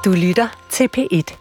Du lytter til P1.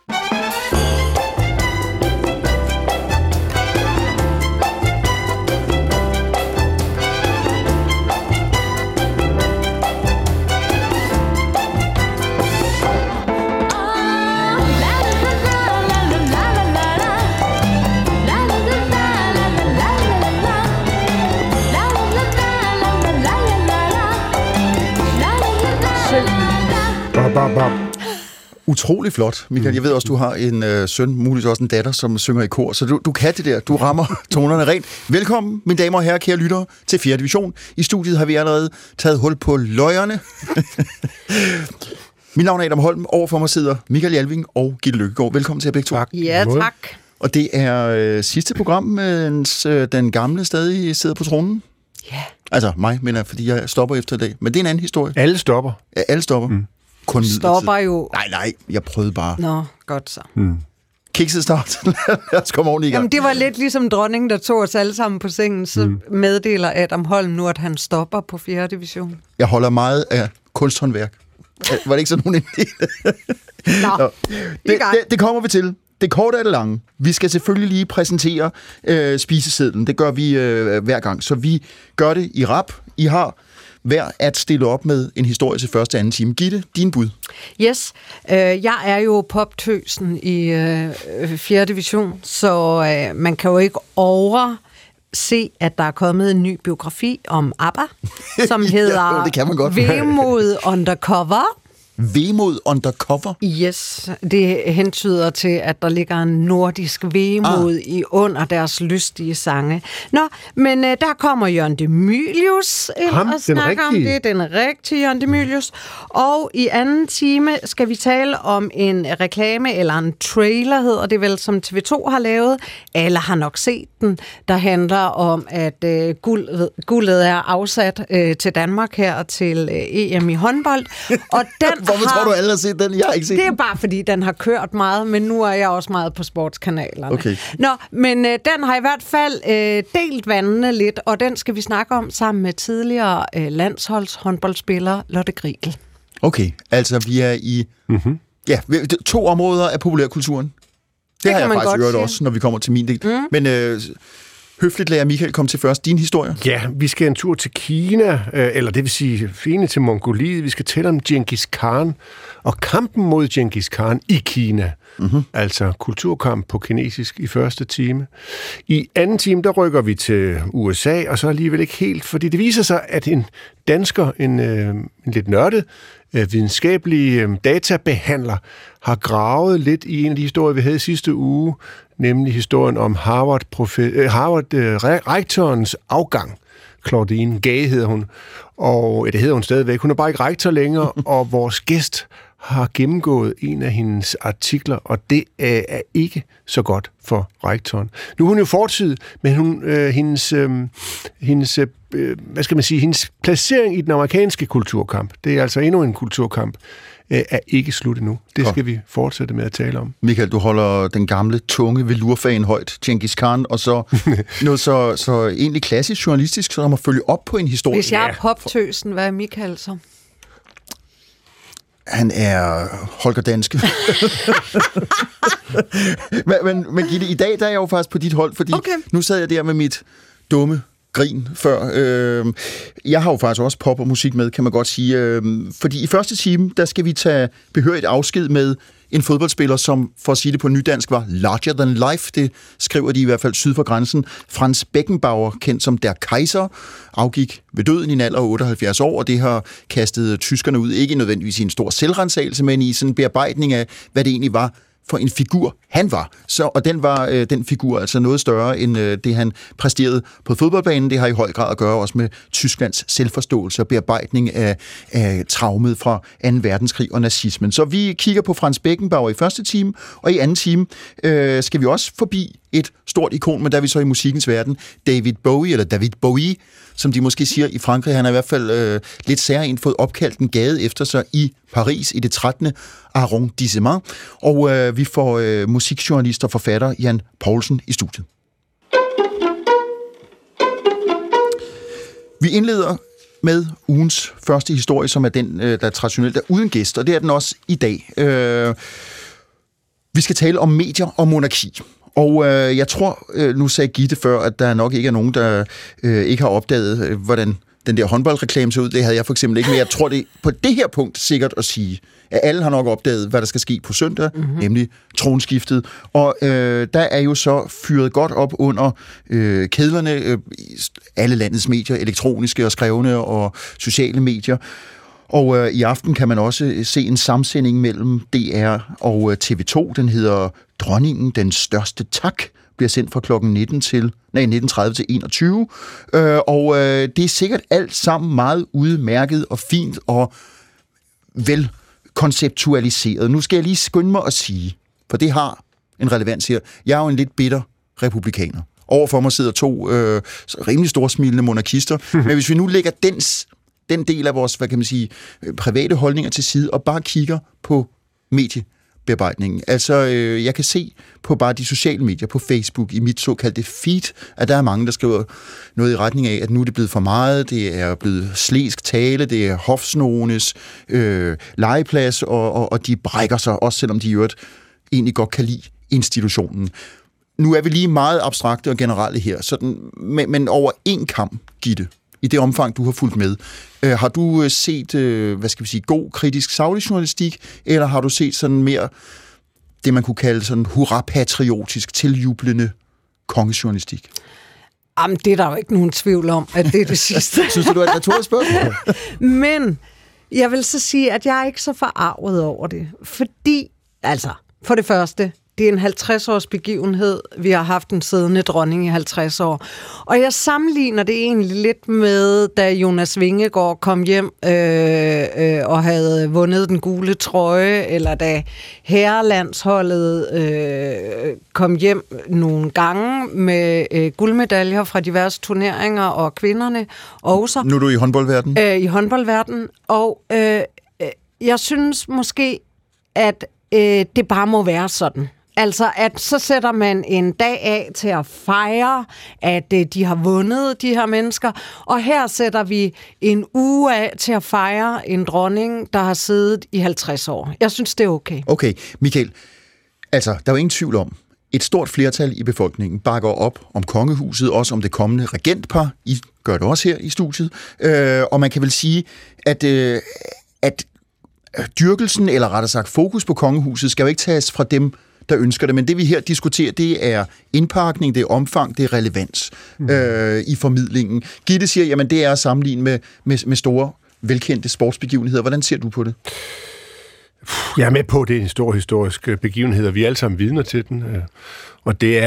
Utrolig flot, Michael. Jeg ved også, du har en søn, muligvis også en datter, som synger i kor, så du kan det der. Du rammer tonerne rent. Velkommen, mine damer og herrer, kære lyttere, til 4. division. I studiet har vi allerede taget hul på løjerne. Mit navn er Adam Holm. Overfor mig sidder Michael Jalving og Gitte Lykkegaard. Velkommen til jer begge to. Tak. Ja, tak. Og det er sidste program, mens den gamle stadig sidder på tronen. Ja. Altså mig, mener jeg, fordi jeg stopper efter i dag. Men det er en anden historie. Alle stopper. Ja, alle stopper. Kun Stopper jo. Nej, jeg prøvede bare. Nå, godt så. Kikset start. Lad os komme ordentligt i gang. Jamen, det var lidt ligesom dronningen, der tog os alle sammen på sengen, så meddeler Adam Holm nu, at han stopper på 4. division. Jeg holder meget af kunsthåndværk. Var det ikke sådan nogen idé? Nå, det kommer vi til. Det korte er det lange. Vi skal selvfølgelig lige præsentere spisesedlen. Det gør vi hver gang. Så vi gør det i rap. I har hver at stille op med en historie til første og anden time. Gitte, din bud. Yes, jeg er jo poptøsen i 4. division, så man kan jo ikke se, at der er kommet en ny biografi om ABBA, som hedder det kan man godt. Vemod Undercover. Vemod Undercover? Yes, det hentyder til, at der ligger en nordisk vemod i under deres lystige sange. Nå, men der kommer Jørgen De Mylius ind og snakker om det. Den rigtige Jørgen De Mylius. Og i anden time skal vi tale om en reklame, eller en trailer hedder det vel, som TV2 har lavet. Alle har nok set den, der handler om, at guldet er afsat til Danmark her til EM i håndbold. Og den hvorfor tror du, alle har set den? Jeg har ikke set den. Det er den. bare, fordi den har kørt meget, men nu er jeg også meget på sportskanalerne. Okay. Nå, men den har i hvert fald delt vandene lidt, og den skal vi snakke om sammen med tidligere landsholdshåndboldspiller Lotte Griegel. Okay, altså vi er i 2 områder af populærkulturen. Det har jeg faktisk hørt også, når vi kommer til min del. Men høfligt lader Michael komme til først. Din historie? Ja, vi skal en tur til Kina, eller det vil sige fine til Mongoliet. Vi skal tale om Genghis Khan og kampen mod Genghis Khan i Kina. Altså kulturkamp på kinesisk i første time. I anden time, der rykker vi til USA, og så alligevel ikke helt, fordi det viser sig, at en dansker, en lidt nørdet, videnskabelig databehandler, har gravet lidt i en af de historier, vi havde sidste uge, nemlig historien om Harvard-rektorens afgang. Claudine Gay hedder hun, og det hedder hun stadigvæk. Hun er bare ikke rektor længere, og vores gæst har gennemgået en af hendes artikler, og det er ikke så godt for rektoren. Nu er hun jo fortid, men hendes placering i den amerikanske kulturkamp, det er altså endnu en kulturkamp, er ikke slut endnu. Det skal vi fortsætte med at tale om. Michael, du holder den gamle, tunge velurfagen højt, Genghis Khan, og så noget så egentlig klassisk journalistisk, som at følge op på en historie. Hvis jeg er poptøsen, hvad er Michael så? Han er Holger Danske. men Gitte, i dag der er jeg jo faktisk på dit hold, fordi nu sad jeg der med mit dumme grin før. Jeg har jo faktisk også pop og musik med, kan man godt sige. Fordi i første time, der skal vi tage behørigt afsked med en fodboldspiller, som for at sige det på nydansk var larger than life. Det skriver de i hvert fald syd for grænsen. Franz Beckenbauer, kendt som Der Kaiser, afgik ved døden i en alder af 78 år, og det har kastet tyskerne ud, ikke nødvendigvis i en stor selvrensagelse, men i sådan en bearbejdning af, hvad det egentlig var for en figur han var. Og den figur altså noget større end det, han præsterede på fodboldbanen. Det har i høj grad at gøre også med Tysklands selvforståelse og bearbejdning af traumet fra 2. verdenskrig og nazismen. Så vi kigger på Franz Beckenbauer i første time, og i anden time skal vi også forbi et stort ikon, men der er vi så i musikkens verden, David Bowie, som de måske siger i Frankrig. Han har i hvert fald lidt særligt fået opkaldt en gade efter sig i Paris i det 13. arrondissement. Og vi får musikjournalist og forfatter Jan Poulsen i studiet. Vi indleder med ugens første historie, som er den, der traditionelt er uden gæst, og det er den også i dag. Vi skal tale om medier og monarki. Og jeg tror, nu sagde Gitte før, at der nok ikke er nogen, der ikke har opdaget, hvordan den der håndboldreklame ser ud. Det havde jeg for eksempel ikke, men jeg tror, det på det her punkt sikkert at sige, at alle har nok opdaget, hvad der skal ske på søndag, nemlig tronskiftet. Og der er jo så fyret godt op under kedlerne, alle landets medier, elektroniske og skrevne og sociale medier. Og i aften kan man også se en samsending mellem DR og TV2. Den hedder Dronningen, den største tak, bliver sendt fra klokken 19.30 til 21. Og det er sikkert alt sammen meget udmærket og fint og vel konceptualiseret. Nu skal jeg lige skynde mig at sige, for det har en relevans her. Jeg er jo en lidt bitter republikaner. Overfor mig sidder to rimelig storsmilende monarkister. Men hvis vi nu lægger den del af vores, hvad kan man sige, private holdninger til side, og bare kigger på mediebearbejdningen. Altså, jeg kan se på bare de sociale medier, på Facebook, i mit såkaldte feed, at der er mange, der skriver noget i retning af, at nu er det blevet for meget, det er blevet slæsk tale, det er hofsnogenes legeplads, og de brækker sig, også selvom de i øvrigt egentlig godt kan lide institutionen. Nu er vi lige meget abstrakte og generelle her, sådan, men over en kam, Gitte, i det omfang, du har fulgt med. Har du set, hvad skal vi sige, god, kritisk, saglig journalistik, eller har du set sådan mere, det man kunne kalde sådan hurra-patriotisk, tiljublende kongejournalistik? Jamen, det er der jo ikke nogen tvivl om, at det er det sidste. Synes du, det er et retorisk spørgsmål? Men jeg vil så sige, at jeg er ikke så forarvet over det. Fordi, altså, for det første, det er en 50-års begivenhed. Vi har haft en siddende dronning i 50 år. Og jeg sammenligner det egentlig lidt med, da Jonas Vingegaard kom hjem og havde vundet den gule trøje, eller da herrelandsholdet kom hjem nogle gange med guldmedaljer fra diverse turneringer, og kvinderne også. Nu er du i håndboldverdenen? I håndboldverdenen. Og jeg synes måske, at det bare må være sådan. Altså, at så sætter man en dag af til at fejre, at de har vundet, de her mennesker. Og her sætter vi en uge af til at fejre en dronning, der har siddet i 50 år. Jeg synes, det er okay. Okay, Michael. Altså, der er jo ingen tvivl om, et stort flertal i befolkningen bakker op om kongehuset, også om det kommende regentpar. I gør det også her i studiet. Og man kan vel sige, at dyrkelsen, eller rettere sagt fokus på kongehuset, skal jo ikke tages fra dem, der ønsker det. Men det, vi her diskuterer, det er indpakning, det er omfang, det er relevans i formidlingen. Gitte siger, jamen det er at sammenligne med store, velkendte sportsbegivenheder. Hvordan ser du på det? Jeg er med på, det er en stor historisk begivenhed, og vi er alle sammen vidner til den. Og det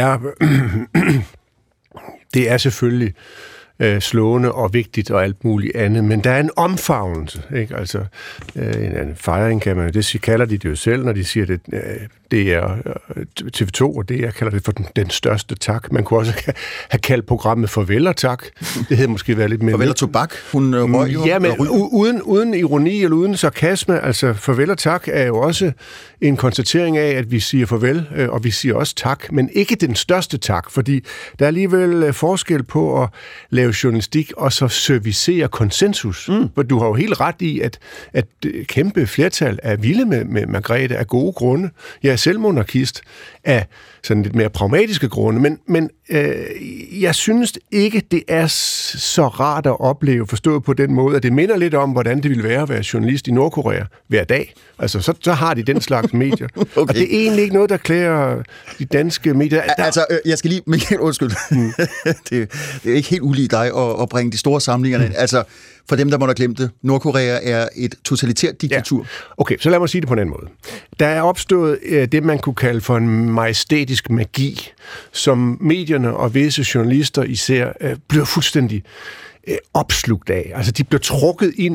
er selvfølgelig slående og vigtigt og alt muligt andet, men der er en omfavnelse, ikke? Altså en fejring kan man, det kalder de det jo selv, når de siger det, det er TV2, og det jeg kalder det for den største tak. Man kunne også have kaldt programmet Farvel og tak. Det havde måske været lidt mere... Farvel og tobak, hun røg jo. Ja, men uden ironi eller uden sarkasme, altså Farvel og tak er jo også en konstatering af, at vi siger farvel, og vi siger også tak, men ikke den største tak, fordi der er alligevel forskel på at lave journalistik og så servicere konsensus. For du har jo helt ret i, at kæmpe flertal er vilde med Margrethe af gode grunde. Jeg er selv monarkist af sådan lidt mere pragmatiske grunde, men jeg synes ikke, det er så rart at opleve, forstået på den måde, at det minder lidt om, hvordan det ville være at være journalist i Nordkorea hver dag. Altså, så har de den slags medier. Okay. Og det er egentlig ikke noget, der klæder de danske medier. Altså, jeg skal lige... Michael, undskyld. Det er ikke helt ulig dig at bringe de store samlinger. Altså, for dem, der må have glemt det, Nordkorea er et totalitært diktatur. Ja. Okay, så lad mig sige det på en anden måde. Der er opstået det, man kunne kalde for en majestætisk magi, som medierne og visse journalister især bliver fuldstændig opslugt af. Altså, de bliver trukket ind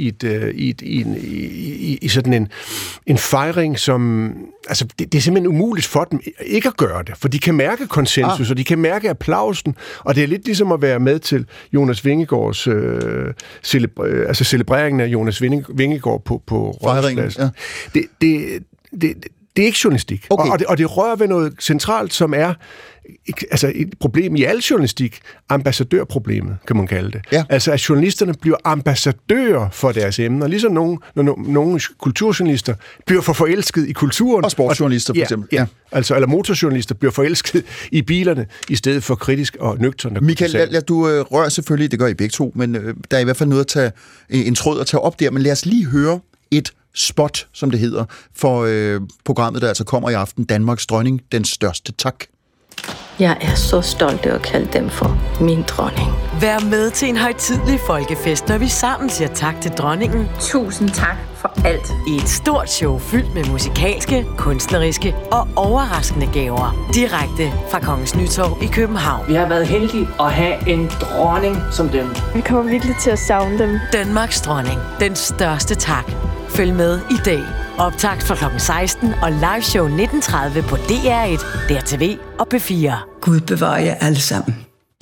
i sådan en fejring, som... Altså, det er simpelthen umuligt for dem ikke at gøre det, for de kan mærke konsensus, og de kan mærke applausen, og det er lidt ligesom at være med til Jonas Vingegaards celebreringen af Jonas Vingegaard på Rådhuspladsen. Ja. det er ikke journalistik. Okay. Og det rører ved noget centralt, som er altså et problem i al journalistik, ambassadørproblemet, kan man kalde det. Ja. Altså, at journalisterne bliver ambassadører for deres emner, ligesom nogle kulturjournalister bliver for forelsket i kulturen. Og sportsjournalister, for eksempel. Ja. Altså, eller motorjournalister bliver forelsket i bilerne, i stedet for kritisk og nøgternt. Michael, du rører selvfølgelig, det gør I begge to, men der er i hvert fald noget at tage, en tråd at tage op der, men lad os lige høre et spot, som det hedder, for programmet, der altså kommer i aften, Danmarks Dronning, den største tak. Jeg er så stolt af at kalde dem for min dronning. Vær med til en højtidelig folkefest, når vi sammen siger tak til dronningen. Tusind tak for alt. I et stort show fyldt med musikalske, kunstneriske og overraskende gaver. Direkte fra Kongens Nytorv i København. Vi har været heldige at have en dronning som dem. Vi kommer virkelig til at savne dem. Danmarks Dronning, den største tak. Følg med i dag. Optakt fra kl. 16 og liveshow 19.30 på DR1, DRTV og P4. Gud bevarer jer alle sammen.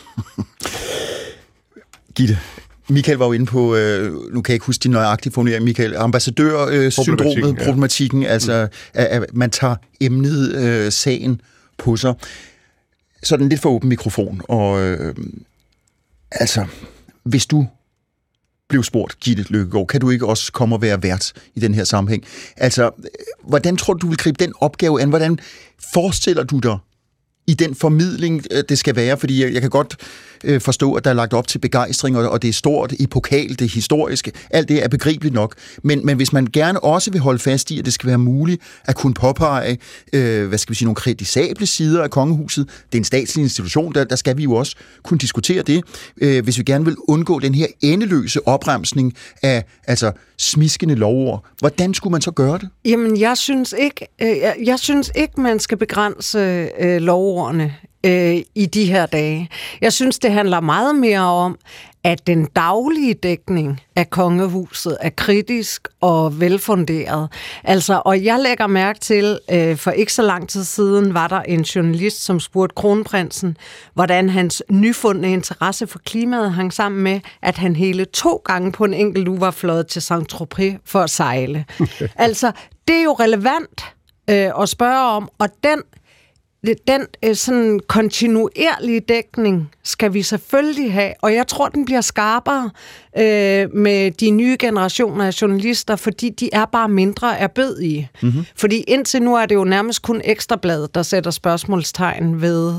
Gitte, Michael var jo inde på, nu kan jeg ikke huske din nøjagtige formulering, Michael, ambassadør-syndromet, problematikken, altså at man tager emnet, sagen på sig. Sådan lidt for åben mikrofon, og altså, hvis du blev spurgt, Gitte Løkkegaard, kan du ikke også komme og være vært i den her sammenhæng? Altså, hvordan tror du vil gribe den opgave an? Hvordan forestiller du dig i den formidling, det skal være? Fordi jeg kan godt forstå, at der er lagt op til begejstring, og det er stort, epokal, det er historisk. Alt det er begribeligt nok. Men hvis man gerne også vil holde fast i, at det skal være muligt at kunne påpege, nogle kritisable sider af kongehuset, det er en statslig institution, der skal vi jo også kunne diskutere det. Hvis vi gerne vil undgå den her endeløse opremsning af smiskende lovord, hvordan skulle man så gøre det? Jamen, jeg synes ikke, man skal begrænse lovordene i de her dage. Jeg synes, det handler meget mere om, at den daglige dækning af kongehuset er kritisk og velfunderet. Og jeg lægger mærke til, for ikke så lang tid siden var der en journalist, som spurgte kronprinsen, hvordan hans nyfundne interesse for klimaet hang sammen med, at han hele 2 gange på en enkelt uge var fløjet til Saint-Tropez for at sejle. Det er jo relevant at spørge om, og den sådan kontinuerlige dækning skal vi selvfølgelig have, og jeg tror, den bliver skarpere med de nye generationer af journalister, fordi de er bare mindre erbødige. Mm-hmm. Fordi indtil nu er det jo nærmest kun Ekstrabladet, der sætter spørgsmålstegn ved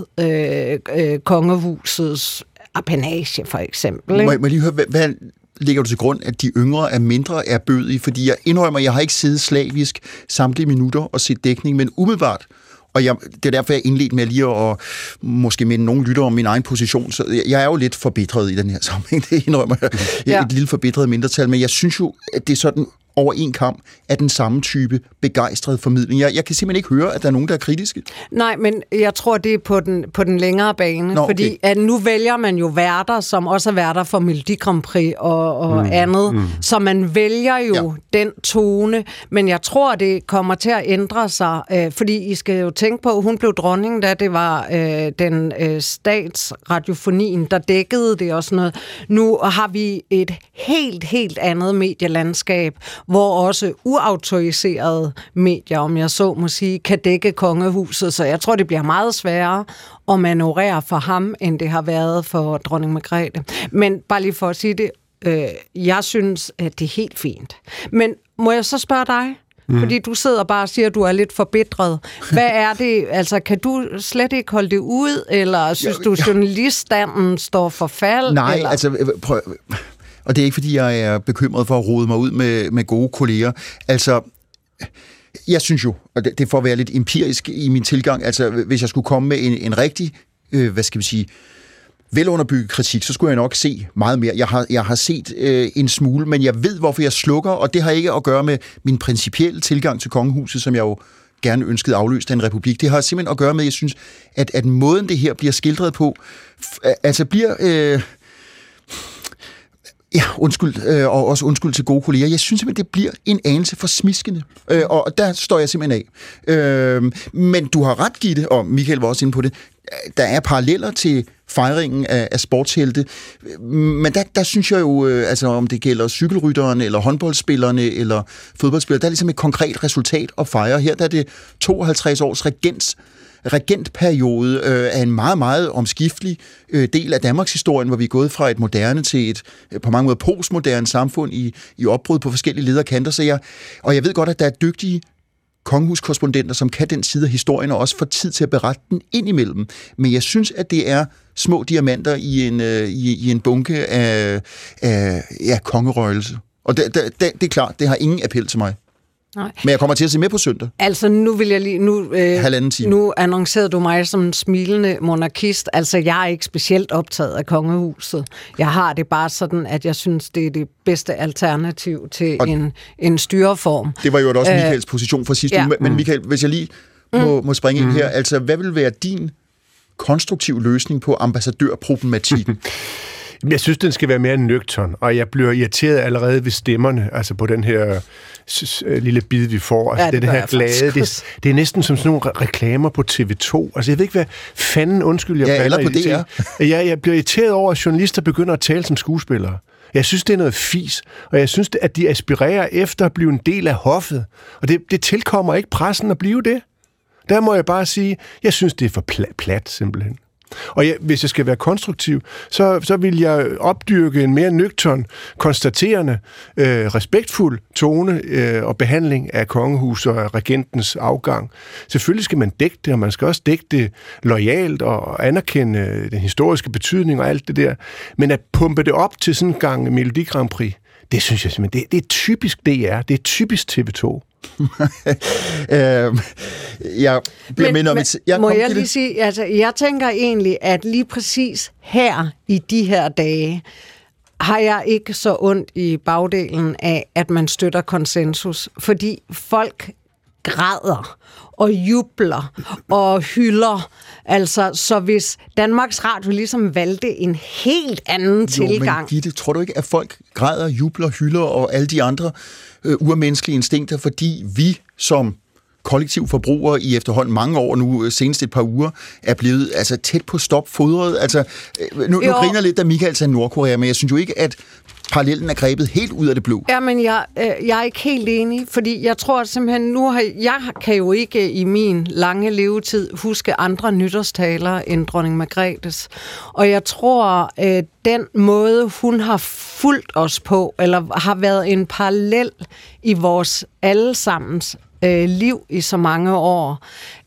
kongehusets apanage, for eksempel. Må jeg lige høre, hvad ligger du til grund, at de yngre er mindre erbødige? Fordi jeg indrømmer, jeg har ikke siddet slavisk samtlige minutter og set dækning, men umiddelbart. Og det er derfor, jeg indledte med lige at måske minde nogle lytter om min egen position. Så jeg er jo lidt forbitret i den her sammenhæng. Det indrømmer jeg. Ja. Et lille forbitret mindretal. Men jeg synes jo, at det er sådan over en kamp af den samme type begejstret formidling. Jeg kan simpelthen ikke høre, at der er nogen, der er kritiske. Nej, men jeg tror, det er på den længere bane. Nå, okay. Fordi at nu vælger man jo værter, som også er værter for Melodi Grand Prix og andet. Så man vælger jo den tone. Men jeg tror, det kommer til at ændre sig. Fordi I skal jo tænke på, at hun blev dronning, da det var den statsradiofonien, der dækkede det og sådan noget. Nu har vi et helt andet medielandskab, hvor også uautoriserede medier, om jeg så må sige, kan dække kongehuset. Så jeg tror, det bliver meget sværere at manøvrere for ham, end det har været for dronning Margrethe. Men bare lige for at sige det, jeg synes, at det er helt fint. Men må jeg så spørge dig? Fordi du sidder bare og siger, at du er lidt forbitret. Hvad er det? Kan du slet ikke holde det ud? Eller synes du, journaliststanden står for fald? Nej, eller? Prøv. Og det er ikke, fordi jeg er bekymret for at rode mig ud med gode kolleger. Jeg synes jo, og det får at være lidt empirisk i min tilgang, hvis jeg skulle komme med en rigtig, velunderbygget kritik, så skulle jeg nok se meget mere. Jeg har set en smule, men jeg ved, hvorfor jeg slukker, og det har ikke at gøre med min principielle tilgang til kongehuset, som jeg jo gerne ønskede afløst af en republik. Det har simpelthen at gøre med, at jeg synes, at måden det her bliver skildret på, bliver... Ja, undskyld, og også undskyld til gode kolleger. Jeg synes simpelthen, det bliver en anelse for smiskende, og der står jeg simpelthen af. Men du har ret, Gitte, og Michael var også inde på det, der er paralleller til fejringen af sportshelte, men der synes jeg jo, altså om det gælder cykelrytteren, eller håndboldspillerne, eller fodboldspillere, der er ligesom et konkret resultat at fejre. Her der er det 52 års regentperiode af en meget, meget omskiftelig del af Danmarks historien, hvor vi er gået fra et moderne til et på mange måder postmoderne samfund i opbrud på forskellige lederkanter. Så jeg ved godt, at der er dygtige kongehuskorrespondenter, som kan den side af historien, og også får tid til at berette den indimellem. Men jeg synes, at det er små diamanter i en bunke af kongerøgelse. Og det er klart, det har ingen appel til mig. Nej. Men jeg kommer til at se med på søndag. Altså, nu vil jeg lige... Nu annoncerede du mig som en smilende monarkist. Altså, jeg er ikke specielt optaget af kongehuset. Jeg har det bare sådan, at jeg synes, det er det bedste alternativ til en styreform. Det var jo også Michaels position fra sidste uge. Men Michael, hvis jeg lige må springe ind her. Altså, hvad vil være din konstruktive løsning på ambassadørproblematikken? Jeg synes, den skal være mere nøgtern, og jeg bliver irriteret allerede ved stemmerne, altså på den her lille bid, vi får. Altså, det her glade, det er næsten som sådan nogle reklamer på TV2. Altså, jeg ved ikke, hvad fanden, undskyld, jeg eller på DR. Jeg bliver irriteret over, at journalister begynder at tale som skuespillere. Jeg synes, det er noget fis, og jeg synes, at de aspirerer efter at blive en del af hoffet. Og det tilkommer ikke pressen at blive det. Der må jeg bare sige, jeg synes, det er for plat, simpelthen. Og hvis jeg skal være konstruktiv, så vil jeg opdyrke en mere nøgtern, konstaterende, respektfuld tone og behandling af kongehuset og regentens afgang. Selvfølgelig skal man dække det, og man skal også dække det loyalt og anerkende den historiske betydning og alt det der. Men at pumpe det op til sådan en gang Melodi Grand Prix, det synes jeg simpelthen, det er typisk DR, det er typisk TV2. Jeg bliver mindet om et... Må jeg lige sige, altså, jeg tænker egentlig, at lige præcis her i de her dage, har jeg ikke så ondt i bagdelen af, at man støtter konsensus, fordi folk græder og jubler og hylder. Altså, så hvis Danmarks Radio ligesom valgte en helt anden tilgang... Men Gitte, tror du ikke, at folk græder, jubler, hylder og alle de andre urmenneskelige instinkter, fordi vi som kollektiv forbrugere i efterhånden mange år nu, senest et par uger, er blevet altså tæt på stopfodret? Altså, nu griner lidt, da Michael sagde Nordkorea, men jeg synes jo ikke, at parallellen er grebet helt ud af det blå. Ja, men jeg er ikke helt enig, fordi jeg tror simpelthen, jeg kan jo ikke i min lange levetid huske andre nytårstaler end dronning Margrethes. Og jeg tror, den måde, hun har fulgt os på, eller har været en parallel i vores allesammens liv i så mange år,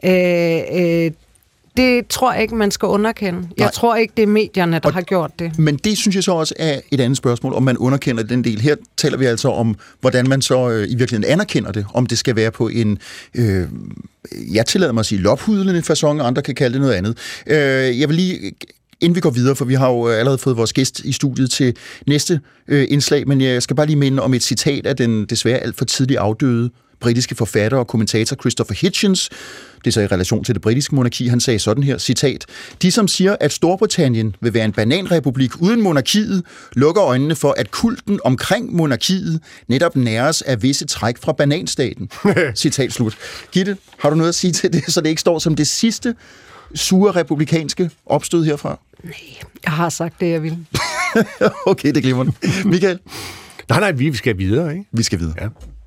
det tror jeg ikke, man skal underkende. Jeg tror ikke, det er medierne, der har gjort det. Men det synes jeg så også er et andet spørgsmål, om man underkender den del. Her taler vi altså om, hvordan man så i virkeligheden anerkender det. Om det skal være på en, jeg tillader mig at sige, lophudlende facon, og andre kan kalde det noget andet. Jeg vil lige... Inden vi går videre, for vi har jo allerede fået vores gæst i studiet til næste indslag, men jeg skal bare lige minde om et citat af den desværre alt for tidligt afdøde britiske forfatter og kommentator Christopher Hitchens. Det er så i relation til det britiske monarki. Han sagde sådan her, citat: "De, som siger, at Storbritannien vil være en bananrepublik uden monarkiet, lukker øjnene for, at kulten omkring monarkiet netop næres af visse træk fra bananstaten." Citat slut. Gitte, har du noget at sige til det, så det ikke står som det sidste sure republikanske opstød herfra? Nej, jeg har sagt det, jeg vil. Okay, det glemmer du. Michael? Nej, vi skal videre, ikke? Vi skal videre. Ja.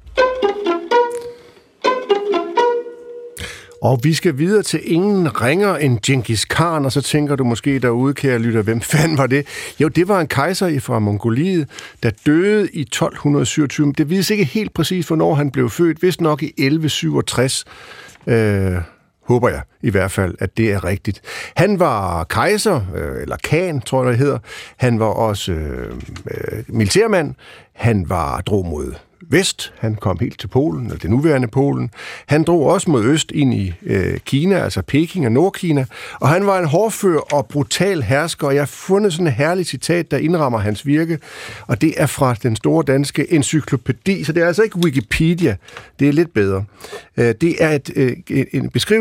Og vi skal videre til ingen ringer end Genghis Khan, og så tænker du måske derude, kære lytter, hvem fanden var det? Jo, det var en kejser fra Mongoliet, der døde i 1227. Det vides ikke helt præcis, hvornår han blev født, vist nok i 1167. Håber jeg i hvert fald, at det er rigtigt. Han var kejser, eller khan, tror jeg det hedder. Han var også militærmand. Han drog mod vest. Han kom helt til Polen, eller det nuværende Polen. Han drog også mod øst ind i Kina, altså Peking og Nordkina. Og han var en hårdfør og brutal hersker, og jeg har fundet sådan et herligt citat, der indrammer hans virke. Og det er fra den store danske encyklopædi, så det er altså ikke Wikipedia. Det er lidt bedre. Det er en beskrivelse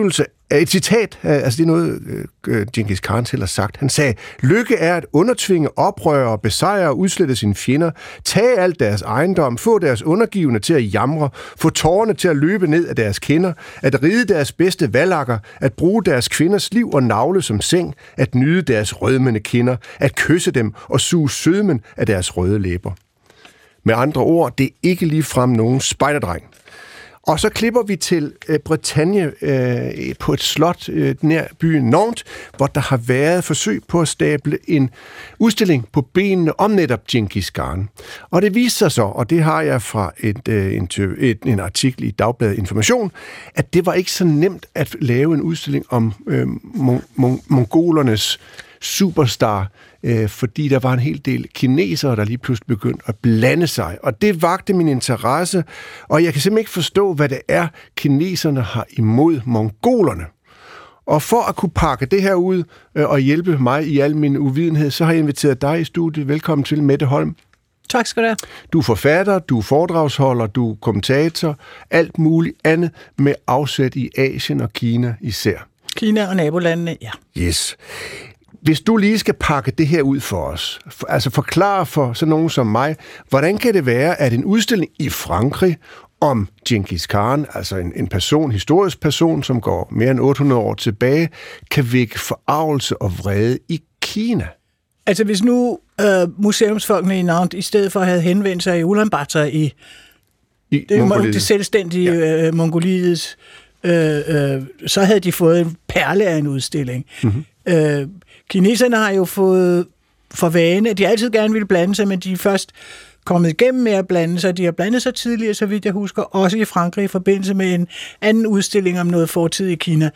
Et citat, altså det er noget, Djengis Khan selv har sagt. Han sagde, lykke er at undertvinge, oprøre, besejre og udslette sine fjender, tage alt deres ejendom, få deres undergivende til at jamre, få tårerne til at løbe ned af deres kinder, at ride deres bedste valakker, at bruge deres kvinders liv og navle som seng, at nyde deres rødmende kinder, at kysse dem og suge sødmen af deres røde læber. Med andre ord, det er ikke ligefrem nogen spejderdreng. Og så klipper vi til Bretagne på et slot nær byen Nantes, hvor der har været forsøg på at stable en udstilling på benene om netop Djengis Khan. Og det viser sig så, og det har jeg fra en artikel i Dagbladet Information, at det var ikke så nemt at lave en udstilling om mongolernes superstar, fordi der var en hel del kinesere, der lige pludselig begyndte at blande sig. Og det vagte min interesse, og jeg kan simpelthen ikke forstå, hvad det er, kineserne har imod mongolerne. Og for at kunne pakke det her ud og hjælpe mig i al min uvidenhed, så har jeg inviteret dig i studiet. Velkommen til, Mette Holm. Tak skal du have. Du er forfatter, du er foredragsholder, du er kommentator, alt muligt andet med afsæt i Asien og Kina især. Kina og nabolandene, ja. Yes. Hvis du lige skal pakke det her ud for os, altså forklare for sådan nogen som mig, hvordan kan det være, at en udstilling i Frankrig om Djengis Khan, altså en person, historisk person, som går mere end 800 år tilbage, kan vække forargelse og vrede i Kina? Altså hvis nu museumsfolkene i Nantes i stedet for havde henvendt sig i Ulaanbaatar i det selvstændige Mongoliet, så havde de fået en perle af en udstilling. Mm-hmm. Kineserne har jo fået for vane, at de altid gerne ville blande sig, men de er først kommet igennem med at blande sig. De har blandet sig tidligere, så vidt jeg husker, også i Frankrig i forbindelse med en anden udstilling om noget fortid i Kina.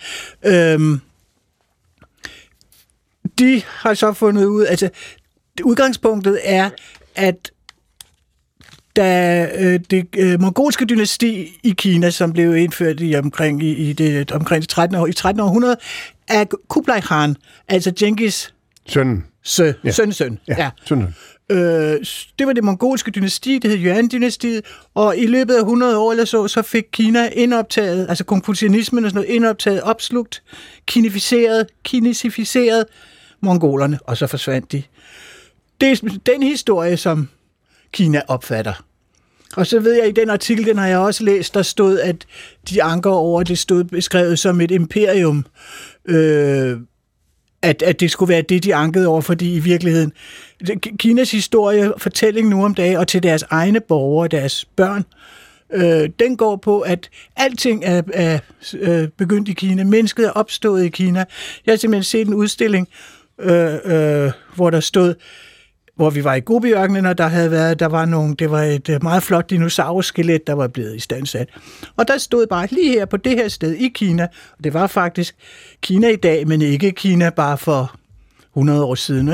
De har så fundet ud, altså udgangspunktet er, at da det mongolske dynasti i Kina, som blev indført omkring det 1300, af Kublai Khan, altså Djengis søn. Ja. Det var det mongolske dynasti, det hed Yuan-dynastiet, og i løbet af 100 år eller så fik Kina indoptaget, altså konfucianismen og sådan noget, indoptaget, opslugt, kinesificeret mongolerne, og så forsvandt de. Det er den historie, som Kina opfatter. Og så ved jeg, i den artikel, den har jeg også læst, der stod, at de anker over, det stod beskrevet som et imperium, at det skulle være det, de ankede over, fordi i virkeligheden, Kinas historie, fortælling nu om dagen, og til deres egne borgere, deres børn, den går på, at alting er begyndt i Kina. Mennesket er opstået i Kina. Jeg har simpelthen set en udstilling, hvor der stod, hvor vi var i Gobiørkenen, og det var et meget flot dinosaurskelet, der var blevet istandsat. Og der stod bare lige her på det her sted i Kina, og det var faktisk Kina i dag, men ikke Kina bare for 100 år siden.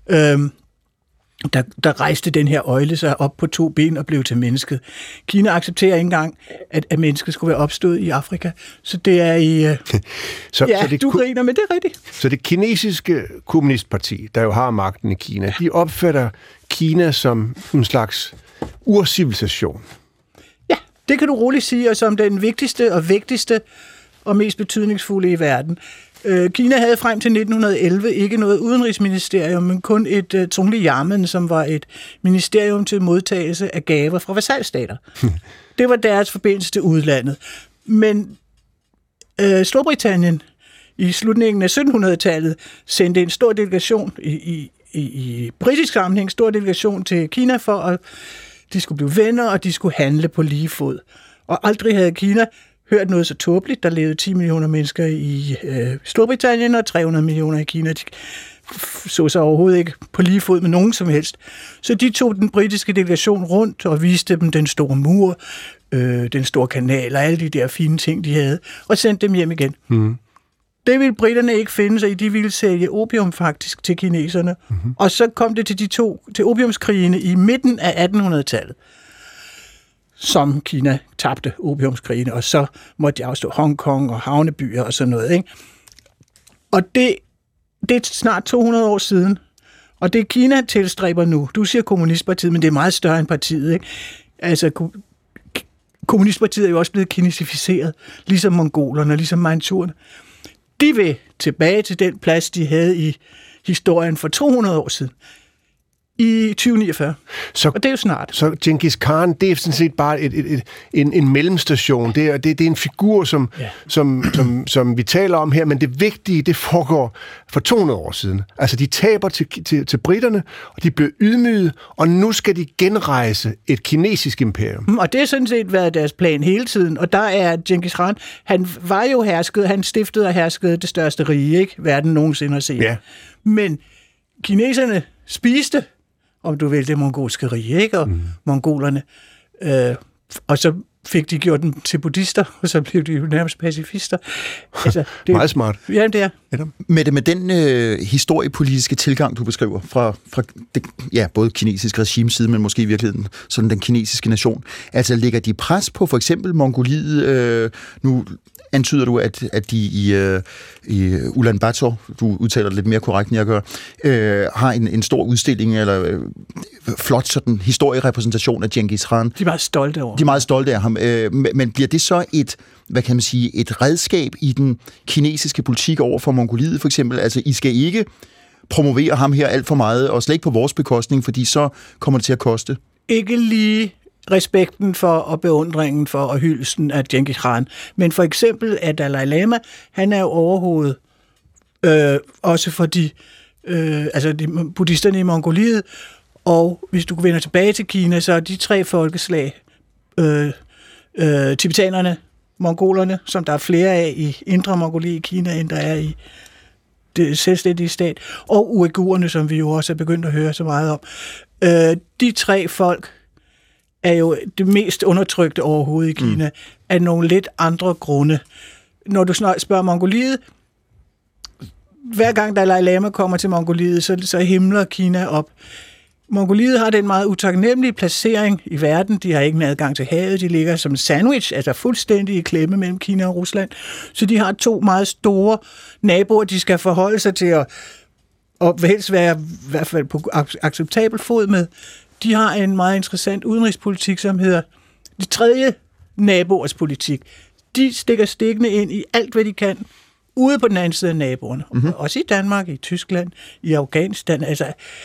Der rejste den her øgle sig op på 2 ben og blev til mennesket. Kina accepterer ikke engang, at mennesket skulle være opstået i Afrika. Så det er i... så det, du griner, men det er rigtigt. Så det kinesiske kommunistparti, der jo har magten i Kina, de opfatter Kina som en slags urcivilisation. Ja, det kan du roligt sige, og som den vigtigste og vigtigste og mest betydningsfulde i verden. Kina havde frem til 1911 ikke noget udenrigsministerium, men kun et Zhongli-Yamen, som var et ministerium til modtagelse af gaver fra vasalstater. Det var deres forbindelse til udlandet. Men Storbritannien i slutningen af 1700-tallet sendte en stor delegation i britisk sammenhæng, stor delegation til Kina for, at de skulle blive venner, og de skulle handle på lige fod. Og aldrig havde Kina hørt noget så tåbeligt. Der levede 10 millioner mennesker i Storbritannien og 300 millioner i Kina. De så sig overhovedet ikke på lige fod med nogen som helst. Så de tog den britiske delegation rundt og viste dem den store mur, den store kanal og alle de der fine ting, de havde, og sendte dem hjem igen. Mm. Det ville briterne ikke finde sig i. De ville sælge opium faktisk til kineserne. Mm-hmm. Og så kom det til opiumskrigene i midten af 1800-tallet. Som Kina tabte opiumskrigene, og så måtte de afstå Hongkong og havnebyer og sådan noget. Ikke? Og det er snart 200 år siden, og det Kina tilstræber nu. Du siger kommunistpartiet, men det er meget større end partiet. Ikke? Altså, kommunistpartiet er jo også blevet kinesificeret, ligesom mongolerne, ligesom manchurerne. De vil tilbage til den plads, de havde i historien for 200 år siden. I 2049. Og det er jo snart. Så Genghis Khan, det er sådan set bare en mellemstation. Det er en figur, som vi taler om her, men det vigtige, det foregår for 200 år siden. Altså, de taber til britterne, og de bliver ydmyget, og nu skal de genrejse et kinesisk imperium. Og det har sådan set været deres plan hele tiden, og der er Genghis Khan, han var jo hersket, han stiftede og herskede det største rige, ikke? Verden nogensinde har set. Ja. Men kineserne spiste, om du vil, det mongolske rige, ikke? Og mongolerne. Og så fik de gjort dem til buddhister, og så blev de jo nærmest pacifister. Altså, det, meget smart. Ja, det er. Med den historiepolitiske tilgang, du beskriver, fra det, både kinesisk regimeside, men måske i virkeligheden sådan den kinesiske nation, altså lægger de pres på for eksempel Mongoliet, nu antyder du, at de i Ulaanbaatar, du udtaler det lidt mere korrekt, end jeg gør, har en stor udstilling, eller flot sådan historierepræsentation af Genghis Khan. De er meget stolte over. De er meget stolte af ham. Men bliver det så et redskab i den kinesiske politik over for Mongoliet, for eksempel? Altså, I skal ikke promovere ham her alt for meget, og slet ikke på vores bekostning, fordi så kommer det til at koste. Ikke lige respekten for og beundringen for og hyldelsen af Genghis Khan. Men for eksempel at Dalai Lama, han er jo overhovedet også for de buddhisterne i Mongoliet, og hvis du vender tilbage til Kina, så er de 3 folkeslag, tibetanerne, mongolerne, som der er flere af i Indre Mongoliet i Kina, end der er i det selvstændige stat, og uigurerne, som vi jo også er begyndt at høre så meget om. De 3 folk er jo det mest undertrykte overhovedet i Kina, af nogle lidt andre grunde. Når du spørger Mongoliet, hver gang Dalai Lama kommer til Mongoliet, så himler Kina op. Mongoliet har den meget utaknemmelige placering i verden. De har ikke en adgang til havet. De ligger som en sandwich, altså fuldstændig i klemme mellem Kina og Rusland. Så de har 2 meget store naboer, de skal forholde sig til og helst være i hvert fald på acceptabel fod med. De har en meget interessant udenrigspolitik, som hedder det 3. naboers politik. De stikker stikkene ind i alt, hvad de kan, ude på den anden side af naboerne. Også i Danmark, i Tyskland, i Afghanistan, altså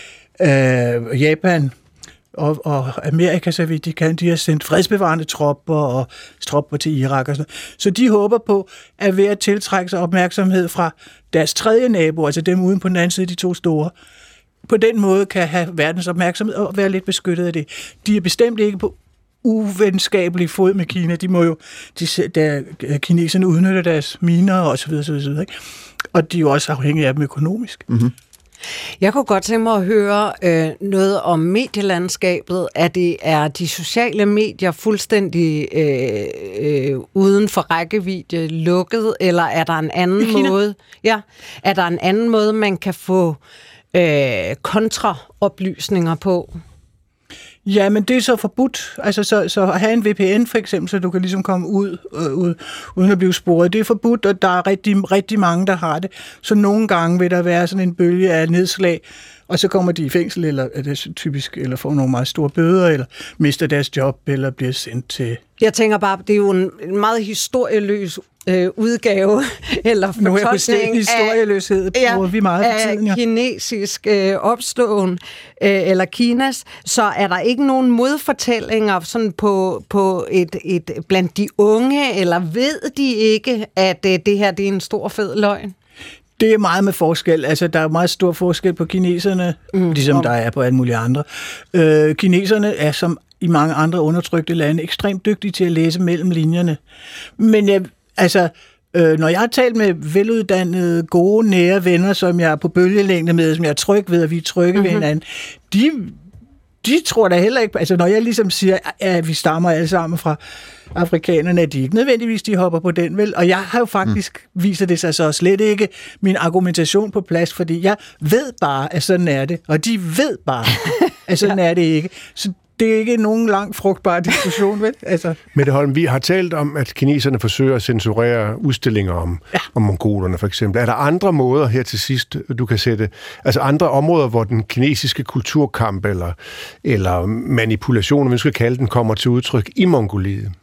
Japan og Amerika, så vidt de kan. De har sendt fredsbevarende tropper og tropper til Irak og sådan. Så de håber på at ved at tiltrække sig opmærksomhed fra deres 3. nabo, altså dem uden på den anden side, de 2 store. På den måde kan have verdens opmærksomhed og være lidt beskyttet af det. De er bestemt ikke på uvenskabelig fod med Kina. De må jo, kineserne udnytter deres miner og så videre, ikke? Og de er jo også afhængige af dem økonomisk. Jeg kunne godt tænke mig at høre noget om medielandskabet. Er de sociale medier fuldstændig uden for rækkevidde lukket, eller er der en anden måde? Ja, er der en anden måde, man kan få kontraoplysninger på? Ja, men det er så forbudt. Altså så at have en VPN for eksempel, så du kan ligesom komme ud uden at blive sporet. Det er forbudt, og der er rigtig mange, der har det. Så nogle gange vil der være sådan en bølge af nedslag, og så kommer de i fængsel, eller er det typisk, eller får nogle meget store bøder, eller mister deres job, eller bliver sendt til... Jeg tænker bare, det er jo en meget historieløs udgave, eller fortolkning historieløshed, bruger vi meget for tiden, kinesisk opståen, eller Kinas, så er der ikke nogen modfortællinger sådan på et blandt de unge, eller ved de ikke, at det her det er en stor fed løgn? Det er meget med forskel. Altså, der er meget stor forskel på kineserne, ligesom der er på alle mulige andre. Kineserne er, som i mange andre undertrykte lande, ekstremt dygtige til at læse mellem linjerne. Men når jeg har talt med veluddannede, gode, nære venner, som jeg er på bølgelængde med, som jeg er tryg ved, og vi er trygge ved hinanden, de tror da heller ikke... Altså, når jeg ligesom siger, at vi stammer alle sammen fra afrikanerne, er de ikke nødvendigvis, de hopper på den, vel? Og jeg har jo faktisk, viser det sig så slet ikke min argumentation på plads, fordi jeg ved bare, at sådan er det, og de ved bare, at sådan er det ikke. Så det er ikke nogen lang frugtbar diskussion, vel? Altså. Mette Holm, vi har talt om, at kineserne forsøger at censurere udstillinger om mongolerne, for eksempel. Er der andre måder her til sidst, du kan sætte, altså andre områder, hvor den kinesiske kulturkamp eller manipulation, om vi skal kalde den, kommer til udtryk i Mongoliet?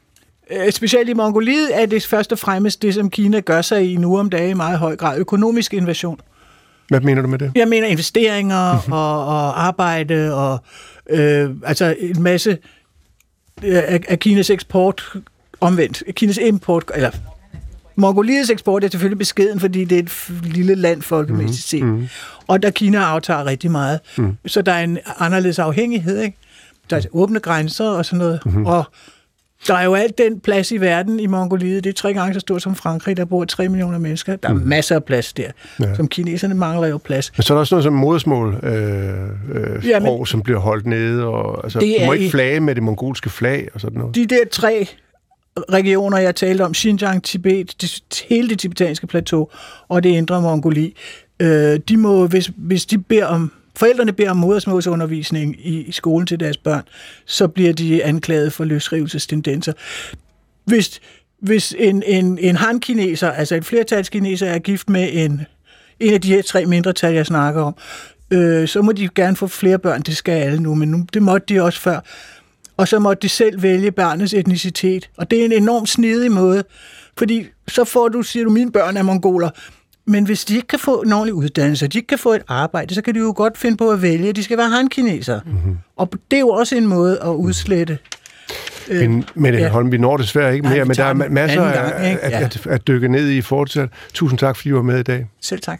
specielt i Mongoliet er det først og fremmest det, som Kina gør sig i nu om dagen i meget høj grad, økonomisk invasion. Hvad mener du med det? Jeg mener investeringer og arbejde og altså en masse af Kinas eksport omvendt. Kinas import, eller Mongoliets eksport er selvfølgelig beskeden, fordi det er et lille land folkemæssigt set. Og der Kina aftager rigtig meget. Så der er en anderledes afhængighed, ikke? Der er åbne grænser og sådan noget. Og der er jo alt den plads i verden i Mongoliet. Det er 3 gange så stort som Frankrig, der bor 3 millioner mennesker. Der er masser af plads der. Ja. Som kineserne mangler jo plads. Men så er der også noget som modersmål, sprog, som bliver holdt nede. Og, altså, du må ikke flage med det mongolske flag og sådan noget. De der 3 regioner, jeg talte om, Xinjiang, Tibet, hele det tibetanske plateau og det indre Mongoli, de må, hvis de beder om forældrene beder om modersmålsundervisning i skolen til deres børn, så bliver de anklaget for løsrivelsestendenser. Hvis en han-kineser, altså et flertalskineser, er gift med en af de her 3 mindretal, jeg snakker om, så må de gerne få flere børn, det skal alle nu, men det måtte de også før. Og så måtte de selv vælge barnets etnicitet. Og det er en enormt snedig måde, fordi så siger du, mine børn er mongoler. Men hvis de ikke kan få en ordentlig uddannelse, de ikke kan få et arbejde, så kan de jo godt finde på at vælge, at de skal være han-kinesere. Og det er jo også en måde at udslette. Men Holm, vi når desværre ikke mere, men der er masser at dykke ned i fortsat. Tusind tak, fordi du var med i dag. Selv tak.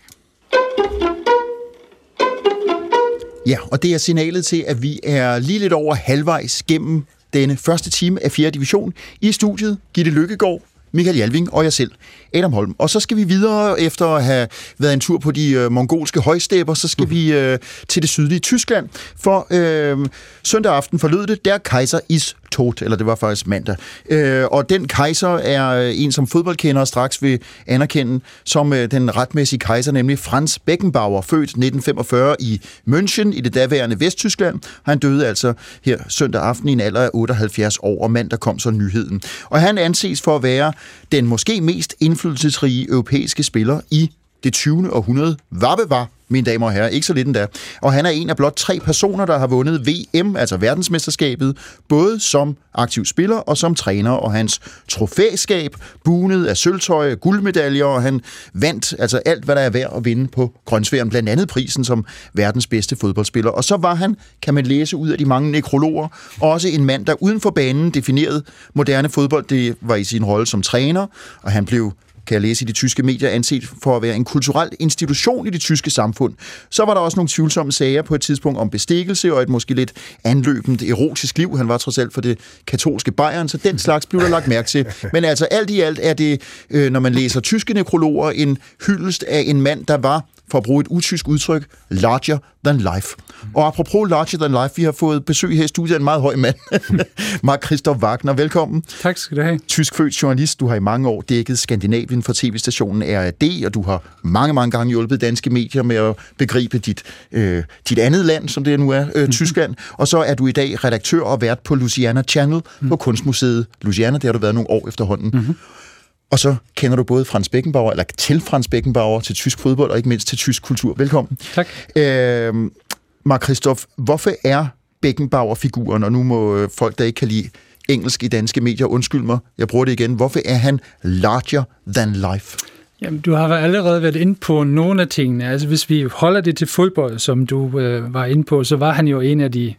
Ja, og det er signalet til, at vi er lige lidt over halvvejs gennem denne første time af 4. division. I studiet, Gitte Løkkegaard, Michael Jalving og jeg selv, Adam Holm. Og så skal vi videre, efter at have været en tur på de mongolske højstepper, så skal vi til det sydlige Tyskland. For søndag aften forlød det, der Kaiser ist tot, eller det var faktisk mandag. Og den kejser er en, som fodboldkendere straks vil anerkende som den retmæssige kejser, nemlig Franz Beckenbauer, født 1945 i München i det daværende Vesttyskland. Han døde altså her søndag aften i en alder af 78 år, og mandag kom så nyheden. Og han anses for at være den måske mest indflydelsesrige europæiske spiller i det 20. århundrede. Var, mine damer og herrer, ikke så lidt endda. Og han er en af blot 3 personer, der har vundet VM, altså verdensmesterskabet, både som aktiv spiller og som træner, og hans trofæskab, bunet af sølvtøj, guldmedaljer, og han vandt altså alt, hvad der er værd at vinde på grønsværen, blandt andet prisen som verdens bedste fodboldspiller. Og så var han, kan man læse ud af de mange nekrologer, også en mand, der uden for banen definerede moderne fodbold. Det var i sin rolle som træner, og han blev, kan jeg læse i de tyske medier, anset for at være en kulturel institution i det tyske samfund. Så var der også nogle tvivlsomme sager på et tidspunkt om bestikkelse og et måske lidt anløbent erotisk liv. Han var trods alt for det katolske Bayern, så den slags blev der lagt mærke til. Men altså alt i alt er det, når man læser tyske nekrologer, en hyldest af en mand, der var, for at bruge et utysk udtryk, larger than life. Og apropos larger than life, vi har fået besøg her i studiet af en meget høj mand, Mark Christoph Wagner. Velkommen. Tak skal du have. Tyskfødt journalist, du har i mange år dækket Skandinavien for tv-stationen RAD, og du har mange gange hjulpet danske medier med at begribe dit andet land, som det nu er, Tyskland. Og så er du i dag redaktør og vært på Louisiana Channel på Kunstmuseet Louisiana. Det har du været nogle år efterhånden. Og så kender du både Franz Beckenbauer, eller til Franz Beckenbauer, til tysk fodbold, og ikke mindst til tysk kultur. Velkommen. Tak. Mark Christoph, hvorfor er Beckenbauer-figuren, og nu må folk, der ikke kan lide engelsk i danske medier, undskyld mig, jeg bruger det igen, hvorfor er han larger than life? Jamen, du har allerede været inde på nogle af tingene. Altså, hvis vi holder det til fodbold, som du var inde på, så var han jo en af de,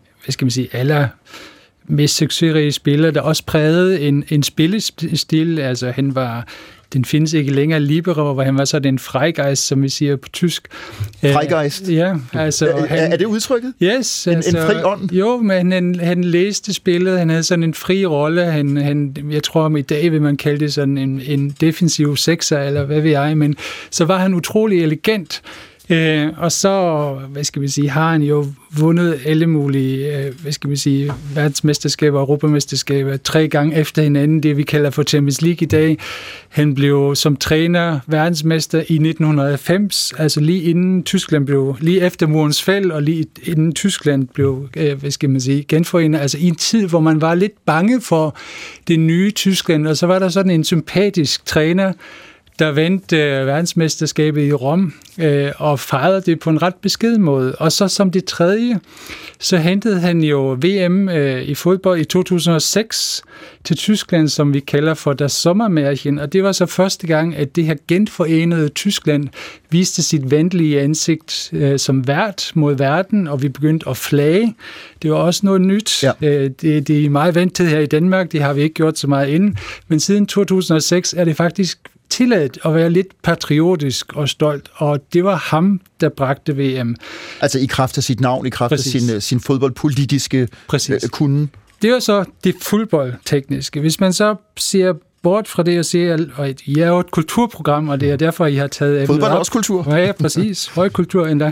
mest succesrige spillere, der også prægede en spillestil. Altså, den findes ikke længere libero, hvor han var sådan en Freigeist, som vi siger på tysk. Freigeist? Ja, altså... Er det udtrykket? Yes. En fri ånd? Jo, men han læste spillet, han havde sådan en fri rolle, jeg tror om i dag vil man kalde det sådan en defensiv sekser, eller hvad ved jeg, men så var han utrolig elegant. Og så, har han jo vundet alle mulige, verdensmesterskaber og europamesterskaber 3 gange efter hinanden, det vi kalder for Champions League i dag. Han blev som træner verdensmester i 1990, altså lige efter murens fald, og lige inden Tyskland blev, genforenet, altså i en tid, hvor man var lidt bange for det nye Tyskland, og så var der sådan en sympatisk træner, der vandt verdensmesterskabet i Rom, og fejrede det på en ret beskeden måde. Og så som det tredje, så hentede han jo VM i fodbold i 2006 til Tyskland, som vi kalder for Das Sommermärchen, og det var så første gang, at det her genforenede Tyskland viste sit venlige ansigt som vært mod verden, og vi begyndte at flage. Det var også noget nyt. Ja. Det er meget vant til her i Danmark, det har vi ikke gjort så meget inden, men siden 2006 er det faktisk tilladt at være lidt patriotisk og stolt, og det var ham, der bragte VM. Altså i kraft af sit navn, i kraft af sin fodboldpolitiske kunde. Det var så det fodboldtekniske. Hvis man så ser bort fra det og siger, at I er jo et kulturprogram, og det er derfor, I har taget... Fodbold er også kultur. Ja, præcis. Højkultur endda.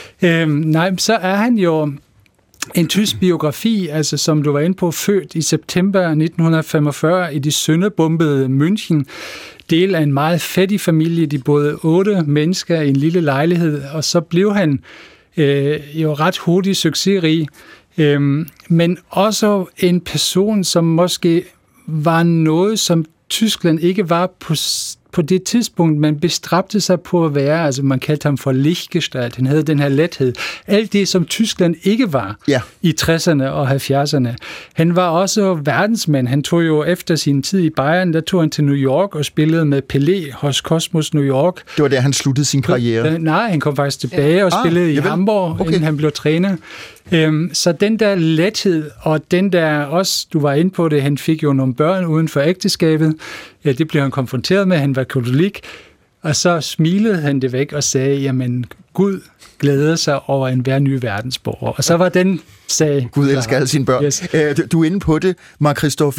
Så er han jo en tysk biografi, altså som du var inde på, født i september 1945 i de sønderbombede München, del af en meget fattig familie. De boede 8 mennesker i en lille lejlighed, og så blev han jo ret hurtigt succesrig, men også en person, som måske var noget, som Tyskland ikke var på det tidspunkt, man bestræbte sig på at være, altså man kaldte ham for Lichtgestalt, han havde den her lethed. Alt det, som Tyskland ikke var i 60'erne og 70'erne. Han var også verdensmand. Han tog jo efter sin tid i Bayern, der tog han til New York og spillede med Pelé hos Cosmos New York. Det var der, han sluttede sin karriere? Nej, han kom faktisk tilbage og spillede i Hamburg, inden han blev træner. Så den der lethed, og den der også, du var inde på det, han fik jo nogle børn uden for ægteskabet. Ja, det blev han konfronteret med, han var katolik, og så smilede han det væk og sagde, jamen Gud glæder sig over enhver ny verdensborger. Og så var den sag... Gud elsker alle sine børn. Yes. Du er inde på det, Mark Christoph.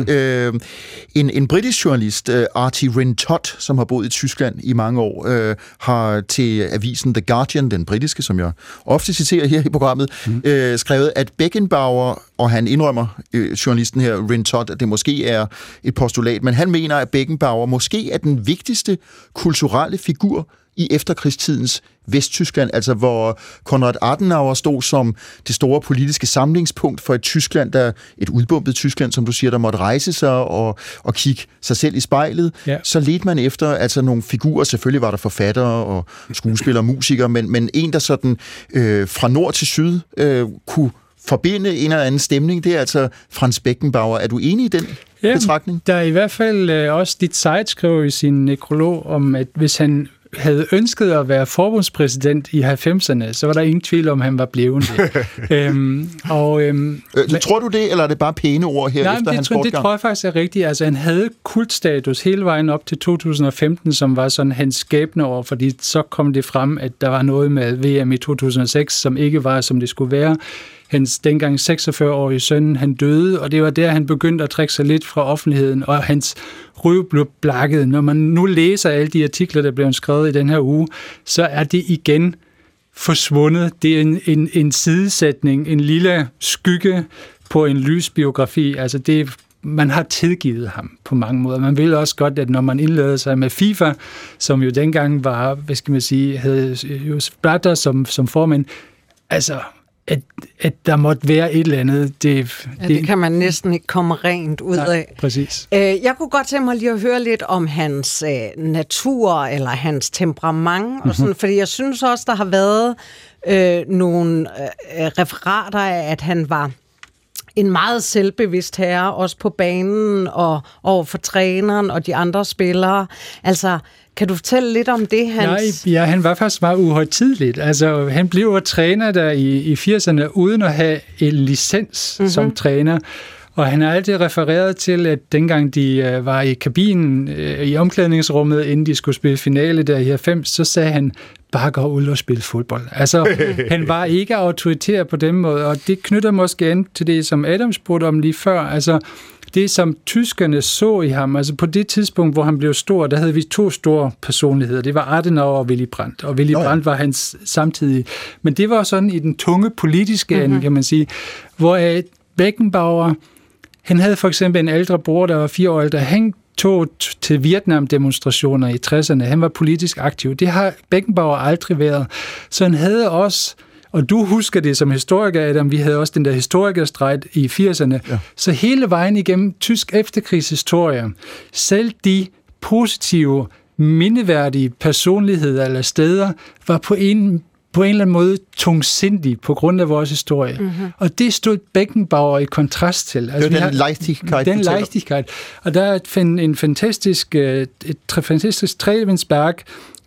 En britisk journalist, Artie Wynne Todd, som har boet i Tyskland i mange år, har til avisen The Guardian, den britiske, som jeg ofte citerer her i programmet, skrevet, at Beckenbauer, og han indrømmer, journalisten her, Wynne Todd, at det måske er et postulat, men han mener, at Beckenbauer måske er den vigtigste kulturelle figur i efterkrigstidens Vesttyskland, altså hvor Konrad Adenauer stod som det store politiske samlingspunkt for et Tyskland, et udbombet Tyskland, som du siger, der måtte rejse sig og kigge sig selv i spejlet. Ja. Så ledte man efter altså nogle figurer, selvfølgelig var der forfattere og skuespillere og musikere, men en, der sådan fra nord til syd kunne forbinde en eller anden stemning, det er altså Franz Beckenbauer. Er du enig i den betragtning? Der er i hvert fald også dit Zeit skrev i sin nekrolog om, at hvis han havde ønsket at være forbundspræsident i 90'erne, så var der ingen tvivl om, han var blevet det. Tror du det, eller er det bare pæne ord her efter hans bortgang? Det tror jeg faktisk er rigtigt. Altså, han havde kultstatus hele vejen op til 2015, som var sådan hans skæbneår, fordi så kom det frem, at der var noget med VM i 2006, som ikke var, som det skulle være. Hans dengang 46-årige søn, han døde, og det var der, han begyndte at trække sig lidt fra offentligheden, og hans ryg blev blakket. Når man nu læser alle de artikler, der blev skrevet i den her uge, så er det igen forsvundet. Det er en sidesætning, en lille skygge på en lysbiografi. Altså man har tilgivet ham på mange måder. Man vil også godt, at når man indleder sig med FIFA, som jo dengang var, hvad skal man sige, havde jo Blatter som formand, altså at der måtte være et eller andet. Det kan man næsten ikke komme rent ud af. Præcis. Jeg kunne godt tænke mig lige at høre lidt om hans natur, eller hans temperament, og sådan, fordi jeg synes også, der har været nogle referater af, at han var en meget selvbevidst herre, også på banen og over for træneren og de andre spillere. Altså, kan du fortælle lidt om det, Hans? Ja, han var faktisk meget uhøjtideligt. Altså, han blev træner der i 80'erne, uden at have en licens som træner. Og han har altid refereret til, at dengang de var i kabinen, i omklædningsrummet, inden de skulle spille finale der i 90, så sagde han, bare gå ud og spille fodbold. Altså, han var ikke autoritær på den måde, og det knytter måske an til det, som Adam spurgte om lige før. Altså, det, som tyskerne så i ham, altså på det tidspunkt, hvor han blev stor, der havde vi 2 store personligheder. Det var Adenauer og Willy Brandt, og Willy Brandt var hans samtidige. Men det var sådan i den tunge politiske ende, kan man sige, hvor Beckenbauer, han havde for eksempel en ældre bror, der var 4 år ældre. Han tog til Vietnam-demonstrationer i 60'erne. Han var politisk aktiv. Det har Beckenbauer aldrig været. Så han havde også, og du husker det som historiker, Adam, vi havde også den der historikerstrejt i 80'erne. Ja. Så hele vejen igennem tysk efterkrigshistorie, selv de positive mindeværdige personligheder eller steder var på en eller anden måde tungsindig på grund af vores historie. Mm-hmm. Og det stod Beckenbauer i kontrast til. Altså, det er den Leichtigkeit. Den Leichtigkeit. Og der er et fantastisk trevindsværk,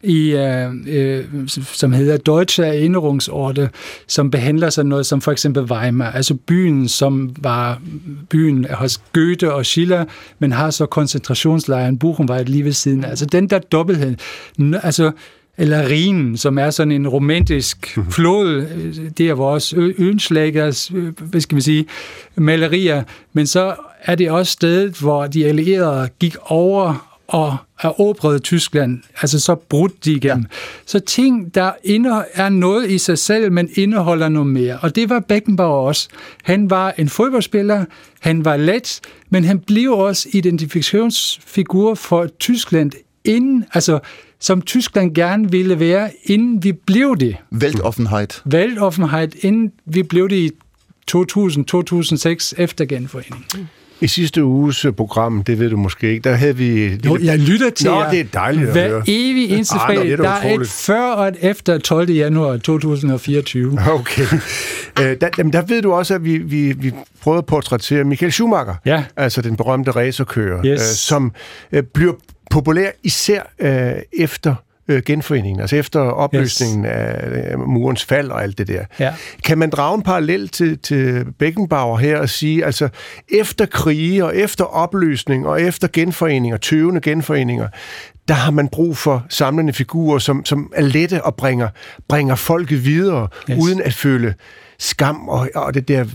som hedder Deutsche Erinnerungsorte, som behandler sådan noget som for eksempel Weimar, altså byen, som var byen hos Goethe og Schiller, men har så koncentrationslejren Buchenwald lige ved siden. Altså den der dobbelthed, altså eller Rhinen, som er sådan en romantisk flod, det er vores Oehlenschlägers, hvad skal man sige, malerier, men så er det også stedet, hvor de allierede gik over og erobrede Tyskland, altså så brudte de igennem. Ja. Så ting, der er noget i sig selv, men indeholder noget mere. Og det var Beckenbauer også. Han var en fodboldspiller, han var let, men han blev også identifikationsfigur for Tyskland inden, altså som Tyskland gerne ville være, inden vi blev det. Weltoffenheit, inden vi blev det i 2000-2006 efter genforeningen. I sidste uges program, det ved du måske ikke, der havde vi... Jo, jeg lytter til jer. Det er dejligt at høre. Hver evig eneste fredag. Der er et før og et efter 12. januar 2024. Okay. Der ved du også, at vi prøvede at portrættere Michael Schumacher, altså den berømte racerkører, som bliver populær især efter genforeningen, altså efter opløsningen af murens fald og alt det der. Ja. Kan man drage en parallel til Beckenbauer her og sige, altså efter krige og efter opløsning og efter genforeninger, tøvende genforeninger, der har man brug for samlende figurer, som er lette og bringer folket videre, uden at føle skam og det der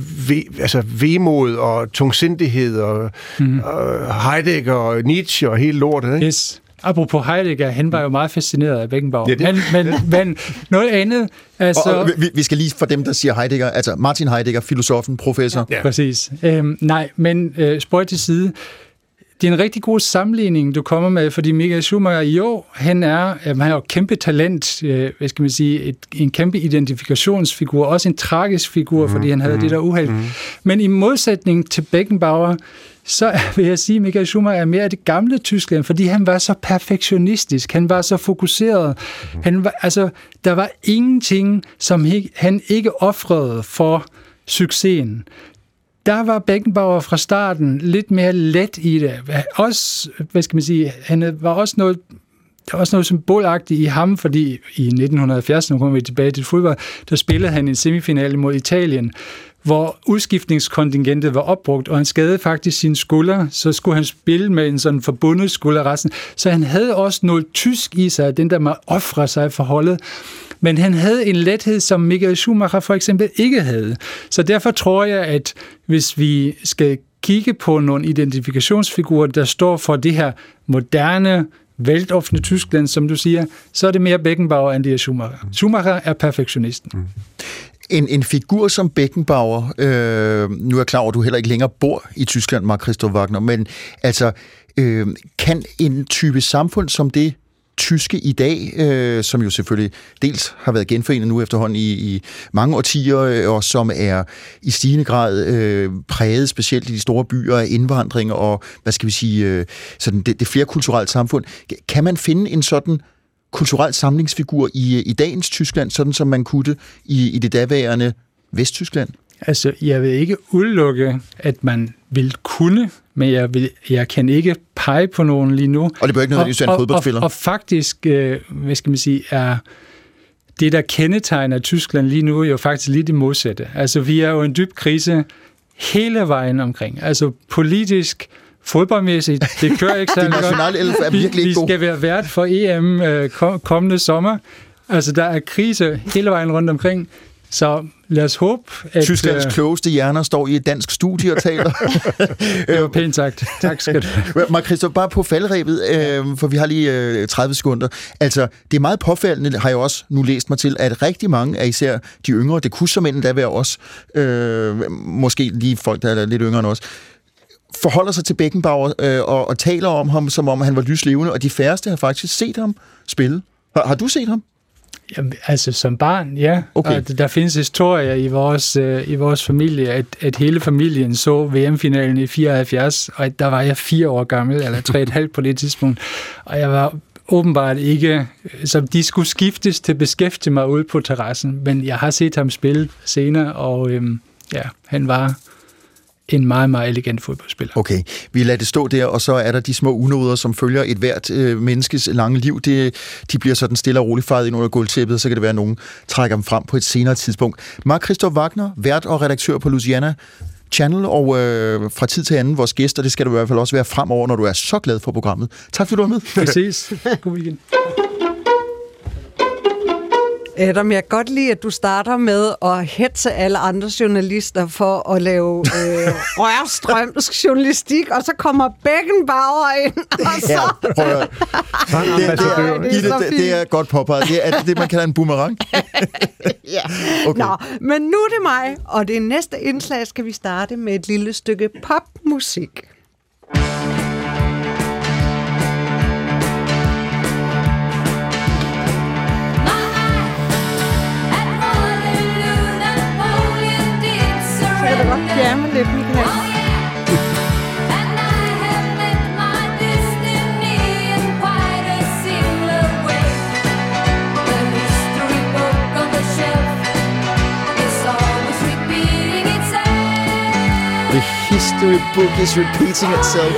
vemod og tungsindighed og Heidegger og Nietzsche og hele lortet, ikke? Yes. Apropos Heidegger, han var jo meget fascineret af Beckenbauer. Men noget andet... Altså... Og vi skal lige for dem, der siger Heidegger, altså Martin Heidegger, filosofen, professor. Ja. Præcis. Nej, men spøj til side. Det er en rigtig god sammenligning, du kommer med, fordi Michael Schumacher, han har jo kæmpe talent, hvad skal man sige, en kæmpe identifikationsfigur, også en tragisk figur, fordi han havde det der uheld. Men i modsætning til Beckenbauer, så vil jeg sige, at Michael Schumacher er mere af det gamle Tyskland, fordi han var så perfektionistisk, han var så fokuseret. Der var ingenting, som han ikke ofrede for succesen. Der var Beckenbauer fra starten lidt mere let i det. Også, hvad skal man sige, han var også noget... Der var også noget symbolagtigt i ham, fordi i 1970, nu kommer vi tilbage til fodbold, der spillede han en semifinale mod Italien, hvor udskiftningskontingentet var opbrugt, og han skadede faktisk sine skulder, så skulle han spille med en sådan forbundet skulder resten. Så han havde også noget tysk i sig, den der med at ofre sig for holdet. Men han havde en lethed, som Michael Schumacher for eksempel ikke havde. Så derfor tror jeg, at hvis vi skal kigge på nogle identifikationsfigurer, der står for det her moderne, weltoffne Tyskland, som du siger, så er det mere Beckenbauer, end det er Schumacher. Schumacher er perfektionisten. En figur som Beckenbauer, nu er jeg klar over, at du heller ikke længere bor i Tyskland, Mark Christoph Wagner, men altså, kan en type samfund som det tyske i dag, som jo selvfølgelig dels har været genforenet nu efterhånden i mange årtier, og som er i stigende grad præget, specielt i de store byer, af indvandring og, hvad skal vi sige, sådan det flerkulturelle samfund. Kan man finde en sådan kulturel samlingsfigur i dagens Tyskland, sådan som man kunne det i det daværende Vesttyskland? Altså, jeg vil ikke udelukke, at man vil kunne, men jeg kan ikke pege på nogen lige nu. Og det bør ikke nødvendigvis være en fodboldspiller. Og faktisk, hvad skal man sige, er det, der kendetegner Tyskland lige nu, jo faktisk lige det modsatte. Altså, vi er jo en dyb krise hele vejen omkring. Altså, politisk, fodboldmæssigt, det kører ikke særlig godt. Vi skal være vært for EM kommende sommer. Altså, der er krise hele vejen rundt omkring. Så lad os håbe, at... Tysklands klogeste hjerner står i et dansk studie og taler. Det var pænt sagt. Tak skal du have. Mark Christoph, bare på faldrebet, for vi har lige 30 sekunder. Altså, det er meget påfaldende, har jeg også nu læst mig til, at rigtig mange af især de yngre, det kunne som enten da være os, måske lige folk, der er lidt yngre end os, forholder sig til Beckenbauer og taler om ham, som om han var lyslevende, og de færreste har faktisk set ham spille. Har du set ham? Jamen, altså som barn, ja. Okay. Og der findes historier i vores familie, at hele familien så VM-finalen i 74, og der var jeg 4 år gammel, eller 3,5 på det tidspunkt, og jeg var åbenbart ikke, så de skulle skiftes til at beskæftige mig ude på terrassen, men jeg har set ham spille senere, og han var en meget, meget elegant fodboldspiller. Okay, vi lader det stå der, og så er der de små unoder, som følger et hvert menneskes lange liv. De bliver sådan stille og roligt fejet ind under gulvtæppet, så kan det være, at nogen trækker dem frem på et senere tidspunkt. Mark-Christoph Wagner, vært og redaktør på Louisiana Channel, og fra tid til anden vores gæst, og det skal du i hvert fald også være fremover, når du er så glad for programmet. Tak fordi du var med. Præcis. God weekend. Adam, jeg kan godt lide, at du starter med at hetze alle andre journalister for at lave rørstrømsk journalistik, og så kommer Beckenbauer ind, og så... Det er godt påpeget. Det er det, man kalder en boomerang. Ja. Okay. Nå, men nu er det mig, og det næste indslag skal vi starte med et lille stykke popmusik. Så kan du godt jamme lidt, Michael. The history book is repeating itself.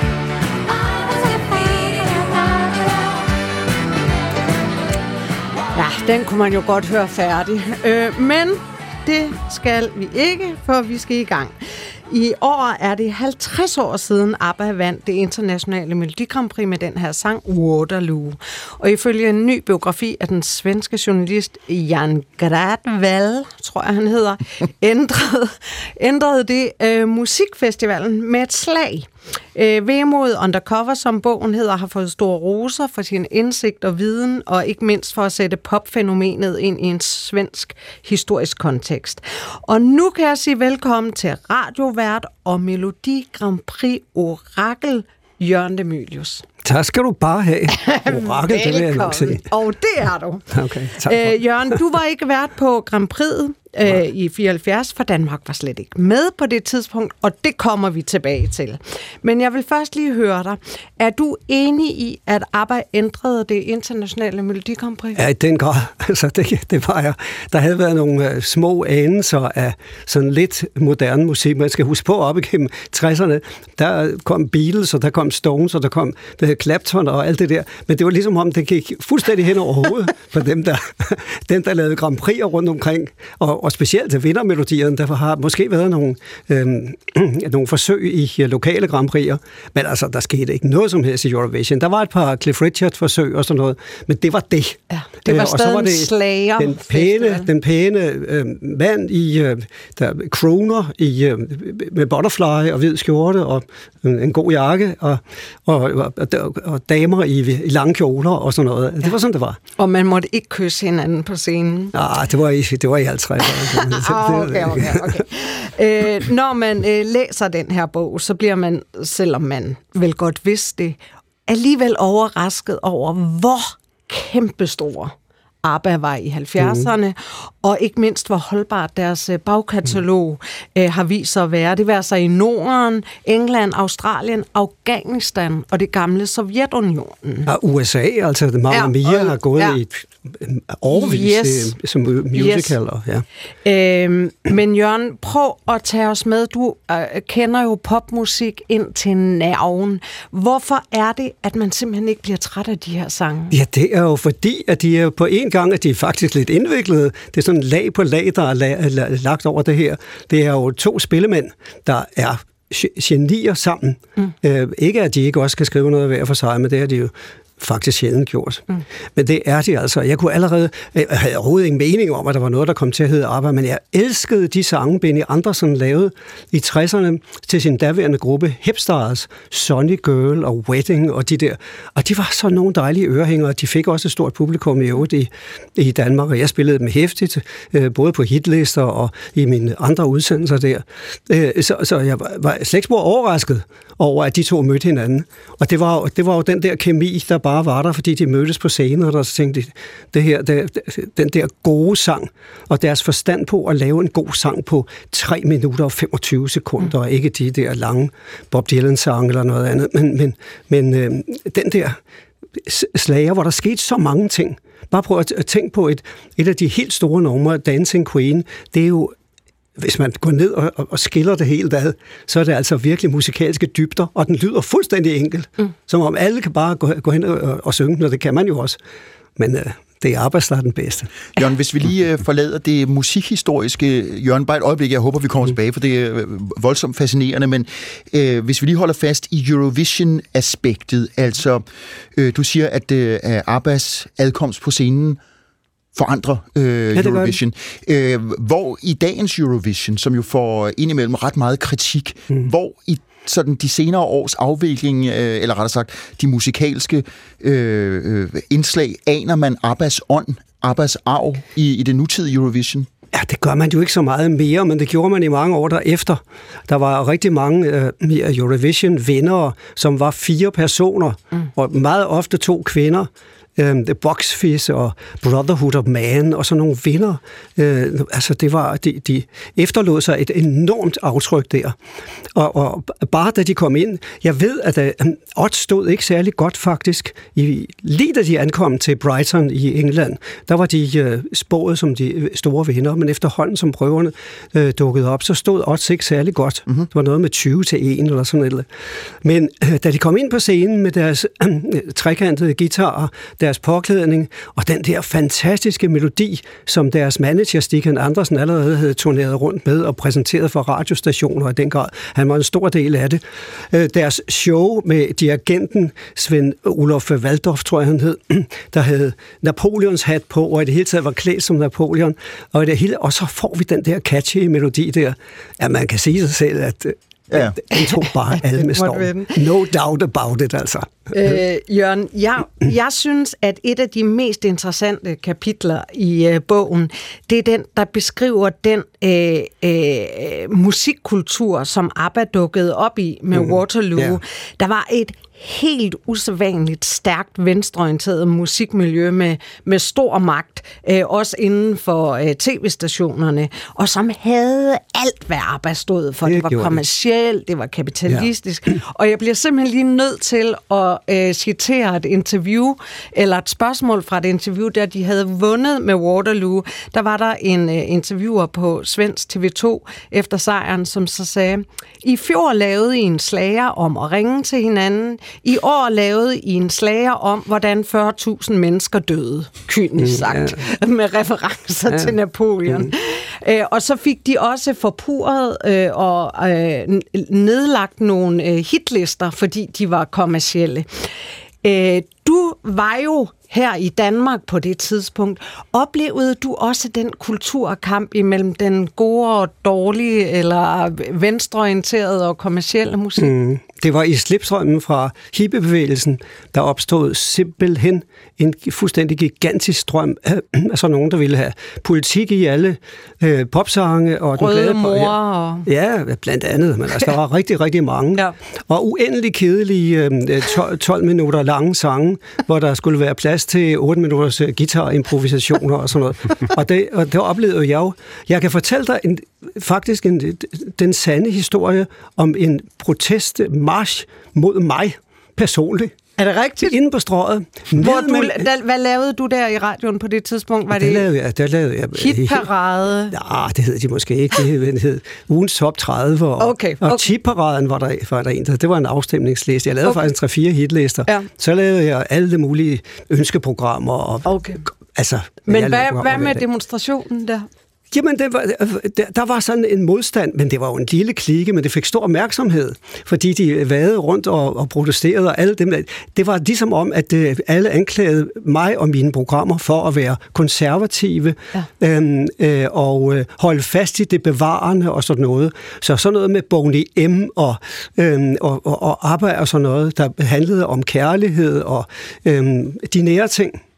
Ja, den kunne man jo godt høre færdig. Men det skal vi ikke, for vi skal i gang. I år er det 50 år siden ABBA vandt det internationale Melodi Grand Prix med den her sang Waterloo. Og ifølge en ny biografi af den svenske journalist Jan Gradvall, tror jeg han hedder, ændrede det musikfestivalen med et slag. Vemodet Undercover, som bogen hedder, har fået store roser for sin indsigt og viden, og ikke mindst for at sætte popfænomenet ind i en svensk historisk kontekst. Og nu kan jeg sige velkommen til radiovært og Melodi Grand Prix orakel Jørgen de Mylius. Tak skal du bare have. Orakel, det vil jeg nok sige. Og det er du. Okay, tak Jørgen, du var ikke vært på Grand Prix'et i 74, for Danmark var slet ikke med på det tidspunkt, og det kommer vi tilbage til. Men jeg vil først lige høre dig. Er du enig i, at ABBA ændrede det internationale Melodi Grand Prix? Ja, i den grad. Altså, det var jeg. Der havde været nogle små anelser af sådan lidt moderne musik. Man skal huske på, op igennem 60'erne, der kom Beatles, og der kom Stones, og der kom Clapton og alt det der. Men det var ligesom om, det gik fuldstændig hen over hovedet for dem, der lavede Grand Prix'er rundt omkring. Og specielt til vindermelodierne, der har måske været nogle forsøg i lokale Grand Prix'er, men altså, der skete ikke noget som helst i Eurovision. Der var et par Cliff Richard-forsøg og sådan noget, men det var det. Ja, det var stadig en slager. Den pæne mand i crooner med butterfly og hvid skjorte og en god jakke og damer i lange kjoler og sådan noget. Ja. Det var sådan, det var. Og man måtte ikke kysse hinanden på scenen. Nej, det var i 50'erne. Okay. Når man læser den her bog, så bliver man, selvom man vel godt vidste det, alligevel overrasket over, hvor kæmpestor ABBA var i 70'erne, og ikke mindst, hvor holdbart deres bagkatalog har vist sig at være. Det var så i Norden, England, Australien, Afghanistan og det gamle Sovjetunionen. Og USA, altså Mamma Mia har gået i et årvis som musical. Yes. Ja. Men Jørgen, prøv at tage os med. Du kender jo popmusik ind til nerven. Hvorfor er det, at man simpelthen ikke bliver træt af de her sange? Ja, det er jo fordi, at de er på en gang, at de er faktisk lidt indviklede. Det er sådan lag på lag, der er lagt over det her. Det er jo 2 spillemænd, der er genier sammen. Ikke at de ikke også kan skrive noget hver for sig, men det er de jo faktisk sjældent gjort. Men det er de altså. Jeg havde overhovedet ingen mening om, at der var noget, der kom til at hedde ABBA, men jeg elskede de sange, Benny Andersson lavede i 60'erne til sin daværende gruppe Hipstars, Sunny Girl og Wedding og de der. Og de var så nogle dejlige ørehængere. De fik også et stort publikum i øvrigt i Danmark, og jeg spillede dem hæftigt, både på hitlister og i mine andre udsendelser der. Så jeg var slet ikke overrasket over, at de 2 mødte hinanden. Og det var jo den der kemi, der bare var der, fordi de mødtes på scener, og så tænkte de, den der gode sang, og deres forstand på at lave en god sang på 3 minutter og 25 sekunder, og ikke de der lange Bob Dylan-sange eller noget andet, men den der slager, hvor der skete så mange ting. Bare prøv at tænke på et af de helt store numre, Dancing Queen, det er jo, hvis man går ned og skiller det helt ad, så er det altså virkelig musikalske dybder, og den lyder fuldstændig enkelt, som om alle kan bare gå hen og synge den, og det kan man jo også. Men det er arbejds, der er den bedste. Jørgen, hvis vi lige forlader det musikhistoriske, Jørgen, bare et øjeblik, jeg håber, vi kommer tilbage, for det er voldsomt fascinerende, men hvis vi lige holder fast i Eurovision-aspektet, altså du siger, at Abbas adkomst på scenen forandrer Eurovision. Hvor i dagens Eurovision, som jo får indimellem ret meget kritik, hvor i sådan de senere års afvikling, eller rettere sagt, de musikalske indslag, aner man Abbas ånd, Abbas arv i det nutidige Eurovision? Ja, det gør man jo ikke så meget mere, men det gjorde man i mange år derefter. Der var rigtig mange Eurovision-vindere, som var 4 personer, og meget ofte 2 kvinder. The Box Fish og Brotherhood of Man og sådan nogle vinder. Altså det var, de efterlod sig et enormt aftryk der. Og bare da de kom ind, jeg ved, at odds stod ikke særlig godt faktisk. Lige da de ankom til Brighton i England, der var de spået som de store vinder, men efterhånden som prøverne dukkede op, så stod odds ikke særlig godt. Det var noget med 20-1 eller sådan noget. Men da de kom ind på scenen med deres trekantede guitarer, deres påklædning, og den der fantastiske melodi, som deres manager Stig Andersen allerede havde turneret rundt med og præsenteret for radiostationer i den grad. Han var en stor del af det. Deres show med dirigenten Sven Olof Waldorf, tror jeg han hed, der havde Napoleons hat på, og i det hele taget var klædt som Napoleon, og i det hele, og så får vi den der catchy melodi der. Ja, man kan sige sig selv, at han tog bare alle med storm. No doubt about it, altså. Jørgen, jeg synes, at et af de mest interessante kapitler i bogen, det er den, der beskriver den musikkultur, som ABBA dukkede op i med Waterloo. Yeah. Der var et helt usædvanligt stærkt venstreorienteret musikmiljø med stor magt, også inden for tv-stationerne, og som havde alt, hvad ABBA stod for. Det var kommercielt, det var kapitalistisk, og jeg bliver simpelthen lige nødt til at citere et interview, eller et spørgsmål fra et interview, der de havde vundet med Waterloo. Der var der en interviewer på Svensk TV2 efter sejren, som så sagde, i fjor lavede I en slager om at ringe til hinanden. I år lavede I en slager om, hvordan 40.000 mennesker døde, kynisk sagt, med referencer til Napoleon. Og så fik de også forpurret og nedlagt nogle hitlister, fordi de var kommercielle. Du var jo her i Danmark på det tidspunkt. Oplevede du også den kulturkamp imellem den gode og dårlige, eller venstreorienterede og kommercielle musik? Det var i slipstrømmen fra hippiebevægelsen, der opstod simpelthen en fuldstændig gigantisk strøm af sådan nogen, der ville have politik i alle popsange. Og Røde mor. Ja, blandt andet. Men altså, der var rigtig, rigtig mange. Ja. Og uendelig kedelige 12 minutter lange sange, hvor der skulle være plads til 8 minutters guitarimprovisationer og sådan noget. Og det oplevede jeg jo. Jeg kan fortælle dig den sande historie om en protestmarch mod mig personligt. Er det rigtigt? Inde på Strøget. Hvad lavede du der i radioen på det tidspunkt? Var der lavede jeg hitparade? Nej, det hed de måske ikke. Det hed ugens top 30. Og tiparaden var der en. Det var en afstemningsliste. Jeg lavede faktisk 3-4 hitlister. Ja. Så lavede jeg alle mulige ønskeprogrammer. Men hvad med demonstrationen der? Jamen, der var sådan en modstand, men det var jo en lille klike, men det fik stor opmærksomhed, fordi de vadede rundt og protesterede, og alle dem. Det var ligesom om, at alle anklagede mig og mine programmer for at være konservative, og holde fast i det bevarende og sådan noget. Så sådan noget med Boney M. og ABBA og sådan noget, der handlede om kærlighed og de nære ting.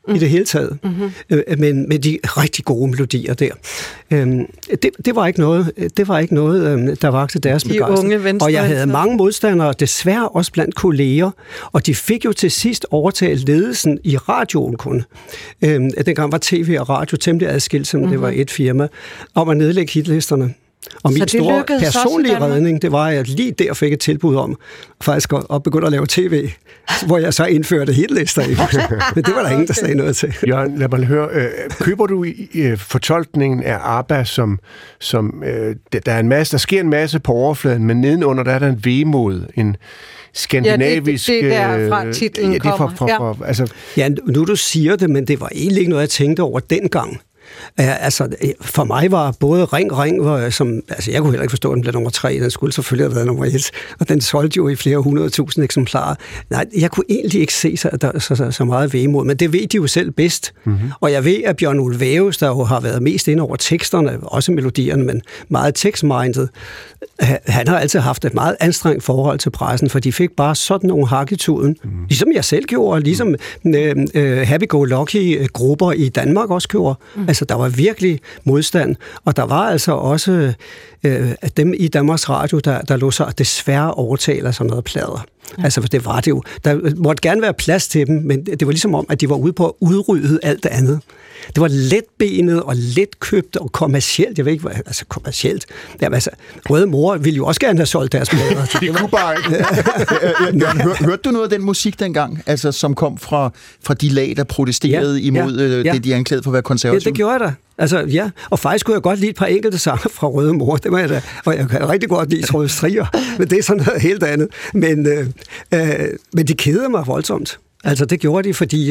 i det hele taget. Men med de rigtig gode melodier der. Det var ikke noget, der vagte deres begejstring. Og jeg havde mange modstandere, desværre også blandt kolleger, og de fik jo til sidst overtaget ledelsen i radioen kun. Dengang var TV og radio temmelig adskilt, som det var et firma, om at nedlægge hitlisterne. Og min store personlige redning, det var, at jeg lige der fik et tilbud om faktisk at begynde at lave tv, hvor jeg så indførte hitlister i. Men det var der ingen, der sagde noget til. Jørgen, lad mig høre. Køber du fortolkningen af ABBA, som der sker en masse på overfladen, men nedenunder der er der en vemod, en skandinavisk... Ja, det er fra titlen kommer. Altså, nu du siger det, men det var egentlig ikke noget, jeg tænkte over dengang. For mig var både Ring, jeg kunne heller ikke forstå, at den blev nummer 3, den skulle selvfølgelig have været nummer 1, og den solgte jo i flere 100.000 eksemplarer. Nej, jeg kunne egentlig ikke se så meget vemod, men det ved de jo selv bedst. Og jeg ved, at Bjørn Ulvaeus, der jo har været mest inde over teksterne, også melodierne, men meget tekstmindet, han har altid haft et meget anstrengt forhold til pressen, for de fik bare sådan nogle hak i tuden, ligesom jeg selv gjorde, ligesom happy-go-lucky-grupper i Danmark også gjorde. Altså, der var virkelig modstand, og der var altså også dem i Danmarks Radio, der lå sig desværre overtaler sådan noget plader. Altså, for det var det jo. Der måtte gerne være plads til dem, men det var ligesom om, at de var ude på at udrydde alt det andet. Det var letbenet og letkøbt og kommercielt. Jeg ved ikke, hvad altså kommercielt. Jamen, altså, Røde Mor ville jo også gerne have solgt deres plader. De kunne bare ikke. Hørte du noget af den musik dengang, altså, som kom fra de lag, der protesterede imod det, de anklagede for at være konservative? Ja, det gjorde jeg da. Altså, ja. Og faktisk kunne jeg godt lide et par enkelte sange fra Røde Mor. Det var jeg da. Og jeg kan rigtig godt lide Røde Striger. Men det er sådan noget helt andet. Men de kedede mig voldsomt. Altså, det gjorde de, fordi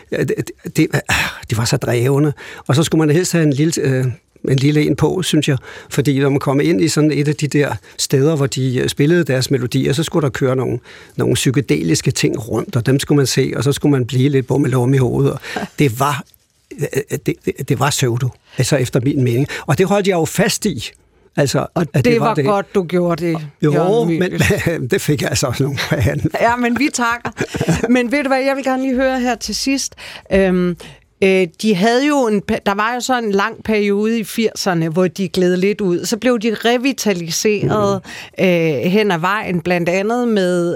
de var så drevne. Og så skulle man helst have en lille en på, synes jeg. Fordi når man kom ind i sådan et af de der steder, hvor de spillede deres melodier, så skulle der køre nogle psykedeliske ting rundt, og dem skulle man se, og så skulle man blive lidt bummelum i hovedet. Og det var pseudo, altså efter min mening. Og det holdt jeg jo fast i. Altså, det var det. Godt, du gjorde det. Jo, men det fik jeg altså også nogle af. Ja, men vi takker. Men ved du hvad, jeg vil gerne lige høre her til sidst. De havde jo der var jo så en lang periode i 80'erne, hvor de gled lidt ud. Så blev de revitaliseret hen ad vejen, blandt andet med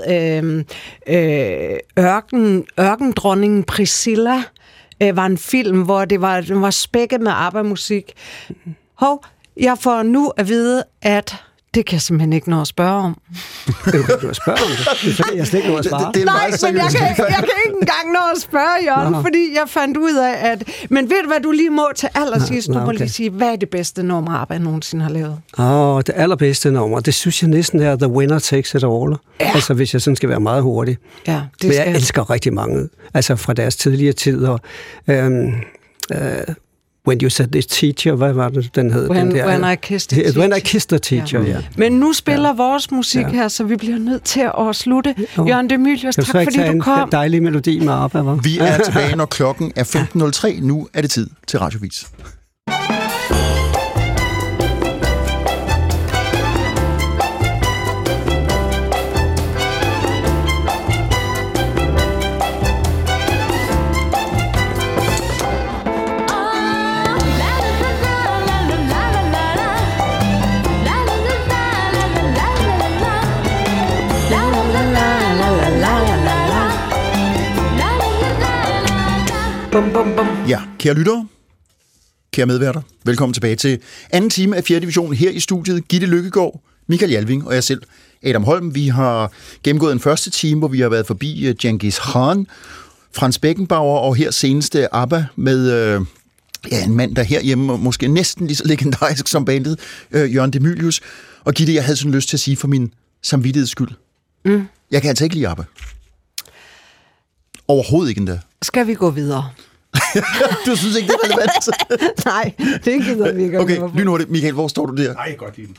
ørkendronningen Priscilla. Var en film, hvor den var spækket med ABBA-musik. Jeg får nu at vide, at det kan jeg simpelthen ikke nå at spørge om. Du kan spørge om det. Jeg slet ikke nå at svare. Nej, men jeg kan ikke engang nå at spørge, Jørgen, fordi jeg fandt ud af, at... Men ved du, hvad du lige må til allersidst? Du må lige sige, hvad er det bedste nummer, ABBA nogensinde har lavet? Det allerbedste nummer, det synes jeg næsten er The Winner Takes It All. Ja. Altså, hvis jeg sådan skal være meget hurtig. Ja, men jeg elsker rigtig mange. Altså, fra deres tidligere tider. When You Said This Teacher, hvad var det, den hed? When I Kissed the Teacher. When I Kissed the Teacher, ja. Men nu spiller vores musik her, så vi bliver nødt til at slutte. Jørgen De Mylius, tak fordi du kom. En dejlig melodi med ABBA, hva'? Vi er tilbage, når klokken er 15.03. Nu er det tid til Radiovis. Ja, kære lyttere, kære medværter, velkommen tilbage til anden time af 4. division her i studiet. Gitte Lykkegaard, Michael Jalving og jeg selv, Adam Holm. Vi har gennemgået en første time, hvor vi har været forbi Djengis Khan, Franz Beckenbauer og her seneste ABBA med en mand, der herhjemme måske næsten lige så legendarisk som bandet, Jørgen De Mylius. Og Gitte, jeg havde sådan lyst til at sige for min samvittigheds skyld. Jeg kan altså ikke lide ABBA. Overhovedet ikke endda. Skal vi gå videre? Du synes ikke, det er relevant? Nej, det gider vi ikke. Okay, lynhurtigt. Michael, hvor står du der? Nej, godt lide den.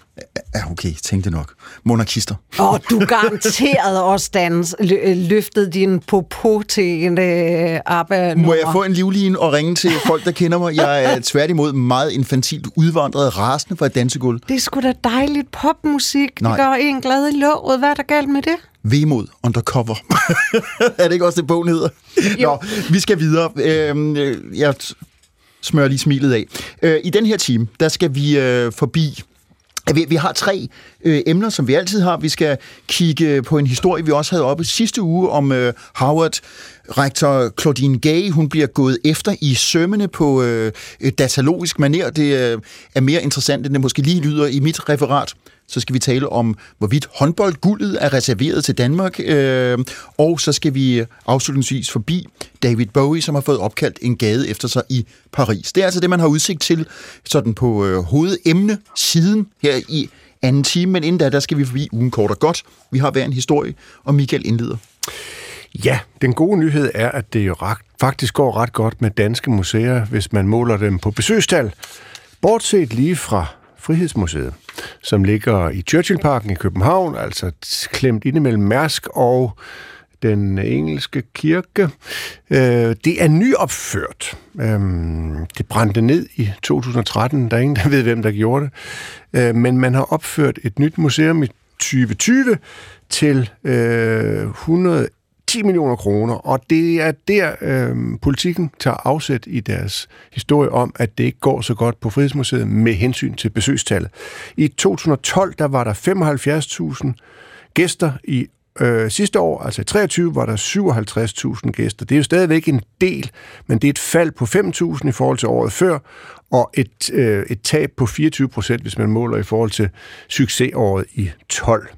Ja, okay, tænkte nok. Monarkister. Du garanteret også løftede din popo til en ABBA-nummer. Må jeg få en livline og ringe til folk, der kender mig? Jeg er tværtimod meget infantilt udvandret, rasende fra et dansegulv. Det er sgu da dejligt popmusik. Nej. Det gør en glad i låget. Hvad er der galt med det? Vemod undercover. Er det ikke også det, bogen hedder? Nå, vi skal videre. Jeg smører lige smilet af. I den her time, der skal vi forbi... Vi har 3 emner, som vi altid har. Vi skal kigge på en historie, vi også havde oppe sidste uge om Harvard-rektor Claudine Gay. Hun bliver gået efter i sømmene på datalogisk manér. Det er mere interessant, end det måske lige lyder i mit referat. Så skal vi tale om, hvorvidt håndboldguldet er reserveret til Danmark. Og så skal vi afslutningsvis forbi David Bowie, som har fået opkaldt en gade efter sig i Paris. Det er altså det, man har udsigt til sådan på hovedemne siden her i anden time. Men inden da, der skal vi forbi ugen kort og godt. Vi har hver en historie, og Michael indleder. Ja, den gode nyhed er, at det jo faktisk går ret godt med danske museer, hvis man måler dem på besøgstal. Bortset lige fra Frihedsmuseet, som ligger i Churchillparken i København, altså klemt inde mellem Mærsk og den engelske kirke. Det er nyopført. Det brændte ned i 2013. Der er ingen, der ved, hvem der gjorde det. Men man har opført et nyt museum i 2020 til 110 millioner kroner, og det er der, Politikken tager afsæt i deres historie om, at det ikke går så godt på Frihedsmuseet med hensyn til besøgstallet. I 2012, der var der 75.000 gæster i sidste år, altså i 23, var der 57.000 gæster. Det er jo stadigvæk en del, men det er et fald på 5.000 i forhold til året før, og et tab på 24%, hvis man måler i forhold til succesåret i 12.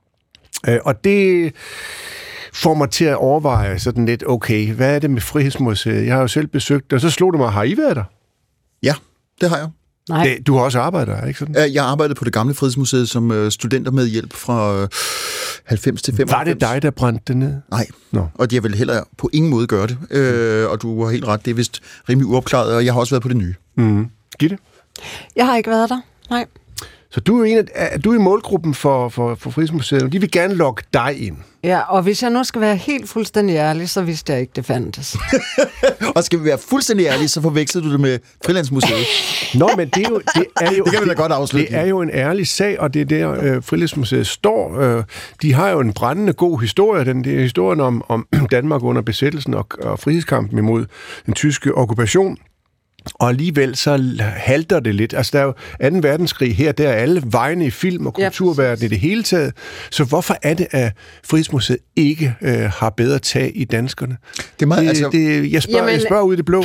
Og det får mig til at overveje sådan lidt, okay, hvad er det med Frihedsmuseet? Jeg har jo selv besøgt det, og så slog det mig, har I været der? Ja, det har jeg. Nej. Du har også arbejdet der, ikke sådan? Jeg arbejdede på det gamle Frihedsmuseet som studenter med hjælp fra 90 til 95. Var det dig, der brændte det ned? Nej, og jeg vil heller på ingen måde gøre det. Og du har helt ret, det er vist rimelig uopklaret, og jeg har også været på det nye. Gitte? Jeg har ikke været der, nej. Så du er i målgruppen for Frihedsmuseet. De vil gerne lokke dig ind. Ja, og hvis jeg nu skal være helt fuldstændig ærlig, så vidste jeg ikke, det fandtes. Og skal vi være fuldstændig ærlige, så forvekslede du det med Frilandsmuseet. Nå, men det kan vi da godt afslutte. Det er jo en ærlig sag, og det er der Frilandsmuseet står. De har jo en brændende god historie. Det er historien om Danmark under besættelsen og frihedskampen imod den tyske okkupation. Og alligevel så halter det lidt. Altså, der er jo 2. verdenskrig her, der er alle vejene i film- og kulturverdenen i det hele taget. Så hvorfor er det, at Frihedsmuseet ikke har bedre tag i danskerne? Det er meget, jeg spørger ud i det blå.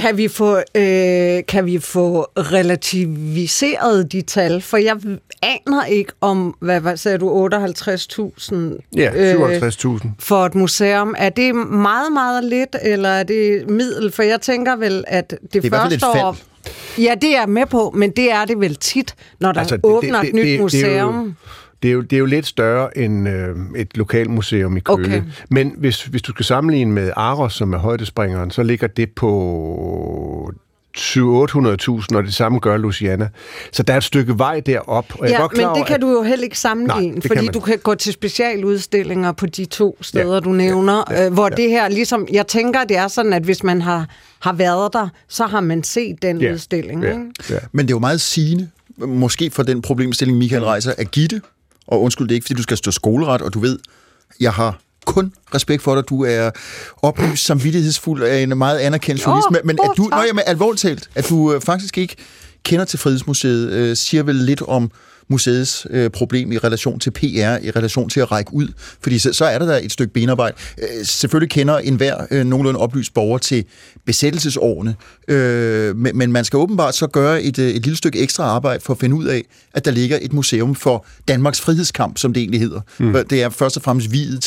Kan vi få relativiseret de tal? For jeg aner ikke om, hvad sagde du, 58.000? Ja, 57.000. For et museum. Er det meget, meget lidt, eller er det middel? For jeg tænker vel, at det første år... Ja, det er jeg med på, men det er det vel tit, når der åbner et nyt museum. Det er jo lidt større end et lokalmuseum i Køge. Okay. Men hvis du skal sammenligne med Aros, som er højdespringeren, så ligger det på 700-800.000, og det samme gør Luciana. Så der er et stykke vej derop. Og ja, men det kan du jo heller ikke sammenligne, fordi du kan gå til specialudstillinger på de 2 steder, du nævner, hvor det her ligesom, jeg tænker, det er sådan, at hvis man har været der, så har man set den udstilling. Ja. Ja. Men det er jo meget sigende, måske for den problemstilling, Michael rejser, at Gitte, og undskyld, det er ikke, fordi du skal stå skoleret, og du ved, jeg kun respekt for dig. Du er oplyst, samvittighedsfuld af en meget anerkendt journalist. Men at du, alvorligt talt, at du faktisk ikke kender til Frihedsmuseet, siger vel lidt om museets problem i relation til PR, i relation til at række ud. Fordi så er der et stykke benarbejde. Selvfølgelig kender enhver nogenlunde oplyst borger til besættelsesårene, men man skal åbenbart så gøre et lille stykke ekstra arbejde for at finde ud af, at der ligger et museum for Danmarks frihedskamp, som det egentlig hedder. Det er først og fremmest viet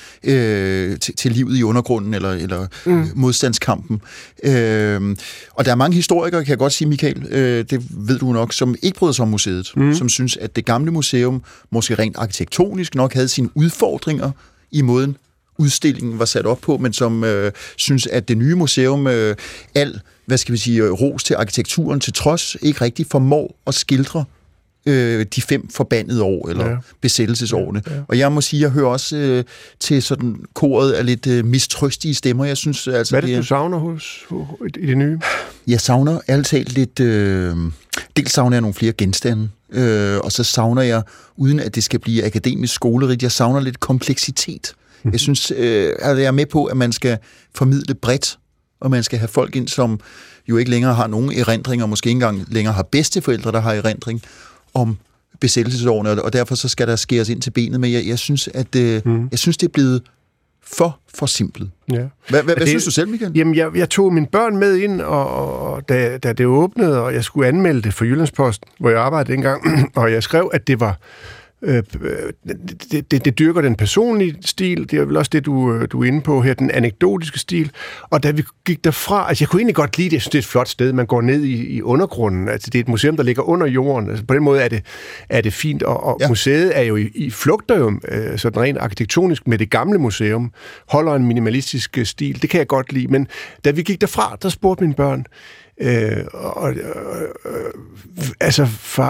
til livet i undergrunden, eller modstandskampen. Og der er mange historikere, kan jeg godt sige, Michael, det ved du nok, som ikke bryder sig om museet, som synes, at det gamle museum, måske rent arkitektonisk nok, havde sine udfordringer i måden udstillingen var sat op på, men som synes, at det nye museum ros til arkitekturen til trods, ikke rigtig formår at skildre de 5 forbandede år, eller besættelsesårene. Ja. Og jeg må sige, jeg hører også til sådan koret af lidt mistrøstige stemmer. Jeg synes, altså, hvad er det, du savner i det nye? Jeg savner ærligt talt lidt... dels savner jeg nogle flere genstande, og så savner jeg, uden at det skal blive akademisk skolerigt, jeg savner lidt kompleksitet. Jeg synes, at jeg er med på, at man skal formidle bredt, og man skal have folk ind, som jo ikke længere har nogen erindringer, måske ikke engang længere har bedsteforældre, der har erindring om besættelsesårene, og derfor så skal der skæres ind til benet, men jeg synes, at jeg synes, det er blevet for simpelt. Ja. Hvad synes du selv, Michael? Jamen, jeg tog mine børn med ind, og da det åbnede, og jeg skulle anmelde det for Jyllandsposten, hvor jeg arbejdede dengang, og jeg skrev, at det var det dyrker den personlige stil, det er vel også det, du er inde på her, den anekdotiske stil, og da vi gik derfra, altså jeg kunne egentlig godt lide det, jeg synes, det er et flot sted, man går ned i undergrunden, altså det er et museum, der ligger under jorden, altså på den måde er det fint, og museet er jo i flugter jo sådan rent arkitektonisk med det gamle museum, holder en minimalistisk stil, det kan jeg godt lide, men da vi gik derfra, der spurgte mine børn, altså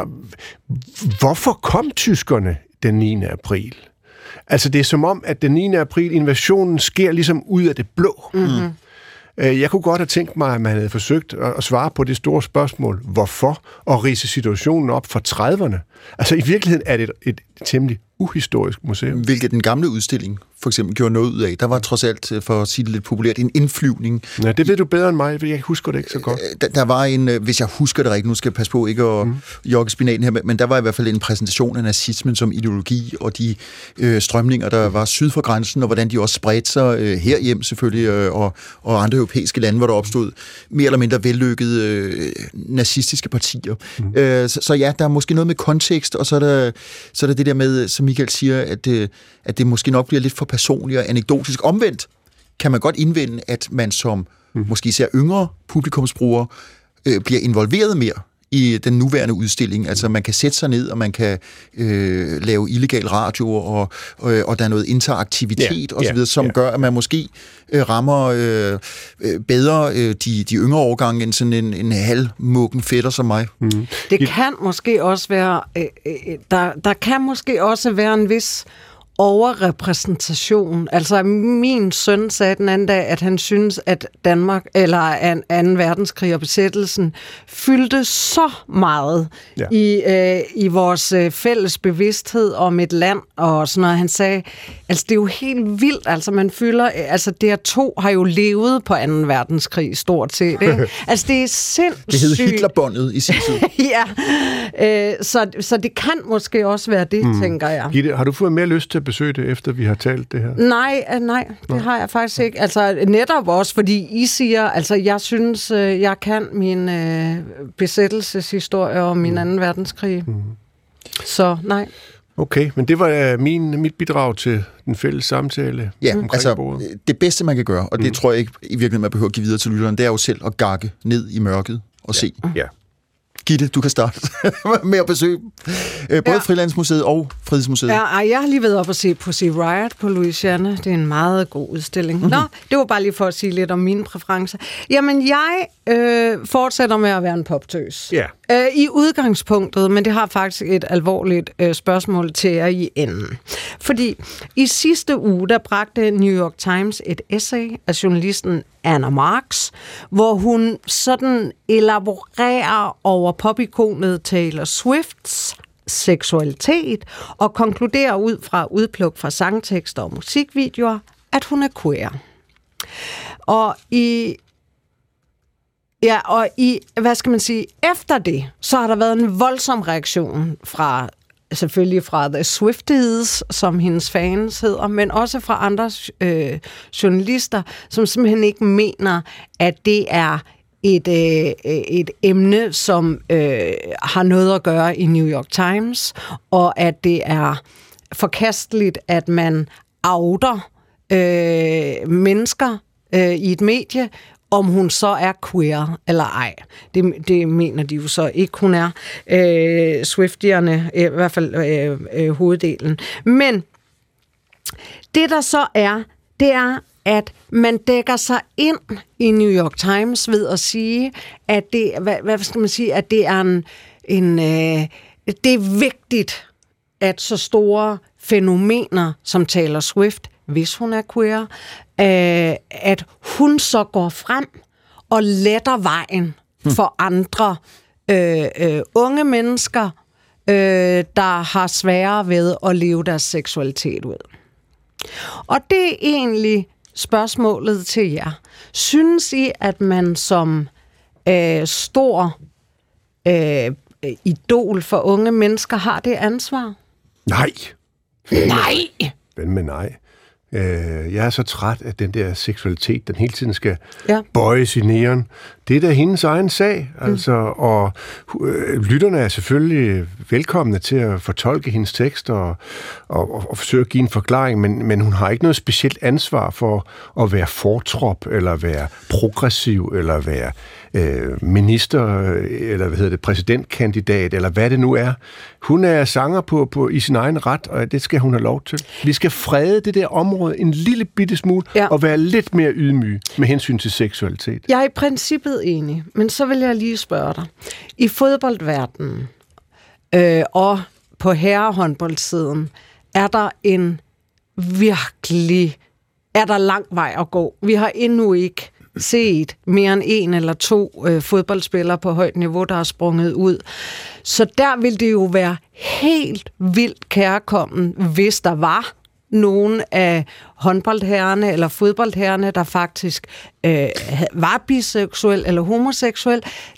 hvorfor kom tyskerne den 9. april? Altså det er som om, at den 9. april invasionen sker ligesom ud af det blå. Mm-hmm. Jeg kunne godt have tænkt mig, at man havde forsøgt at svare på det store spørgsmål, hvorfor, og ridse situationen op fra 30'erne. Altså i virkeligheden er det et temmelig uhistorisk museum. Hvilket den gamle udstilling for eksempel gjorde noget ud af. Der var trods alt, for at sige det lidt populært, en indflyvning. Ja, det ved du bedre end mig, for jeg husker det ikke så godt. Der var en, hvis jeg husker det rigtigt, nu skal jeg passe på ikke at jogge spinaten her, men der var i hvert fald en præsentation af nazismen som ideologi, og de strømninger, der var syd for grænsen, og hvordan de også spredte sig herhjem selvfølgelig, og andre europæiske lande, hvor der opstod mere eller mindre vellykkede nazistiske partier. Så ja, der er måske noget med kontekst, og så er der det der med, som Michael siger, at det måske nok bliver lidt for personligt og anekdotisk. Omvendt kan man godt indvende, at man som måske især yngre publikumsbrugere bliver involveret mere i den nuværende udstilling. Altså man kan sætte sig ned, og man kan lave illegal radio, og der er noget interaktivitet osv., som gør, at man måske rammer bedre de yngre årgange end sådan en halvmuggen fætter som mig. Det kan måske også være, der kan måske også være en vis overrepræsentation. Altså, min søn sagde den anden dag, at han synes, at Danmark, eller 2. verdenskrig og besættelsen, fyldte så meget i vores fælles bevidsthed om et land, og sådan noget. Han sagde, altså, det er jo helt vildt, altså, man fylder, altså, DR2 har jo levet på 2. verdenskrig, stort set, ikke? Altså, det er sindssygt. Det hed Hitlerbåndet i sin tid. Så det kan måske også være det, tænker jeg. Gitte, har du fået mere lyst til at besøge det, efter vi har talt det her? Nej, det har jeg faktisk ikke. Altså netop også, fordi I siger, altså jeg synes, jeg kan min besættelseshistorie og min 2. verdenskrig. Så nej. Okay, men det var mit bidrag til den fælles samtale. Ja, altså det bedste man kan gøre, og det tror jeg ikke i virkeligheden, man behøver at give videre til lytteren, det er jo selv at gakke ned i mørket og se. Ja. Gitte, du kan starte med at besøge både Frilandsmuseet og Frihedsmuseet. Ja, jeg har lige været op og se Pussy Riot på Louisiana. Det er en meget god udstilling. Nå, det var bare lige for at sige lidt om mine præferencer. Jamen, jeg fortsætter med at være en poptøs. Ja. I udgangspunktet, men det har faktisk et alvorligt spørgsmål til jer i enden. Fordi i sidste uge, der bragte New York Times et essay af journalisten Anna Marks, hvor hun sådan elaborerer over popikonet Taylor Swifts seksualitet og konkluderer ud fra udpluk fra sangtekster og musikvideoer, at hun er queer. Og hvad skal man sige, efter det, så har der været en voldsom reaktion selvfølgelig fra The Swifties, som hendes fans hedder, men også fra andre journalister, som simpelthen ikke mener, at det er et emne, som har noget at gøre i New York Times, og at det er forkasteligt, at man outer mennesker i et medie, om hun så er queer eller ej. Det mener de jo så ikke, hun er. Swiftierne, i hvert fald hoveddelen. Men det der så er, det er, at man dækker sig ind i New York Times ved at sige, at det, hvad skal man sige, at det er det er vigtigt, at så store fænomener som Taylor Swift, hvis hun er queer, at hun så går frem og letter vejen for andre unge mennesker, der har sværere ved at leve deres seksualitet ud. Og det er egentlig spørgsmålet til jer. Synes I, at man som stor idol for unge mennesker har det ansvar? Nej. Nej! Men nej. Jeg er så træt af den der seksualitet, den hele tiden skal bøjes i næren. Det er da hendes egen sag, altså, og lytterne er selvfølgelig velkomne til at fortolke hendes tekst og forsøge at give en forklaring, men hun har ikke noget specielt ansvar for at være fortrop, eller være progressiv, eller være minister, eller præsidentkandidat, eller hvad det nu er. Hun er sanger i sin egen ret, og det skal hun have lov til. Vi skal frede det der område en lille bitte smule, og være lidt mere ydmyge med hensyn til seksualitet. Jeg er i princippet enig, men så vil jeg lige spørge dig. I fodboldverdenen og på herrehåndboldsiden, er der lang vej at gå. Vi har endnu ikke set mere end 1 eller 2 fodboldspillere på højt niveau, der er sprunget ud. Så der vil det jo være helt vildt kærkommen, hvis der var nogle af håndboldherrerne eller fodboldherrerne, der faktisk var biseksuel eller homoseksuel,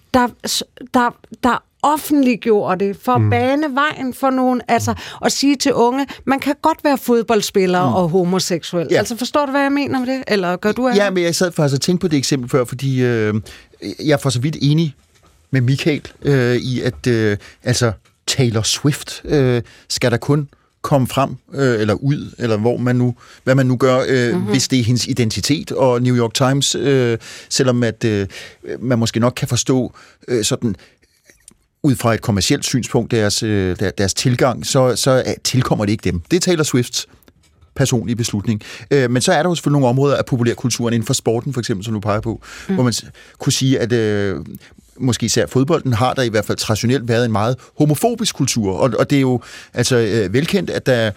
der offentliggjorde det for at bane vejen for nogen, altså at sige til unge, man kan godt være fodboldspiller og homoseksuel. Ja. Altså forstår du, hvad jeg mener med det? Eller gør du? Ja, men jeg sad faktisk og tænkte på det eksempel før, fordi jeg er for så vidt enig med Michael i, at altså Taylor Swift skal der kun komme frem, eller ud, eller hvad man nu gør, hvis det er hendes identitet. Og New York Times, selvom at man måske nok kan forstå sådan ud fra et kommercielt synspunkt, deres tilgang, så tilkommer det ikke dem. Det er Taylor Swifts personlige beslutning. Men så er der jo selvfølgelig nogle områder af populærkulturen inden for sporten, for eksempel, som du peger på, hvor man kunne sige, at måske især fodbolden har der i hvert fald traditionelt været en meget homofobisk kultur, og det er jo altså velkendt, at der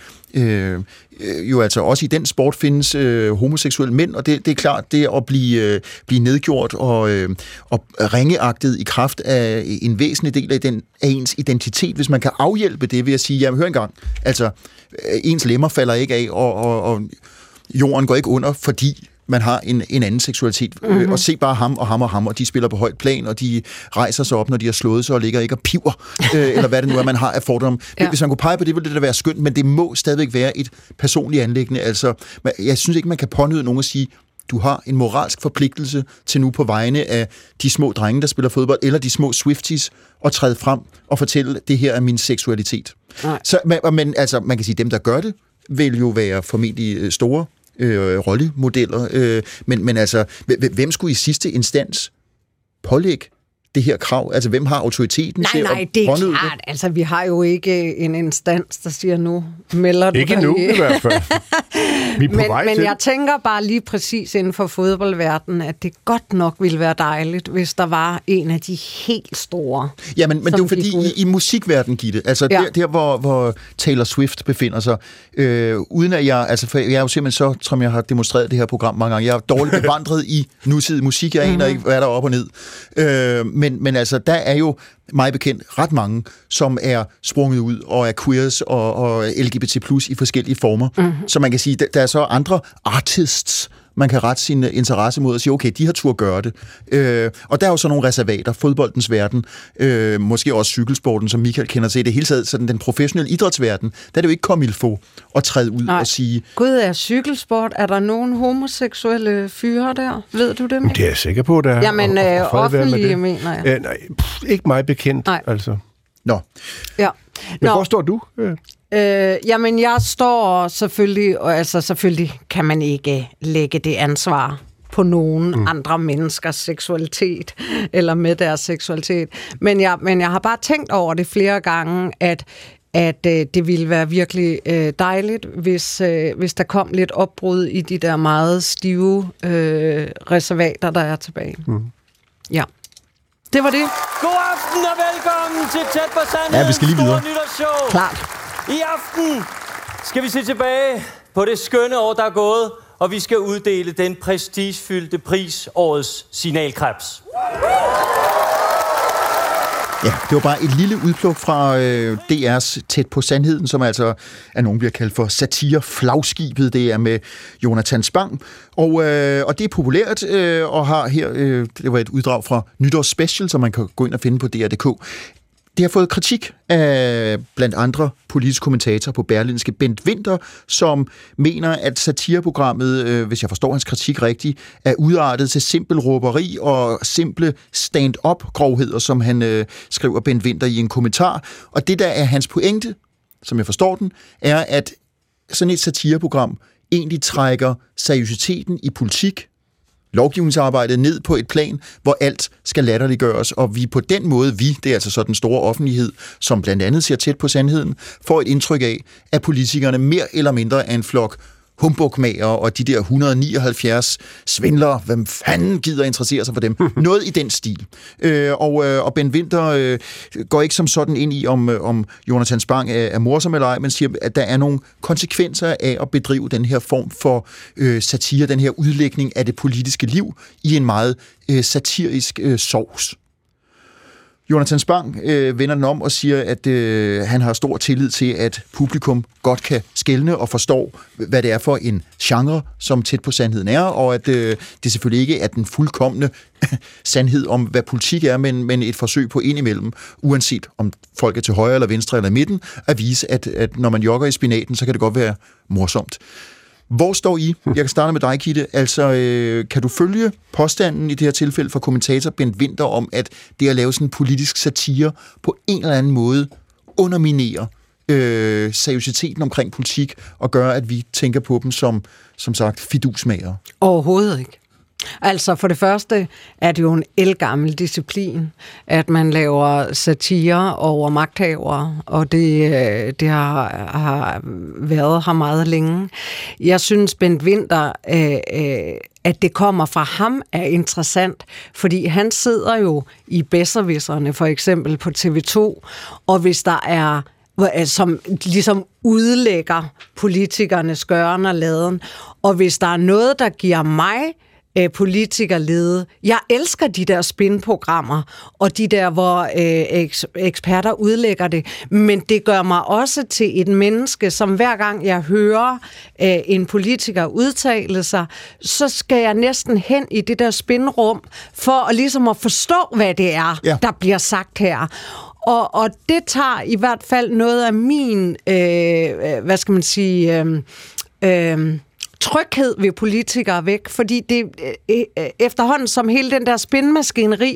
jo altså også i den sport findes homoseksuelle mænd, og det er klart, det at blive nedgjort og ringeagtet i kraft af en væsentlig del af ens identitet, hvis man kan afhjælpe det ved at sige, jamen hør engang, altså ens lemmer falder ikke af, og jorden går ikke under, fordi man har en anden seksualitet. Og se bare ham, og de spiller på højt plan, og de rejser sig op, når de har slået sig, og ligger ikke og piver, eller hvad det nu er, man har af fordom. Ja. Hvis man kunne pege på det, ville det da være skønt, men det må stadigvæk være et personligt anliggende. Altså, jeg synes ikke, man kan pånyde nogen at sige, du har en moralsk forpligtelse til nu på vegne af de små drenge, der spiller fodbold, eller de små Swifties, at træde frem og fortælle, det her er min seksualitet. Men altså, man kan sige, dem, der gør det, vil jo være formentlig store rollemodeller, men altså, hvem skulle i sidste instans pålægge det her krav? Altså, hvem har autoriteten til at Nej, det er klart. Altså, vi har jo ikke en instans, der siger, nu melder du ikke nu, i hvert fald. Vi er på vej til. Men jeg tænker bare lige præcis inden for fodboldverdenen, at det godt nok ville være dejligt, hvis der var en af de helt store. Ja, men det er jo fordi, i musikverdenen, Gitte, altså der hvor Taylor Swift befinder sig, uden at for jeg er jo simpelthen så, som jeg har demonstreret det her program mange gange, jeg er dårligt bevandret i nutidig musik, jeg aner ikke, hvad der er op og ned. Men altså, der er jo meget bekendt ret mange, som er sprunget ud og er queers og LGBT+ i forskellige former. Så man kan sige, der er så andre artists, man kan rette sin interesse mod og sige, okay, de har tur at gøre det. Og der er jo så nogle reservater, fodboldens verden, måske også cykelsporten, som Michael kender til. Det hele taget, sådan den professionelle idrætsverden, der er det jo ikke komilfo at træde ud og sige... Gud, er cykelsport, er der nogen homoseksuelle fyre der? Ved du det? Det er jeg sikker på, der er. Jamen, offentlige, mener jeg. Nej, ikke mig bekendt, altså. Nå. Ja. Men hvor står du? Jamen, jeg står selvfølgelig, og altså selvfølgelig kan man ikke lægge det ansvar på nogen andre menneskers seksualitet, eller med deres seksualitet. Men jeg har bare tænkt over det flere gange, at det ville være virkelig dejligt, hvis der kom lidt opbrud i de der meget stive reservater, der er tilbage. Ja. Det var det. God aften og velkommen til Tæt på Sandheden. Ja, vi skal lige videre. Nytårsshow. Klart. I aften skal vi se tilbage på det skønne år, der er gået, og vi skal uddele den prestigefyldte pris, årets signalkrebs. Ja, det var bare et lille udpluk fra DR's Tæt på Sandheden, som altså af nogen bliver kaldt for satire-flagskibet. Det er med Jonathan Spang, og det er populært, og har her, det var et uddrag fra Nytårsspecial, som man kan gå ind og finde på DR.dk. Det har fået kritik af blandt andre politisk kommentator på Berlingske, Bent Winther, som mener, at satireprogrammet, hvis jeg forstår hans kritik rigtigt, er udartet til simpel råberi og simple stand-up-grovheder, som han skriver Bent Winther i en kommentar. Og det, der er hans pointe, som jeg forstår den, er, at sådan et satireprogram egentlig trækker seriøsiteten i politik, lovgivningsarbejdet ned på et plan, hvor alt skal latterliggøres, og vi på den måde, det er altså så den store offentlighed, som blandt andet ser Tæt på Sandheden, får et indtryk af, at politikerne mere eller mindre er en flok humbugmager og de der 179 svindlere, hvem fanden gider interessere sig for dem? Noget i den stil. Og Bent Winther går ikke som sådan ind i, om Jonathan Spang er morsom eller ej, men siger, at der er nogle konsekvenser af at bedrive den her form for satire, den her udlægning af det politiske liv i en meget satirisk sovs. Jonathan Spang vender den om og siger, at han har stor tillid til, at publikum godt kan skelne og forstår, hvad det er for en genre, som Tæt på Sandheden er, og at det selvfølgelig ikke er den fuldkomne sandhed om, hvad politik er, men et forsøg på indimellem, uanset om folk er til højre eller venstre eller midten, at vise, at når man jogger i spinaten, så kan det godt være morsomt. Hvor står I? Jeg kan starte med dig, Gitte. Altså, kan du følge påstanden i det her tilfælde fra kommentator Bent Winther om, at det at lave sådan en politisk satire på en eller anden måde underminerer seriøsiteten omkring politik og gør, at vi tænker på dem som sagt fidusmagere? Overhovedet ikke. Altså for det første er det jo en ældgammel disciplin, at man laver satire over magthavere, og det har været her meget længe. Jeg synes, Bent Winther, at det kommer fra ham, er interessant, fordi han sidder jo i Besserwisserne, for eksempel på TV2, og hvis der er som ligesom udlægger politikernes gøren og laden, og hvis der er noget, der giver mig politikerlede. Jeg elsker de der spin-programmer, og de der, hvor eksperter udlægger det, men det gør mig også til et menneske, som hver gang jeg hører en politiker udtale sig, så skal jeg næsten hen i det der spinrum, for ligesom at forstå, hvad det er, der bliver sagt her. Og det tager i hvert fald noget af min, hvad skal man sige, tryghed ved politikere væk, fordi det efterhånden, som hele den der spinmaskineri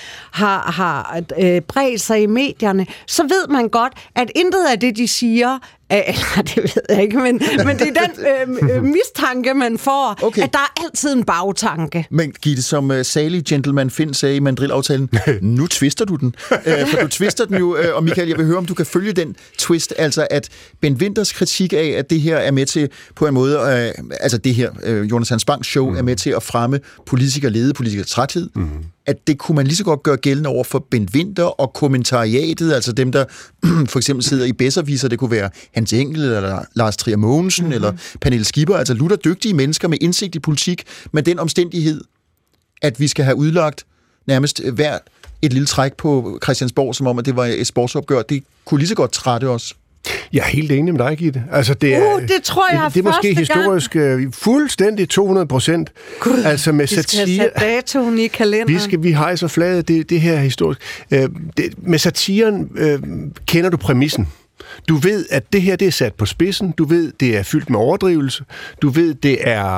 har bredt sig i medierne, så ved man godt, at intet af det, de siger, eller det ved jeg ikke, men det er den mistanke, man får, at der er altid en bagtanke. Men Gitte, som salig gentleman Finn sagde i mandrilaftalen, nu twister du den. For du twister den jo, og Michael, jeg vil høre, om du kan følge den twist, altså at Bent Winthers kritik af, at det her er med til, på en måde, altså det her Jonathan Spangs show er med til at fremme politikerlede, politikertræthed, at det kunne man lige så godt gøre gældende over for Bent Winther og kommentariatet, altså dem, der for eksempel sidder i Besserwisser, det kunne være Hans Engel, eller Lars Trier Mogensen, eller Pernille Skipper, altså lutter dygtige mennesker med indsigt i politik, men den omstændighed, at vi skal have udlagt nærmest hvert et lille træk på Christiansborg, som om, at det var et sportsopgør, det kunne lige så godt trætte os. Jeg er helt enig med dig, Gitte. Altså, det tror jeg det er måske historisk fuldstændig 200%. Altså med satire. Vi skal have sat datoen i kalenderen. Vi hejser flaget, det her er historisk. Med satiren kender du præmissen. Du ved, at det her det er sat på spidsen. Du ved, det er fyldt med overdrivelse. Du ved, det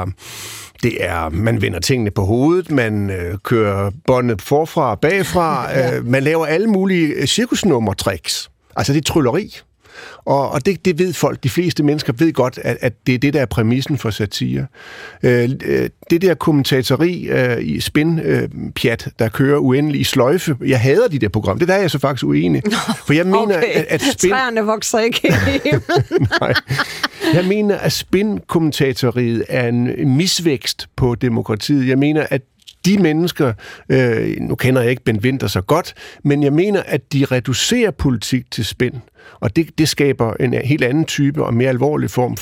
er, man vender tingene på hovedet, man kører båndet forfra og bagfra, man laver alle mulige cirkusnummertricks. Altså, det er trylleri. Og det ved folk, de fleste mennesker ved godt, at det er det, der er præmissen for satire. Det der kommentatori i spin-pjat, der kører uendelig i sløjfe, jeg hader de der programmer, det der er jeg så faktisk uenig. For jeg mener, at spin... Træerne vokser ikke Nej. Jeg mener, at spin-kommentatoriet er en misvækst på demokratiet. Jeg mener, at de mennesker, nu kender jeg ikke Bent Winther så godt, men jeg mener, at de reducerer politik til spin. Og det skaber en helt anden type og mere alvorlig form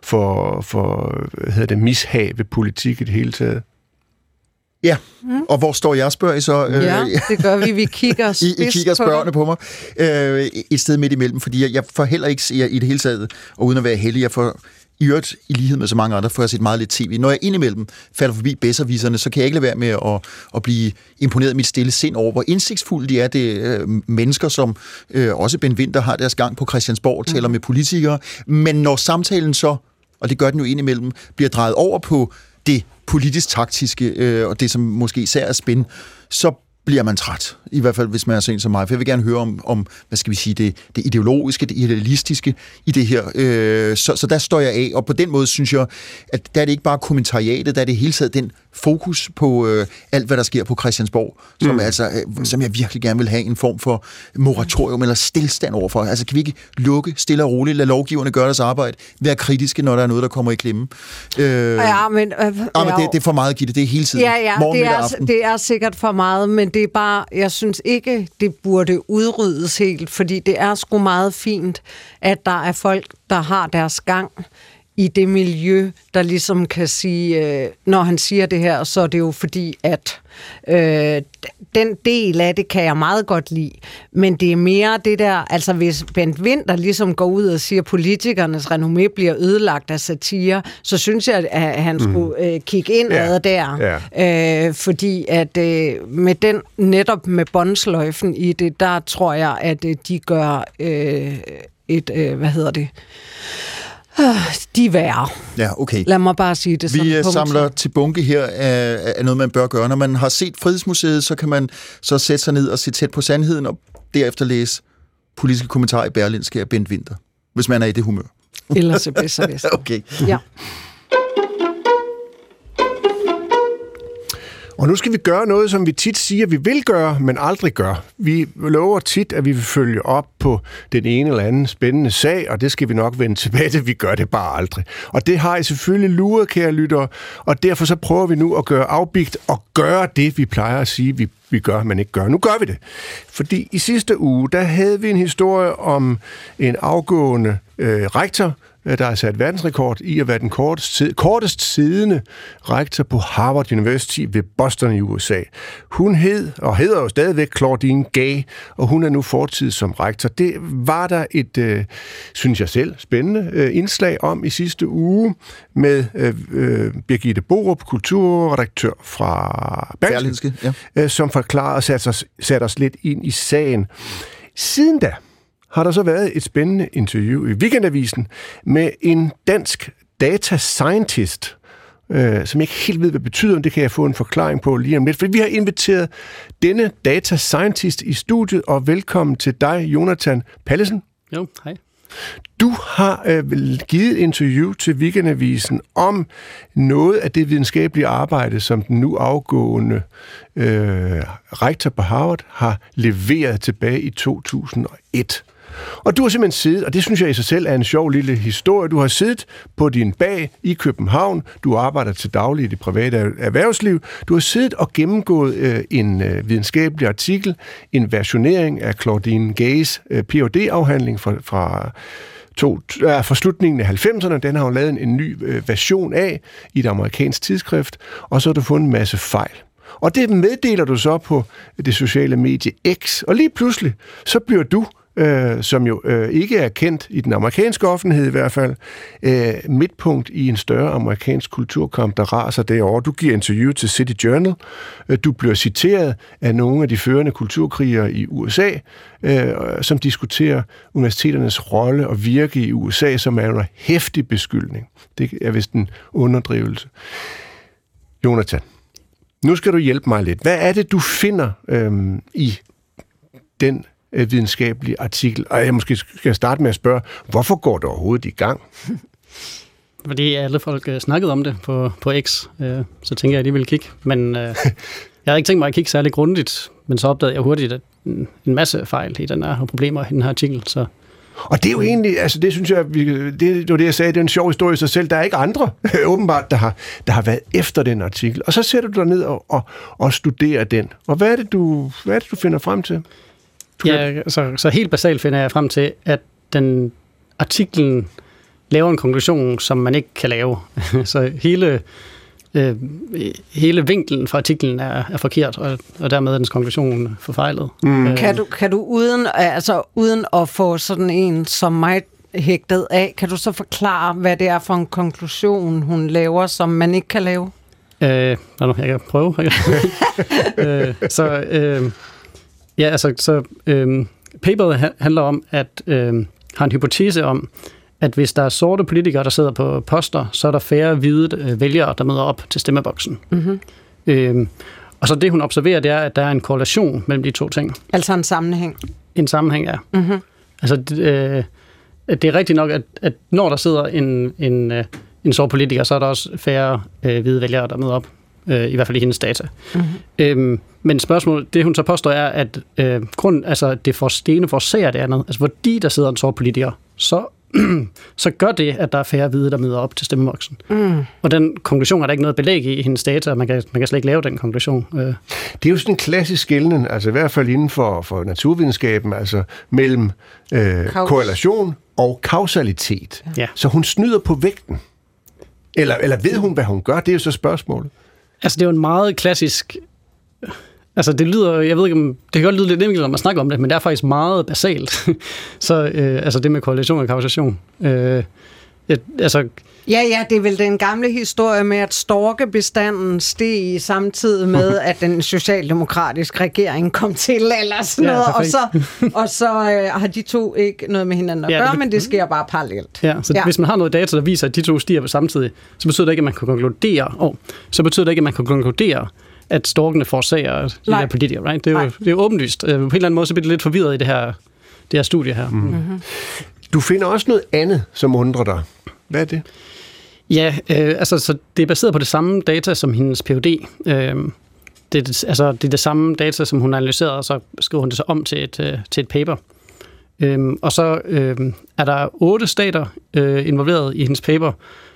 for mishag ved politik i det hele taget. Ja, og hvor står jeg, spørger I så? Ja, det gør vi. Vi kigger I kigger spørgende på mig. Et sted midt imellem, fordi jeg får heller ikke se i det hele taget, og uden at være heldig, jeg får i øvrigt, i lighed med så mange andre, får jeg set meget lidt tv. Når jeg indimellem falder forbi bedserviserne, så kan jeg ikke lade være med at blive imponeret af mit stille sind over, hvor indsigtsfulde de er. Det er mennesker, som også Bent Winther har deres gang på Christiansborg, taler med politikere. Men når samtalen så, og det gør den jo indimellem, bliver drejet over på det politisk-taktiske, og det som måske især er spin, så bliver man træt. I hvert fald, hvis man er så en som mig. For jeg vil gerne høre om hvad skal vi sige, det ideologiske, det idealistiske i det her. Så der står jeg af, og på den måde synes jeg, at der er det ikke bare kommentariatet, der er det hele taget den fokus på alt, hvad der sker på Christiansborg, som jeg virkelig gerne vil have en form for moratorium eller stillstand overfor. Altså, kan vi ikke lukke stille og roligt, lade lovgiverne gøre deres arbejde, være kritiske, når der er noget, der kommer i klemme? Men det er for meget, Gitte, det er hele tiden. Det er sikkert for meget, men det er bare, jeg synes ikke, det burde udryddes helt, fordi det er sgu meget fint, at der er folk, der har deres gang i det miljø, der ligesom kan sige, når han siger det her, så er det jo fordi, at den del af det kan jeg meget godt lide, men det er mere det der, altså hvis Bent Winther ligesom går ud og siger, at politikernes renommé bliver ødelagt af satire, så synes jeg, at han skulle kigge indad der, fordi at med den, netop med båndsløjfen i det, der tror jeg, at de gør de er værre. Ja, okay. Lad mig bare sige det sådan. Vi samler til bunke her af noget, man bør gøre. Når man har set Frihedsmuseet, så kan man så sætte sig ned og se tæt på sandheden, og derefter læse politiske kommentarer i Berlingske af Bent Winther, hvis man er i det humør. Ellers så bedst. Okay. Ja. Og nu skal vi gøre noget, som vi tit siger, vi vil gøre, men aldrig gør. Vi lover tit, at vi vil følge op på den ene eller anden spændende sag, og det skal vi nok vende tilbage til. Vi gør det bare aldrig. Og det har I selvfølgelig luret, kære lyttere, og derfor så prøver vi nu at gøre afbigt og gøre det, vi plejer at sige, vi gør, men ikke gør. Nu gør vi det. Fordi i sidste uge, der havde vi en historie om en afgående rektor, der har sat verdensrekord i at være den kortest siddende rektor på Harvard University ved Boston i USA. Hun hedder jo stadigvæk Claudine Gay, og hun er nu fortid som rektor. Det var der et, synes jeg selv, spændende indslag om i sidste uge med Birgitte Borup, kulturredaktør fra Berlingske, som forklarede og satte os lidt ind i sagen. Siden da har der så været et spændende interview i Weekendavisen med en dansk data scientist, som jeg ikke helt ved, hvad det betyder, men det kan jeg få en forklaring på lige om lidt. For vi har inviteret denne data scientist i studiet, og velkommen til dig, Jonathan Pallesen. Jo, hej. Du har givet et interview til Weekendavisen om noget af det videnskabelige arbejde, som den nu afgående rektor på Harvard har leveret tilbage i 2001. Og du har simpelthen siddet, og det synes jeg i sig selv er en sjov lille historie, du har siddet på din bag i København, du arbejder til daglig i det private erhvervsliv, du har siddet og gennemgået en videnskabelig artikel, en versionering af Claudine Gays Ph.D.-afhandling fra slutningen af 90'erne. Den har hun lavet en ny version af i et amerikansk tidsskrift, og så har du fundet en masse fejl. Og det meddeler du så på det sociale medie X, og lige pludselig så bliver du, som jo ikke er kendt i den amerikanske offentlighed i hvert fald, midtpunkt i en større amerikansk kulturkamp, der raser derovre. Du giver interview til City Journal. Du bliver citeret af nogle af de førende kulturkrigere i USA, som diskuterer universiteternes rolle og virke i USA, som er en heftig beskyldning. Det er vist en underdrivelse. Jonathan, nu skal du hjælpe mig lidt. Hvad er det, du finder i den videnskabelige artikel? Og jeg måske skal starte med at spørge, hvorfor går det overhovedet i gang? Fordi alle folk snakkede om det på X, så tænker jeg, at de ville kigge. Men jeg havde ikke tænkt mig at kigge særlig grundigt, men så opdagede jeg hurtigt, at en masse fejl i den her, og problemer i den her artikel. Så Og det er jo egentlig, altså det synes jeg, det var det, jeg sagde, det er en sjov historie i sig selv. Der er ikke andre, åbenbart, der har været efter den artikel. Og så sætter du dig ned og studerer den. Og hvad er det, du finder frem til? Så helt basalt finder jeg frem til, at den artiklen laver en konklusion, som man ikke kan lave. Så hele vinklen for artiklen er forkert, og dermed er dens konklusion forfejlet. Kan du uden at få sådan en som mig hægtet af, kan du så forklare, hvad det er for en konklusion, hun laver, som man ikke kan lave? Jeg kan prøve. Paperet handler om, at har en hypotese om, at hvis der er sorte politikere, der sidder på poster, så er der færre hvide vælgere, der møder op til stemmeboksen. Mm-hmm. Og så det, hun observerer, det er, at der er en korrelation mellem de to ting. Altså en sammenhæng? En sammenhæng, ja. Mm-hmm. Altså, det er rigtigt nok, at når der sidder en sort politiker, så er der også færre hvide vælgere, der møder op. I hvert fald i hendes data. Mm-hmm. Men spørgsmålet, det hun så påstår, er, at det ene forårsager det andet. Altså, fordi der sidder en sort politiker, så gør det, at der er færre hvide, der møder op til stemmeboksen. Mm. Og den konklusion er der ikke noget belæg i hendes data, og man kan slet ikke lave den konklusion. Det er jo sådan en klassisk skelnen, altså i hvert fald inden for naturvidenskaben, altså mellem korrelation og kausalitet. Ja. Så hun snyder på vægten. Eller ved hun, hvad hun gør? Det er jo så spørgsmålet. Altså, det er jo en meget klassisk... Altså, det lyder... Jeg ved ikke, om... Det kan godt lyde lidt nemt, når man snakker om det, men det er faktisk meget basalt. Så, det med korrelation og kausation. Ja, det er vel den gamle historie med, at storkebestanden steg samtidig med, at den socialdemokratiske regering kom til, eller sådan noget, og så har de to ikke noget med hinanden at gøre, men det sker bare parallelt. Ja, så hvis man har noget data, der viser, at de to stiger samtidig, så betyder det ikke, at man kan konkludere, at storkene forårsager de her politikere, right? Det er jo åbenlyst. På en eller anden måde, så bliver det lidt forvirret i det her studie her. Mm-hmm. Du finder også noget andet, som undrer dig. Hvad er det? Ja, så det er baseret på det samme data som hendes PhD. Det er det samme data, som hun analyserede, og så skriver hun det så om til et paper. Og så er der 8 stater involveret i hendes paper.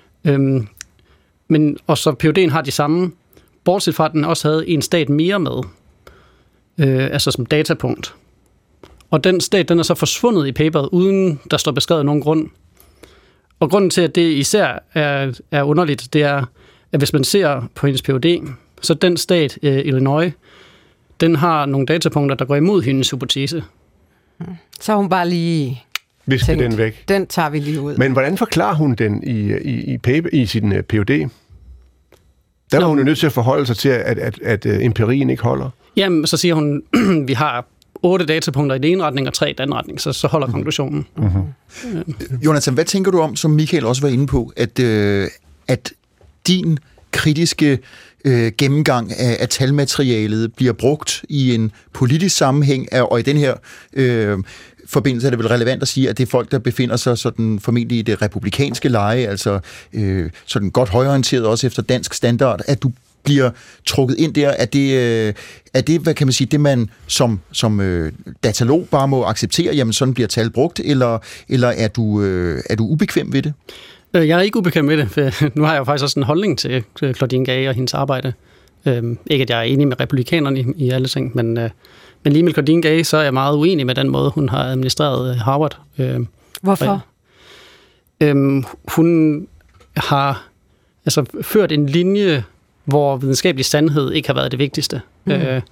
Og så PhD'en har de samme, bortset fra, at den også havde en stat mere med, som datapunkt. Og den stat, den er så forsvundet i paperet, uden der står beskrevet nogen grund. Og grunden til, at det især er underligt, det er, at hvis man ser på hendes PhD, så den stat, Illinois, den har nogle datapunkter, der går imod hendes hypotese. Så hun bare lige visker den væk. Den tager vi lige ud. Men hvordan forklarer hun den i sin PhD? Der var hun jo nødt til at forholde sig til, at empirien ikke holder. Jamen, så siger hun, vi har 8 datapunkter i den ene retning og 3 i den anden retning, så holder konklusionen. Mm-hmm. Jonathan, hvad tænker du om, som Michael også var inde på, at din kritiske gennemgang af talmaterialet bliver brugt i en politisk sammenhæng, og i den her forbindelse er det vel relevant at sige, at det er folk, der befinder sig sådan formentlig i det republikanske leje, altså sådan godt højreorienteret også efter dansk standard, at du bliver trukket ind der, er det, hvad kan man sige, det man som datalog bare må acceptere, jamen sådan bliver tal brugt, eller er du ubekvem ved det? Jeg er ikke ubekvemt med det, for nu har jeg jo faktisk også en holdning til Claudine Gay og hendes arbejde. Ikke at jeg er enig med republikanerne i alle ting, men lige med Claudine Gay, så er jeg meget uenig med den måde, hun har administreret Harvard. Hvorfor? Hun har ført en linje, hvor videnskabelig sandhed ikke har været det vigtigste. Det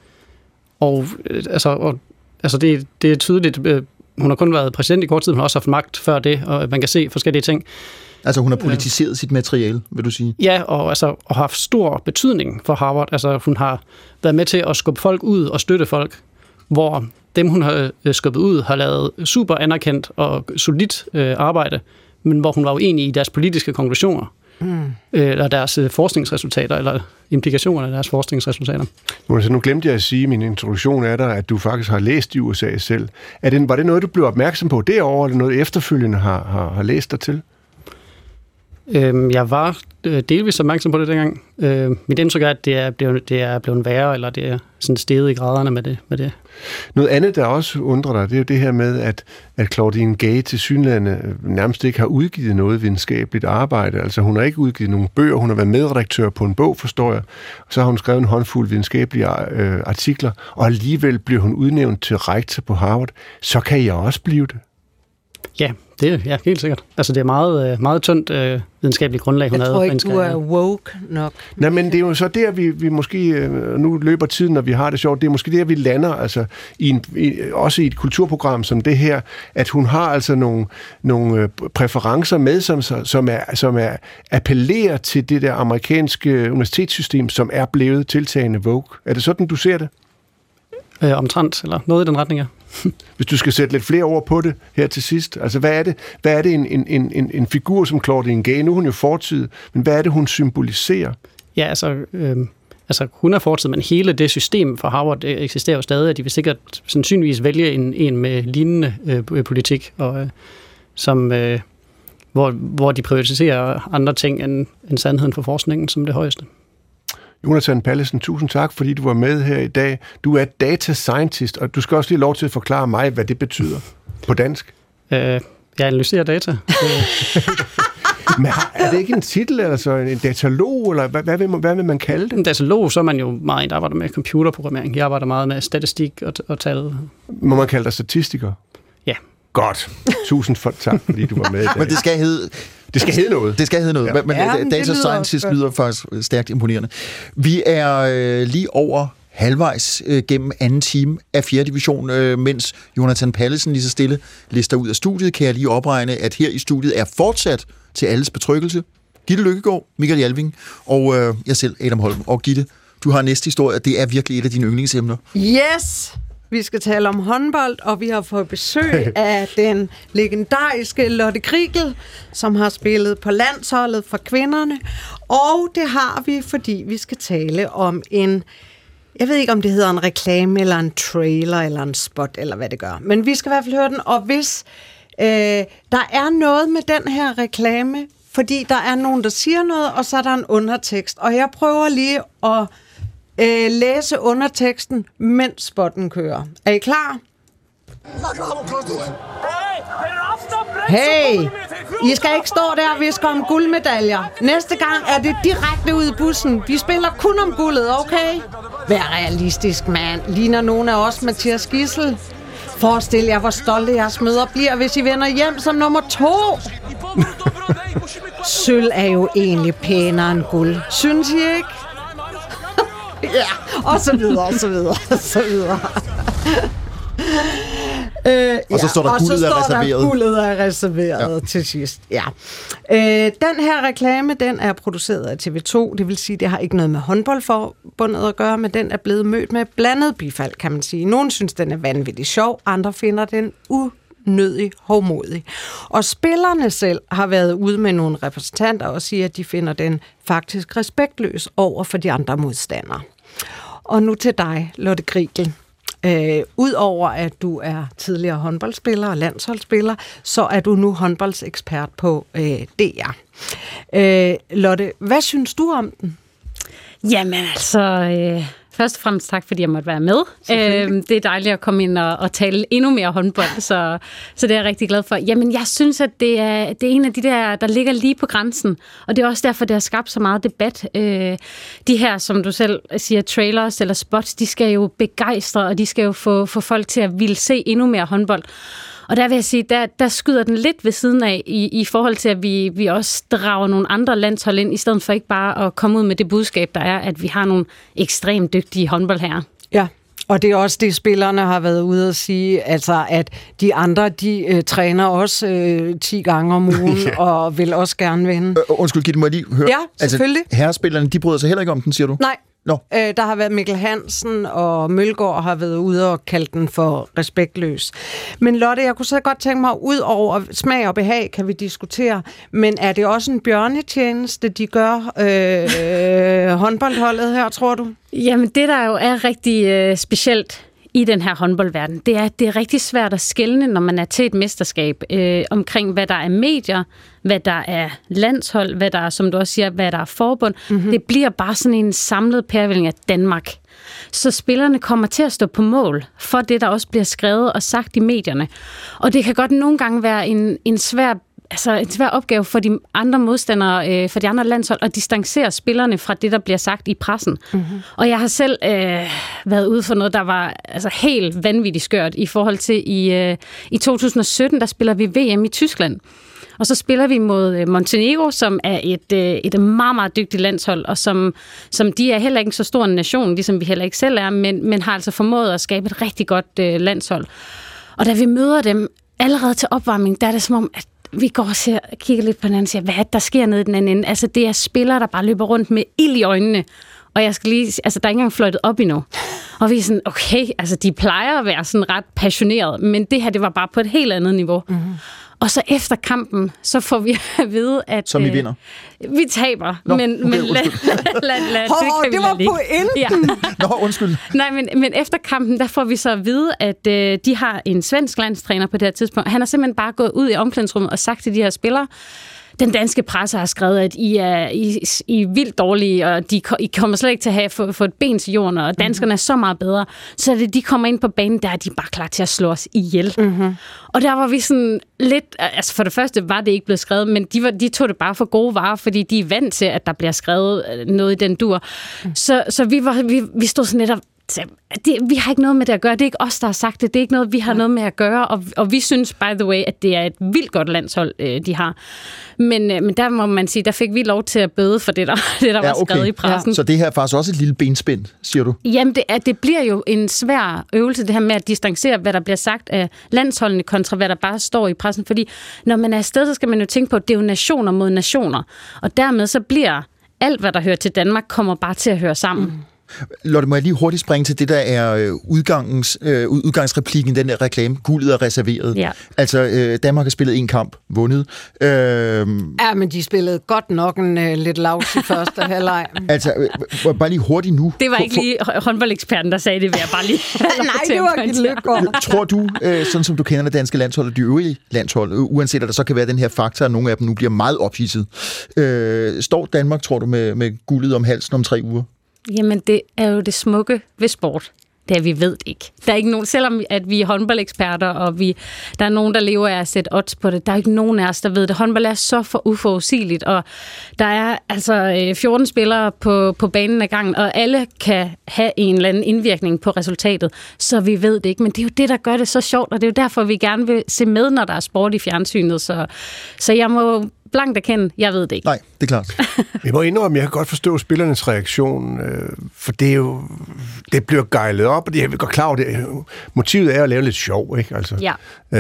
er tydeligt. Hun har kun været præsident i kort tid, hun har også haft magt før det, og man kan se forskellige ting. Altså hun har politiseret sit materiale, vil du sige? Ja, og haft stor betydning for Harvard. Altså hun har været med til at skubbe folk ud og støtte folk, hvor dem hun har skubbet ud har lavet super anerkendt og solidt arbejde, men hvor hun var uenig i deres politiske konklusioner. Eller deres forskningsresultater, eller implikationer af deres forskningsresultater. Nu glemte jeg at sige i min introduktion af dig, at du faktisk har læst i USA selv. Var det noget, du blev opmærksom på derovre, eller noget efterfølgende har læst dig til? Jeg var delvis opmærksom på det dengang. Mit indtryk er, at det er blevet værre, eller det er sådan steget i graderne med det. Noget andet, der også undrer dig, det er jo det her med, at Claudine Gay tilsyneladende nærmest ikke har udgivet noget videnskabeligt arbejde. Altså hun har ikke udgivet nogle bøger, hun har været medredaktør på en bog, forstår jeg. Så har hun skrevet en håndfuld videnskabelige artikler, og alligevel bliver hun udnævnt til rektor på Harvard. Så kan jeg også blive det. Ja, det er helt sikkert. Altså det er meget, meget tyndt videnskabeligt grundlag, hun havde. Jeg tror ikke, du er woke nok. Nej, men det er jo så der, vi måske, nu løber tiden, når vi har det sjovt, det er måske der, vi lander, altså også i et kulturprogram som det her, at hun har altså nogle præferencer med, som er appellerer til det der amerikanske universitetssystem, som er blevet tiltagende woke. Er det sådan, du ser det? Omtrent, eller noget i den retning, ja. Hvis du skal sætte lidt flere ord på det her til sidst. Altså, hvad er det en figur som Claudine Gay? Nu er hun jo fortid, men hvad er det, hun symboliserer? Ja, altså hun er fortid, men hele det system for Harvard eksisterer jo stadig, og de vil sikkert sandsynligvis vælge en med lignende politik, og hvor de prioriterer andre ting end sandheden for forskningen som det højeste. Jonathan Pallesen, tusind tak, fordi du var med her i dag. Du er data scientist, og du skal også lige lov til at forklare mig, hvad det betyder på dansk. Jeg analyserer data. Men er det ikke en titel, altså en datalog, eller hvad vil man kalde det? En datalog, så er man jo meget, der arbejder med computerprogrammering. Jeg arbejder meget med statistik og tal. Må man kalde dig statistiker? Ja. Godt. Tusind tak, fordi du var med i dag. Men det skal hedde... Det skal hedde noget. Det skal hedde noget, men data scientist lyder faktisk stærkt imponerende. Vi er lige over halvvejs gennem anden time af 4. division, mens Jonathan Pallesen lige så stille lister ud af studiet, kan jeg lige opregne, at her i studiet er fortsat til alles betryggelse Gitte Løkkegaard, Michael Jalving og jeg selv, Adam Holm. Og Gitte, du har næste historie, det er virkelig et af dine yndlingsemner. Yes! Vi skal tale om håndbold, og vi har fået besøg af den legendariske Lotte Kriegel, som har spillet på landsholdet for kvinderne. Og det har vi, fordi vi skal tale om jeg ved ikke, om det hedder en reklame, eller en trailer, eller en spot, eller hvad det gør. Men vi skal i hvert fald høre den, og hvis der er noget med den her reklame, fordi der er nogen, der siger noget, og så er der en undertekst. Og jeg prøver lige at læse underteksten, mens spotten kører. Er I klar? Hey! I skal ikke stå der og viske om guldmedaljer. Næste gang er det direkte ud i bussen. Vi spiller kun om guldet, okay? Vær realistisk, mand. Ligner nogen af os Mathias Gidsel. Forestil jer, hvor stolte jeres mødre bliver, hvis I vender hjem som nummer 2. Sølv er jo egentlig pænere end guld. Synes I ikke? Ja, og så videre, og så videre, og så videre. Og så står der, guldet er reserveret til sidst. Ja. Den her reklame, den er produceret af TV2. Det vil sige, det har ikke noget med håndboldforbundet at gøre, men den er blevet mødt med blandet bifald, kan man sige. Nogle synes, den er vanvittig sjov, andre finder den unødig hovmodig. Og spillerne selv har været ude med nogle repræsentanter og siger, at de finder den faktisk respektløs over for de andre modstandere. Og nu til dig, Lotte Kriegel. Udover at du er tidligere håndboldspiller og landsholdsspiller, så er du nu håndboldsekspert på DR. Lotte, hvad synes du om den? Jamen altså, først og fremmest tak, fordi jeg måtte være med. Det er dejligt at komme ind og tale endnu mere håndbold, så det er jeg rigtig glad for. Jamen, jeg synes, at det er en af de der ligger lige på grænsen, og det er også derfor, det har skabt så meget debat. De her, som du selv siger, trailers eller spots, de skal jo begejstre, og de skal jo få folk til at ville se endnu mere håndbold. Og der vil jeg sige, der skyder den lidt ved siden af i forhold til, at vi også drager nogle andre landshold ind, i stedet for ikke bare at komme ud med det budskab, der er, at vi har nogle ekstremt dygtige håndboldherrer. Ja, og det er også det, spillerne har været ude at sige, altså at de andre, de træner også 10 gange om ugen, og vil også gerne vinde. Undskyld, Gitte, må jeg lige høre? Ja, selvfølgelig. Altså, herrespillerne, de bryder sig heller ikke om den, siger du? Nej. No. Der har været Mikkel Hansen, og Mølgaard har været ude og kaldt den for respektløs. Men Lotte, jeg kunne så godt tænke mig, ud over smag og behag, kan vi diskutere, men er det også en bjørnetjeneste, de gør håndboldholdet her, tror du? Jamen, det der jo er rigtig specielt i den her håndboldverden, det er, at det er rigtig svært at skelne, når man er til et mesterskab, omkring hvad der er medier, hvad der er landshold, hvad der er, som du også siger, hvad der er forbund. Mm-hmm. Det bliver bare sådan en samlet pærevælling af Danmark. Så spillerne kommer til at stå på mål for det, der også bliver skrevet og sagt i medierne. Og det kan godt nogle gange være en svær opgave for de andre modstandere, for de andre landshold, at distancere spillerne fra det, der bliver sagt i pressen. Mm-hmm. Og jeg har selv været ude for noget, der var helt vanvittigt skørt i forhold til i 2017, der spiller vi VM i Tyskland. Og så spiller vi mod Montenegro, som er et meget, meget dygtigt landshold, og som de er heller ikke så stor en nation, ligesom vi heller ikke selv er, men har altså formået at skabe et rigtig godt landshold. Og da vi møder dem allerede til opvarmning, der er det som om, at vi går og kigger lidt på hinanden og siger, hvad der sker nede i den anden ende. Altså, det er spillere, der bare løber rundt med ild i øjnene. Og jeg skal lige, der er ikke engang fløjtet op endnu. Og vi er sådan, okay, de plejer at være sådan ret passionerede, men det her, det var bare på et helt andet niveau. Mm-hmm. Og så efter kampen, så får vi at vide, at... Som I vinder? Vi taber, men det var pointen! Nå, undskyld. Nej, men efter kampen, der får vi så at vide, at de har en svensk landstræner på det her tidspunkt. Han har simpelthen bare gået ud i omklædningsrummet og sagt til de her spillere, den danske presse har skrevet, at I er vildt dårlige, og I kommer slet ikke til at få et ben til jorden, og danskerne er så meget bedre. Så de kommer ind på banen, der er de bare klar til at slå os ihjel. Mm-hmm. Og der var vi sådan lidt... Altså for det første var det ikke blevet skrevet, men de tog det bare for gode varer, fordi de er vant til, at der bliver skrevet noget i den dur. Så vi stod sådan lidt vi har ikke noget med det at gøre. Det er ikke os, der har sagt det. Det er ikke noget, vi har noget med at gøre. Og vi synes, by the way, at det er et vildt godt landshold, de har. Men der må man sige, der fik vi lov til at bøde for det, der var skrevet i pressen. Ja. Så det her er faktisk også et lille benspænd, siger du? Jamen, det bliver jo en svær øvelse, det her med at distancere, hvad der bliver sagt af landsholdene kontra, hvad der bare står i pressen. Fordi når man er afsted, så skal man jo tænke på, at det er jo nationer mod nationer. Og dermed så bliver alt, hvad der hører til Danmark, kommer bare til at høre sammen. Mm. Lotte, må jeg lige hurtigt springe til det, der er udgangsreplikken, den der reklame. Guldet er reserveret. Ja. Altså, Danmark har spillet en kamp, vundet. Ja, men de spillede godt nok en lidt lavs i første halvleg. Altså, bare lige hurtigt nu. Det var ikke lige håndboldeksperten, der sagde det, vil jeg bare lige... Nej, det var ikke Løkgaard. Tror du, sådan som du kender det danske landshold og de øvrige landshold, uanset at der så kan være den her faktor, at nogle af dem nu bliver meget ophidset, står Danmark, tror du, med guldet om halsen om 3 uger? Jamen, det er jo det smukke ved sport. Det er, vi ved ikke. Der er ikke nogen, selvom at vi er håndboldeksperter, og der er nogen, der lever af at sætte odds på det, der er ikke nogen af os, der ved det. Håndbold er så uforudsigeligt, og der er altså 14 spillere på banen ad gangen, og alle kan have en eller anden indvirkning på resultatet, så vi ved det ikke. Men det er jo det, der gør det så sjovt, og det er jo derfor, vi gerne vil se med, når der er sport i fjernsynet. Så jeg må blankt erkende, jeg ved det ikke. Nej, det er klart. Jeg må indrømme, jeg kan godt forstå spillernes reaktion, for det er jo, det bliver gejlet op, og det er vi godt klar over, det. Motivet er at lave lidt sjov, ikke? Altså, ja.